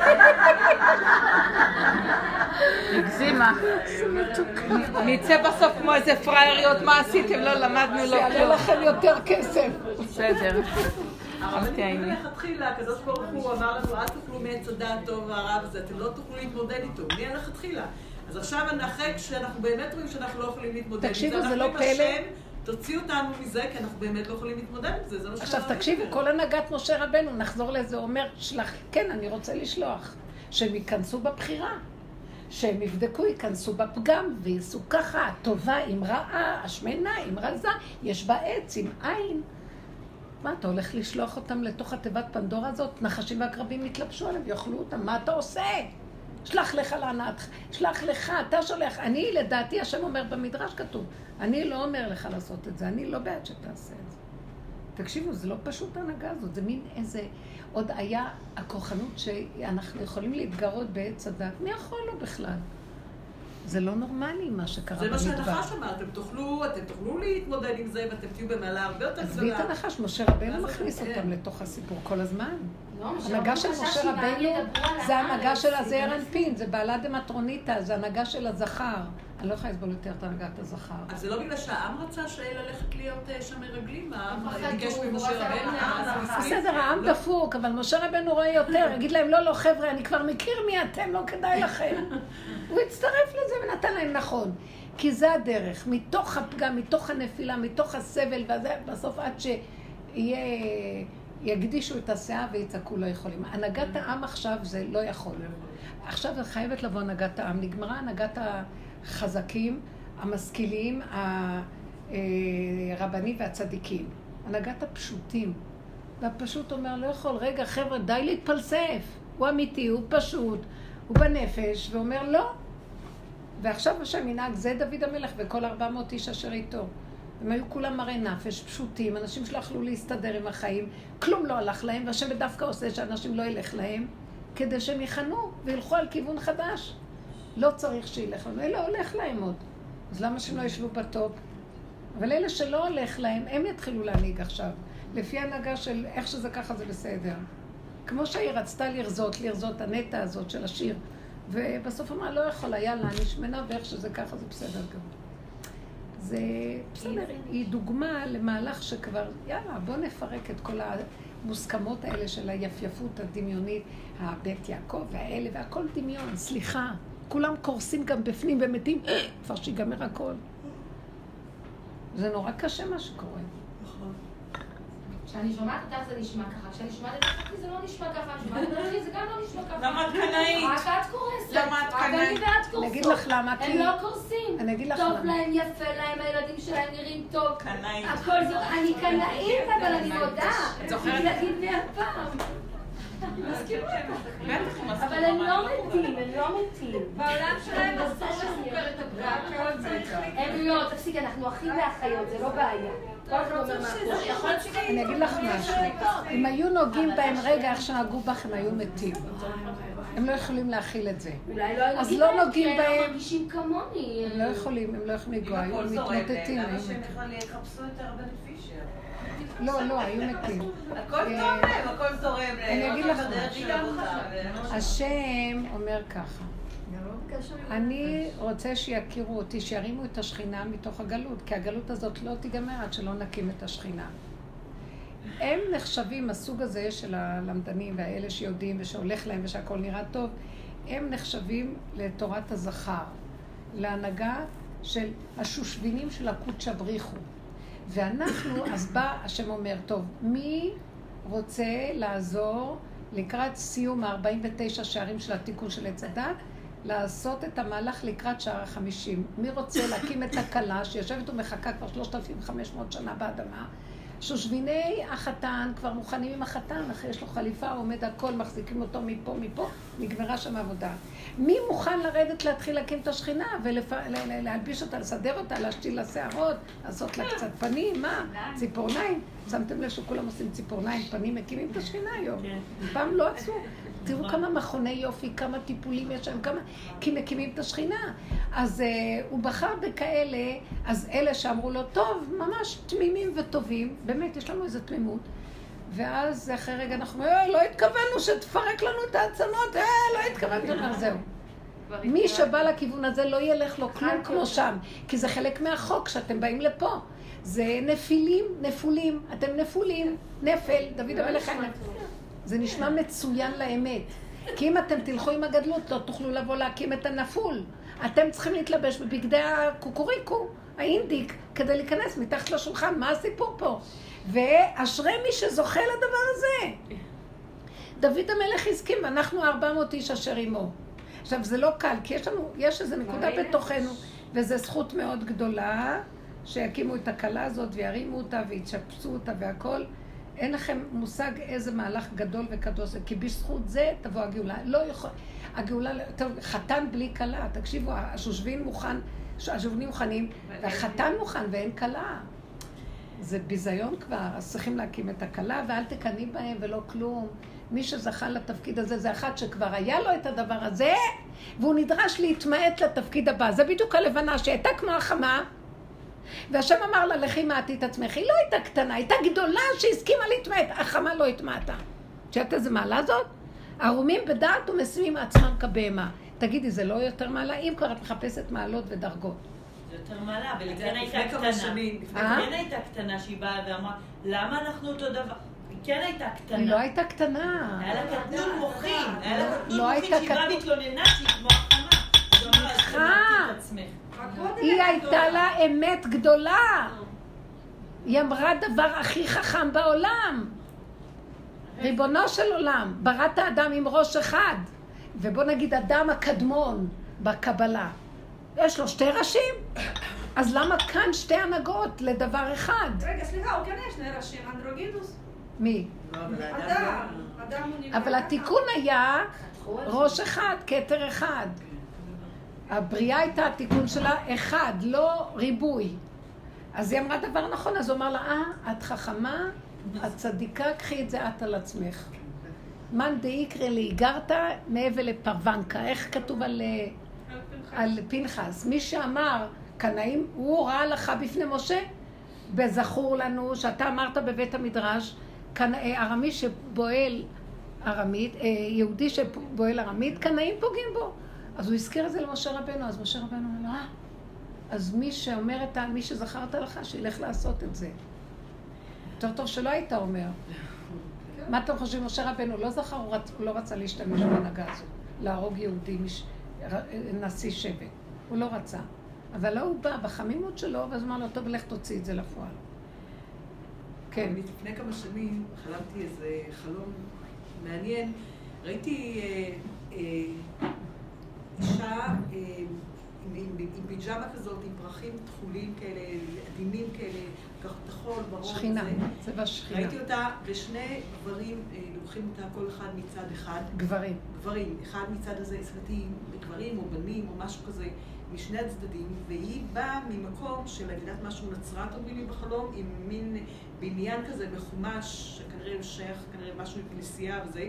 הגזימה. נצא בסוף כמו איזה פרייריות, מה עשיתם? לא למדנו, לא כלום.
שיעלה לכם יותר כסף.
בסדר.
אבל אני מלכתחילה, כזאת ברוך הוא אמר לנו, אל תאכלו מעץ הדעת טוב והרע וזה, אתם לא תוכלו להתמודד איתו. מי מלכתחילה? אז עכשיו אחרי שאנחנו באמת רואים שאנחנו לא יכולים להתמודד עם זה,
תקשיבו, זה לא פלא.
תוציא אותנו מזה, כי אנחנו באמת לא יכולים להתמודד עם זה.
עכשיו תקשיבו, כל הנהגת משה רבנו, נחזור לזה, אומר, שלח, כן, אני רוצה לשלוח, שהם ייכנסו בבחירה, שהם יבדקו, ייכנסו בפגם, וייסו ככה, טובה עם רעה, השמנה עם רזה, יש בה עץ עם עין. מה, אתה הולך לשלוח אותם לתוך התיבת פנדורה הזאת? נחשים והקרבים יתלבשו עליהם, יאכלו אותם, מה אתה עושה? שלח לך לענת, שלח לך, אתה שולח. אני, לדעתי, השם אומר במדרש כתוב, אני לא אומר לך לעשות את זה, אני לא בעד שתעשה את זה. תקשיבו, זה לא פשוט ההנהגה הזאת, זה מין איזה, עוד היה הכוחנות שאנחנו יכולים להתגרות בעץ הדת, מי יכול לו בכלל? זה לא נורמלי מה שקרה במדבר.
זה מה שהנחש אמר, אתם תוכלו, אתם תוכלו להתמודד עם זה ואתם תהיו במעלה הרבה יותר גדולה.
עזבי את הנחש, משה רבנו מכניס אותם לתוך הסיפור כל הזמן. הנהגה של משה רבנו זה הנהגה של הזעיר אנפין, זה בעלה דמטרוניתא, זה הנהגה של הזכר. אני לא יכולה לסבול יותר את הנהגת הזכר.
אז זה לא בגלל שהעם רצה ללכת להיות שם מרגלים, העם ביקש ממשה רבנו.
בסדר, העם דפוק, אבל משה רבנו רואה יותר, יגיד להם, לא, לא, חבר'ה, אני כבר מכיר מי אתם, לא כדאי לכם. הוא הצטרף לזה ונתן להם נכון. כי זה הדרך, מתוך הפגם, מתוך הנפילה, מתוך הסבל, ובסוף עד שיהיה... יקדישו את הסאה ויצעקו לא יכולים. הנהגת העם עכשיו זה לא יכול. עכשיו זה חייבת לבוא הנהגת העם. נגמרה הנהגת החזקים, המשכילים, הרבנים והצדיקים. הנהגת הפשוטים. והפשוט אומר, לא יכול, רגע חבר'ה, די להתפלסף. הוא אמיתי, הוא פשוט, הוא בנפש, ואומר לא. ועכשיו השם ינהג, זה דוד המלך וכל ארבע מאות איש אשר איתו. הם היו כולם מראה נפש, פשוטים, אנשים שלא יכלו להסתדר עם החיים, כלום לא הלך להם, והשם בדווקא עושה שאנשים לא ילך להם, כדי שהם יכנו וילכו על כיוון חדש. לא צריך שילך להם, אלה הולך להם עוד. אז למה שהם לא ישבו בטופ? אבל אלה שלא הולך להם, הם יתחילו להנהיג עכשיו. לפי הנהגה של איך שזה ככה זה בסדר. כמו שהיא רצתה לרזות, לרזות הנטע הזאת של השיר, ובסוף אמרה, לא יכולה, יאללה, אני שמנה ואיך שזה ככה זה בסדר גם. זה בסדר, היא דוגמה למהלך שכבר, יאללה, בוא נפרק את כל המוסכמות האלה של היפייפות הדמיונית, הבית יעקב והאלה והכל דמיון, סליחה, כולם קורסים גם בפנים ומתים, כבר שיגמר הכל. זה נורא קשה מה שקורה.
כשאני שומעת אותך זה נשמע ככה, כשאני שומעת את אחי זה לא נשמע ככה, שומעת את אחי זה גם לא נשמע ככה.
למה את קנאית?
רק את קורסת.
למה את קנאית?
רק אני ואת קורסות.
אני אגיד לך למה,
הם לא קורסים.
אני אגיד לך
טוב
למה.
להם, יפה להם, הילדים שלהם נראים טוב.
קנאית.
הכל זה, אני קנאית, אבל אני מודה.
את זוכרת?
להגיד מהפעם. אבל הם לא מתים, הם לא מתים.
בעולם שלהם אסור לספר את הבריאה.
הם לא, תפסיק, אנחנו אחים ואחיות, זה לא בעיה.
אני אגיד לך משהו, אם היו נוגעים בהם רגע איך שנגעו בך הם היו מתים. הם לא יכולים להכיל את זה. אז לא נוגעים בהם.
הם לא מרגישים כמוני.
הם לא יכולים, הם לא יכולים לגוע, היו מתמוטטים.
למה שהם בכלל יחפשו את הרבנית פישר?
לא, לא, היו מתים.
הכל טוב להם, הכל זורם להם.
אני אגיד לך משהו. השם אומר ככה. אני רוצה שיכירו אותי, שירימו את השכינה מתוך הגלות, כי הגלות הזאת לא תיגמר עד שלא נקים את השכינה. הם נחשבים, הסוג הזה של הלמדנים והאלה שיודעים ושהולך להם ושהכל נראה טוב, הם נחשבים לתורת הזכר, להנהגה של השושבינים של הקודשא בריחו. ואנחנו, אז בא השם אומר, טוב, מי רוצה לעזור לקראת סיום ה-ארבעים ותשע שערים של התיקון של עץ הדת, לעשות את המהלך לקראת שער החמישים. מי רוצה להקים את הכלה שיושבת ומחכה כבר שלושת אלפים וחמש מאות שנה באדמה? שושביני החתן כבר מוכנים עם החתן, אחרי יש לו חליפה, עומד הכל, מחזיקים אותו מפה, מפה, נגמרה שם עבודה. מי מוכן לרדת להתחיל להקים את השכינה ולהלביש אותה, לסדר אותה, להשתיל לה שערות, לעשות לה קצת פנים, מה? ציפורניים. שמתם לב שכולם עושים ציפורניים, פנים, מקימים את השכינה היום. פעם לא עשו. תראו כמה מכוני יופי, כמה טיפולים יש שם, כמה... כי מקימים את השכינה. אז uh, הוא בחר בכאלה, אז אלה שאמרו לו, טוב, ממש תמימים וטובים, באמת, יש לנו איזו תמימות. ואז אחרי רגע אנחנו, אה, לא התכוונו שתפרק לנו את העצמות, אה, לא התכוונו, אומר, זהו. מי שבא לכיוון הזה לא ילך לו כלום כמו שם, כי זה חלק מהחוק שאתם באים לפה. זה נפילים, נפולים, אתם נפולים, נפל, דוד המלך היה נפל. זה נשמע מצוין לאמת. כי אם אתם תלכו עם הגדלות, לא תוכלו לבוא להקים את הנפול. אתם צריכים להתלבש בבגדי הקוקוריקו, האינדיק, כדי להיכנס מתחת לשולחן. מה הסיפור פה? ואשרי מי שזוכה לדבר הזה. דוד המלך הסכים, ואנחנו ארבע מאות איש אשר עמו. עכשיו, זה לא קל, כי יש לנו, יש איזו נקודה בתוכנו, וזו זכות מאוד גדולה, שיקימו את הכלה הזאת וירימו אותה ויתשפשו אותה והכל. אין לכם מושג איזה מהלך גדול וקדוש זה, כי בזכות זה תבוא הגאולה. לא יכול... הגאולה... טוב, חתן בלי כלה, תקשיבו, השושבין מוכן, השושבינים מוכנים, והחתן מוכן ואין כלה. זה ביזיון כבר, אז צריכים להקים את הכלה, ואל תקני בהם ולא כלום. מי שזכה לתפקיד הזה זה אחד שכבר היה לו את הדבר הזה, והוא נדרש להתמעט לתפקיד הבא. זה בדיוק הלבנה שהייתה כמו החמה, והשם אמר לה, לכי מעטי את עצמך. היא לא הייתה קטנה, הייתה גדולה שהסכימה להתמעט. החמה לא התמעטה. שאת איזה מעלה זאת? ערומים בדעת ומשימים עצמם כבהמה. תגידי, זה לא יותר מעלה? אם כבר את מחפשת מעלות ודרגות.
זה יותר מעלה, אבל היא כן הייתה קטנה. היא כן הייתה קטנה שהיא באה ואמרה, למה אנחנו אותו דבר? היא כן הייתה קטנה.
היא לא הייתה קטנה.
היה לה קטנות מוחין. היה לה קטנות מוחין שהיא באה מתלוננה שהיא כמו החמה. אז היא אמרה, אז תמעטי את עצמך.
היא הייתה לה אמת גדולה. היא אמרה דבר הכי חכם בעולם. ריבונו של עולם, בראת האדם עם ראש אחד. ובוא נגיד אדם הקדמון בקבלה. יש לו שתי ראשים? אז למה כאן שתי הנהגות לדבר אחד?
רגע, סליחה, הוא כן יש שני ראשים, אנדרוגינוס?
מי?
אדם. אדם הוא נברא.
אבל התיקון היה ראש אחד, כתר אחד. הבריאה הייתה התיקון שלה אחד, לא ריבוי. אז היא אמרה דבר נכון, אז הוא אמר לה, אה, את חכמה, את צדיקה, קחי את זה את על עצמך. מן דאיקרא להיגרת מעבר לפרוונקה. איך כתוב על, על פנחס? מי שאמר, קנאים, הוא ראה לך בפני משה, בזכור לנו שאתה אמרת בבית המדרש, ארמי שבועל ארמית, יהודי שבועל ארמית, קנאים פוגעים בו. אז הוא הזכיר את זה למשה רבנו, אז משה רבנו אומר, אה, אז מי שאומרת על מי שזכרת לך, שילך לעשות את זה. יותר טוב שלא היית אומר. מה אתם חושבים, משה רבנו לא זכר, הוא, רצ... הוא לא רצה להשתמש בהנהגה הזו, להרוג יהודי, מש... נשיא שבט. הוא לא רצה. אבל לא הוא בא בחמימות שלו, ואז אמר לו, טוב, לך תוציא את זה לפועל. כן.
לפני כמה שנים חלמתי איזה חלום מעניין. ראיתי אה, אה, אישה אה, עם, עם, עם פיג'מה כזאת, עם פרחים תכולים כאלה, עדינים כאלה, ככה תחול, ברור.
שכינה, צבע שכינה.
ראיתי אותה, ושני גברים אה, לוקחים אותה כל אחד מצד אחד.
גברים.
גברים, אחד מצד הזה, צוותים, גברים או בנים או משהו כזה, משני הצדדים, והיא באה ממקום של, אני יודעת משהו, נצרת הוביל לי בחלום, עם מין בניין כזה בחומש, שכנראה הוא שייך, כנראה משהו מכנסייה וזה.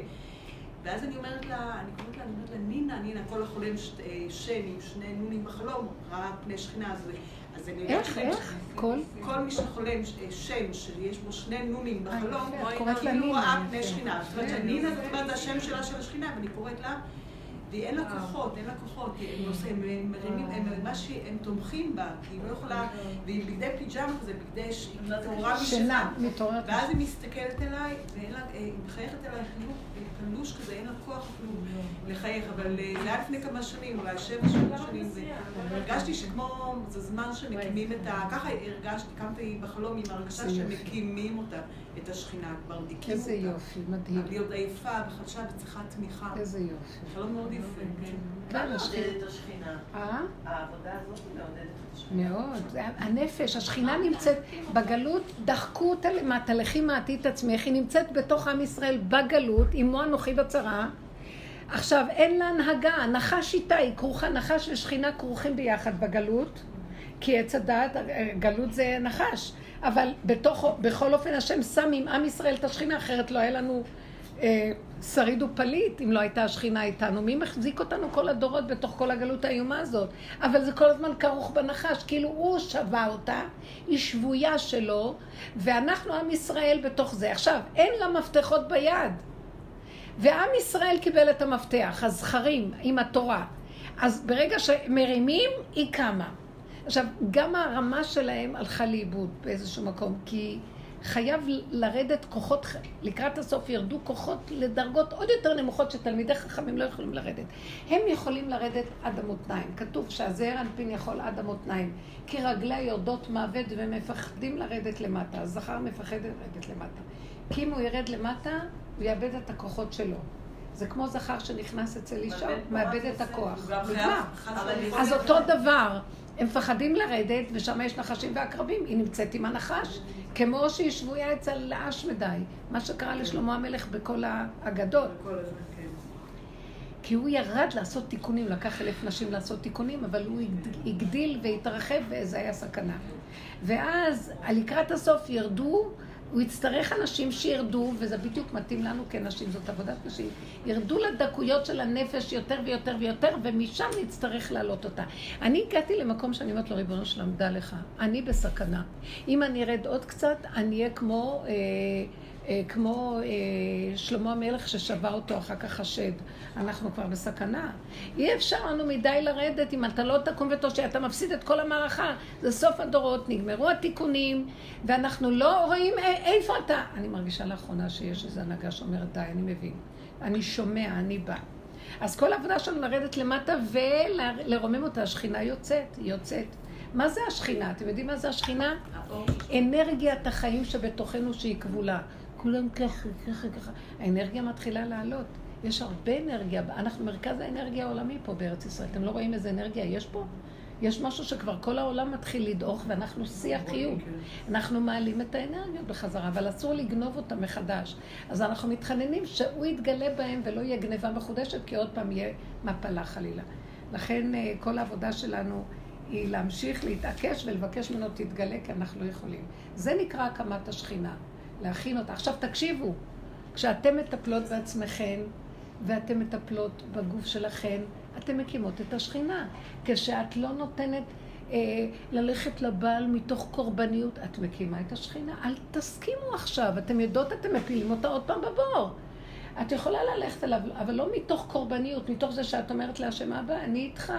ואז אני אומרת לה, אני קוראת לה, אני אומרת לה, נינה, נינה, כל החולם ש, שם עם שני נונים בחלום, ראה פני שכינה, אז, אז אני יודעת
איך, איך? כל?
כל מי שחולם שם שיש בו שני נונים בחלום,
קוראת לה נינה.
ראה פני שכינה. זאת אומרת שנינה, זאת אומרת, זה השם שלה של השכינה, ואני קוראת לה, ואין לה כוחות, אין לה כוחות, הם מרימים, הם תומכים בה, כי היא לא יכולה, והיא בגדי פיג'מה כזה, בגדי תאורה משנה. ואז היא מסתכלת אליי, והיא מחייכת אליי חיוך, קלוש כזה, אין לה כוח אפילו לחייך, אבל זה היה לפני כמה שנים, אולי שבע שבע שנים, והרגשתי שכמו, זה זמן שמקימים את ה... ככה הרגשתי, קמתי בחלום עם הרגשה שמקימים אותה, את השכינה, כבר הקימו אותה.
איזה יופי, מדהים.
להיות עייפה וחדשה וצריכה תמיכה.
איזה יופי.
חלום מאוד יפה, כן.
מה מעודד את השכינה? העבודה הזאת מעודדת את השכינה.
מאוד. הנפש, השכינה נמצאת בגלות, דחקו אותה למטה, לכי מעטי את עצמך, היא נמצאת בתוך עם ישראל בגלות, עמו אנוכי בצרה. עכשיו, אין לה הנהגה, נחש איתה, היא כרוכה, נחש ושכינה כרוכים ביחד בגלות, כי עץ הדעת, גלות זה נחש. אבל בתוך, בכל אופן השם שם עם עם ישראל את השכינה, אחרת לא היה לנו אה, שריד ופליט, אם לא הייתה השכינה איתנו. מי מחזיק אותנו כל הדורות בתוך כל הגלות האיומה הזאת? אבל זה כל הזמן כרוך בנחש, כאילו הוא שווה אותה, היא שבויה שלו, ואנחנו עם ישראל בתוך זה. עכשיו, אין לה מפתחות ביד, ועם ישראל קיבל את המפתח, הזכרים עם התורה. אז ברגע שמרימים, היא קמה. עכשיו, גם הרמה שלהם הלכה לאיבוד באיזשהו מקום, כי חייב לרדת כוחות, לקראת הסוף ירדו כוחות לדרגות עוד יותר נמוכות שתלמידי חכמים לא יכולים לרדת. הם יכולים לרדת עד המותניים. כתוב שהזעיר אנפין יכול עד המותניים, כי רגלי יורדות מוות ומפחדים לרדת למטה. הזכר מפחד לרדת למטה. כי אם הוא ירד למטה, הוא יאבד את הכוחות שלו. זה כמו זכר שנכנס אצל אישה, מאבד את הכוח. אז אותו דבר. הם מפחדים לרדת, ושם יש נחשים ועקרבים, היא נמצאת עם הנחש, כמו שהיא שבויה אצל לאש מדי, מה שקרה לשלמה המלך בכל האגדות. כי הוא ירד לעשות תיקונים, לקח אלף נשים לעשות תיקונים, אבל הוא הגדיל והתרחב, וזה היה סכנה. ואז, לקראת הסוף ירדו, הוא יצטרך אנשים שירדו, וזה בדיוק מתאים לנו כנשים, זאת עבודת נשים, ירדו לדקויות של הנפש יותר ויותר ויותר, ומשם נצטרך להעלות אותה. אני הגעתי למקום שאני אומרת לו, ריבונו של עמדה לך, אני בסכנה. אם אני ארד עוד קצת, אני אהיה כמו, אה, אה, כמו אה, שלמה המלך ששבה אותו אחר כך השד. אנחנו כבר בסכנה. אי אפשר לנו מדי לרדת, אם אתה לא תקום ותושיע, אתה מפסיד את כל המערכה. זה סוף הדורות, נגמרו התיקונים, ואנחנו לא רואים איפה אתה. אני מרגישה לאחרונה שיש איזו הנהגה שאומרת, די, אני מבין. אני שומע, אני בא. אז כל העבודה שלנו לרדת למטה ולרומם אותה. השכינה יוצאת, היא יוצאת. מה זה השכינה? אתם יודעים מה זה השכינה? אנרגיית החיים שבתוכנו שהיא כבולה. כולם ככה, ככה, ככה. האנרגיה מתחילה לעלות. יש הרבה אנרגיה, אנחנו מרכז האנרגיה העולמי פה בארץ ישראל. אתם לא רואים איזה אנרגיה יש פה? יש משהו שכבר כל העולם מתחיל לדעוך, ואנחנו שיח חיוב. אנחנו מעלים את האנרגיות בחזרה, אבל אסור לגנוב אותה מחדש. אז אנחנו מתחננים שהוא יתגלה בהם ולא יהיה גניבה מחודשת, כי עוד פעם יהיה מפלה חלילה. לכן כל העבודה שלנו היא להמשיך, להתעקש ולבקש ממנו תתגלה, כי אנחנו לא יכולים. זה נקרא הקמת השכינה, להכין אותה. עכשיו תקשיבו, כשאתם מטפלות בעצמכם, ואתם מטפלות בגוף שלכם, אתם מקימות את השכינה. כשאת לא נותנת אה, ללכת לבעל מתוך קורבניות, את מקימה את השכינה. אל תסכימו עכשיו, אתם יודעות, אתם מפילים אותה עוד פעם בבור. את יכולה ללכת אליו, אבל לא מתוך קורבניות, מתוך זה שאת אומרת להשם הבא, אני איתך.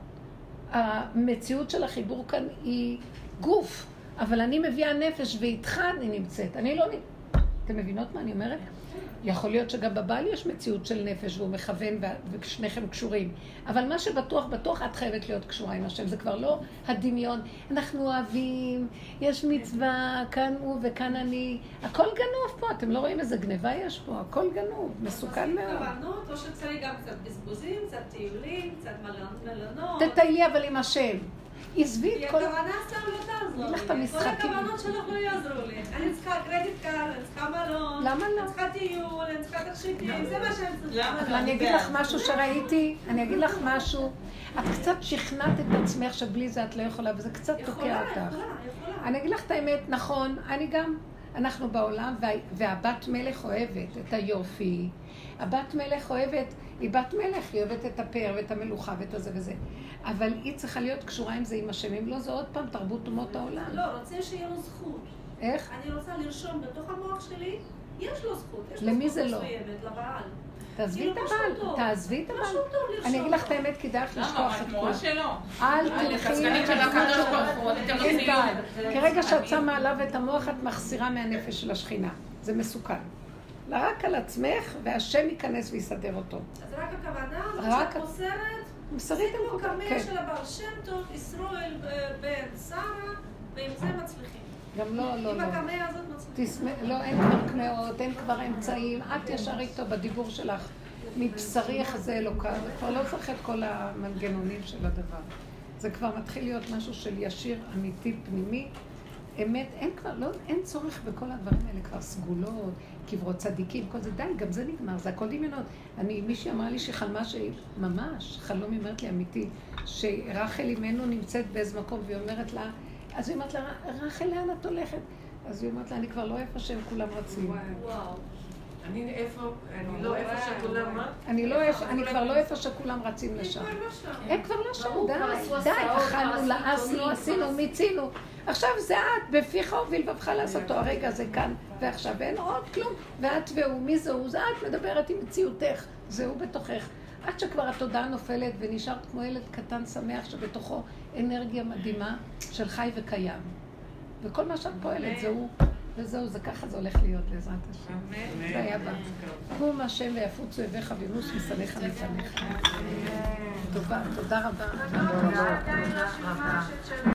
המציאות של החיבור כאן היא גוף, אבל אני מביאה נפש ואיתך אני נמצאת. אני לא... אתם מבינות מה אני אומרת? יכול להיות שגם בבעל יש מציאות של נפש והוא מכוון ושניכם קשורים. אבל מה שבטוח, בטוח את חייבת להיות קשורה עם השם. זה כבר לא הדמיון. אנחנו אוהבים, יש מצווה, כאן הוא וכאן אני. הכל גנוב פה, אתם לא רואים איזה גניבה יש פה? הכל גנוב, מסוכן מאוד.
כוונות, או שצריך גם קצת בזבוזים, קצת טיולים, קצת מלונות.
תטיילי אבל עם השם. עזבי את כל...
כי הכוונה סתם לא תעזור לי. כל הכוונות שלך לא יעזרו לי. אני צריכה קרדיט קארד, אני צריכה מלון.
למה לא?
אני צריכה טיול, אני צריכה תכשיטים, זה מה שאני צריכה.
אבל אני אגיד לך משהו שראיתי, אני אגיד לך משהו. את קצת שכנעת את עצמך שבלי זה את לא יכולה, וזה קצת תוקע אותך.
יכולה, יכולה, יכולה.
אני אגיד לך את האמת, נכון, אני גם, אנחנו בעולם, והבת מלך אוהבת את היופי. הבת מלך אוהבת, היא בת מלך, היא אוהבת את הפאר ואת המלוכה ואת הזה וזה. אבל היא צריכה להיות קשורה עם זה עם השם, אם לא, זה עוד פעם תרבות אומות העולם.
לא, רוצה שיהיה לו זכות.
איך?
אני רוצה לרשום בתוך המוח שלי, יש לו זכות.
למי זה לא?
לבעל.
תעזבי את הבעל, תעזבי את הבעל. אני אגיד לך את האמת, כדאי לך לשכוח את כל.
למה? את שלו.
אל תלכי עם בעל. כרגע שאת שמה עליו את המוח, את מחסירה מהנפש של השכינה. זה מסוכן. רק על עצמך, והשם ייכנס ויסדר אותו.
אז רק הכוונה, זאת שאת מוסרת, סיפור קמא של הבעל שם טוב, ישראל בן שרה, ועם זה מצליחים.
גם לא, לא, לא.
עם הקמא הזאת מצליחים.
לא, אין כבר קמאות, אין כבר אמצעים, את ישר איתו בדיבור שלך. מבשרי יחזה אלוקה, זה כבר לא צריך את כל המנגנונים של הדבר. זה כבר מתחיל להיות משהו של ישיר, אמיתי, פנימי. אמת, אין כבר, לא, אין צורך בכל הדברים האלה, כבר סגולות, קברות צדיקים, כל זה, די, גם זה נגמר, זה הכל דמיונות. אני, מישהי אמרה לי שחלמה שהיא, ממש, חלום היא אומרת לי אמיתי, שרחל אימנו נמצאת באיזה מקום, והיא אומרת לה, אז היא אומרת לה, רחל, לאן את הולכת? אז היא אומרת לה, אני כבר לא איפה שהם כולם רצים.
וואו. אני איפה, אני לא איפה שכולם מה?
אני לא איפה, אני כבר לא איפה שכולם רצים לשם. הם כבר לא שם, די, די, אכלנו, לעשנו, עשינו, מיצינו. עכשיו זה את, בפיך ובלבבך לעשותו, הרגע זה כאן ועכשיו, ואין עוד כלום. ואת והוא, מי זהו? זה את מדברת עם מציאותך, זהו בתוכך. עד שכבר התודעה נופלת ונשארת כמו ילד קטן שמח שבתוכו אנרגיה מדהימה של חי וקיים. וכל מה שאת פועלת זהו, וזהו, זה ככה זה הולך להיות בעזרת השם. זה היה בה. קום השם ויפוצו אביך וינוס משנאיך מפניך. טובה, תודה רבה.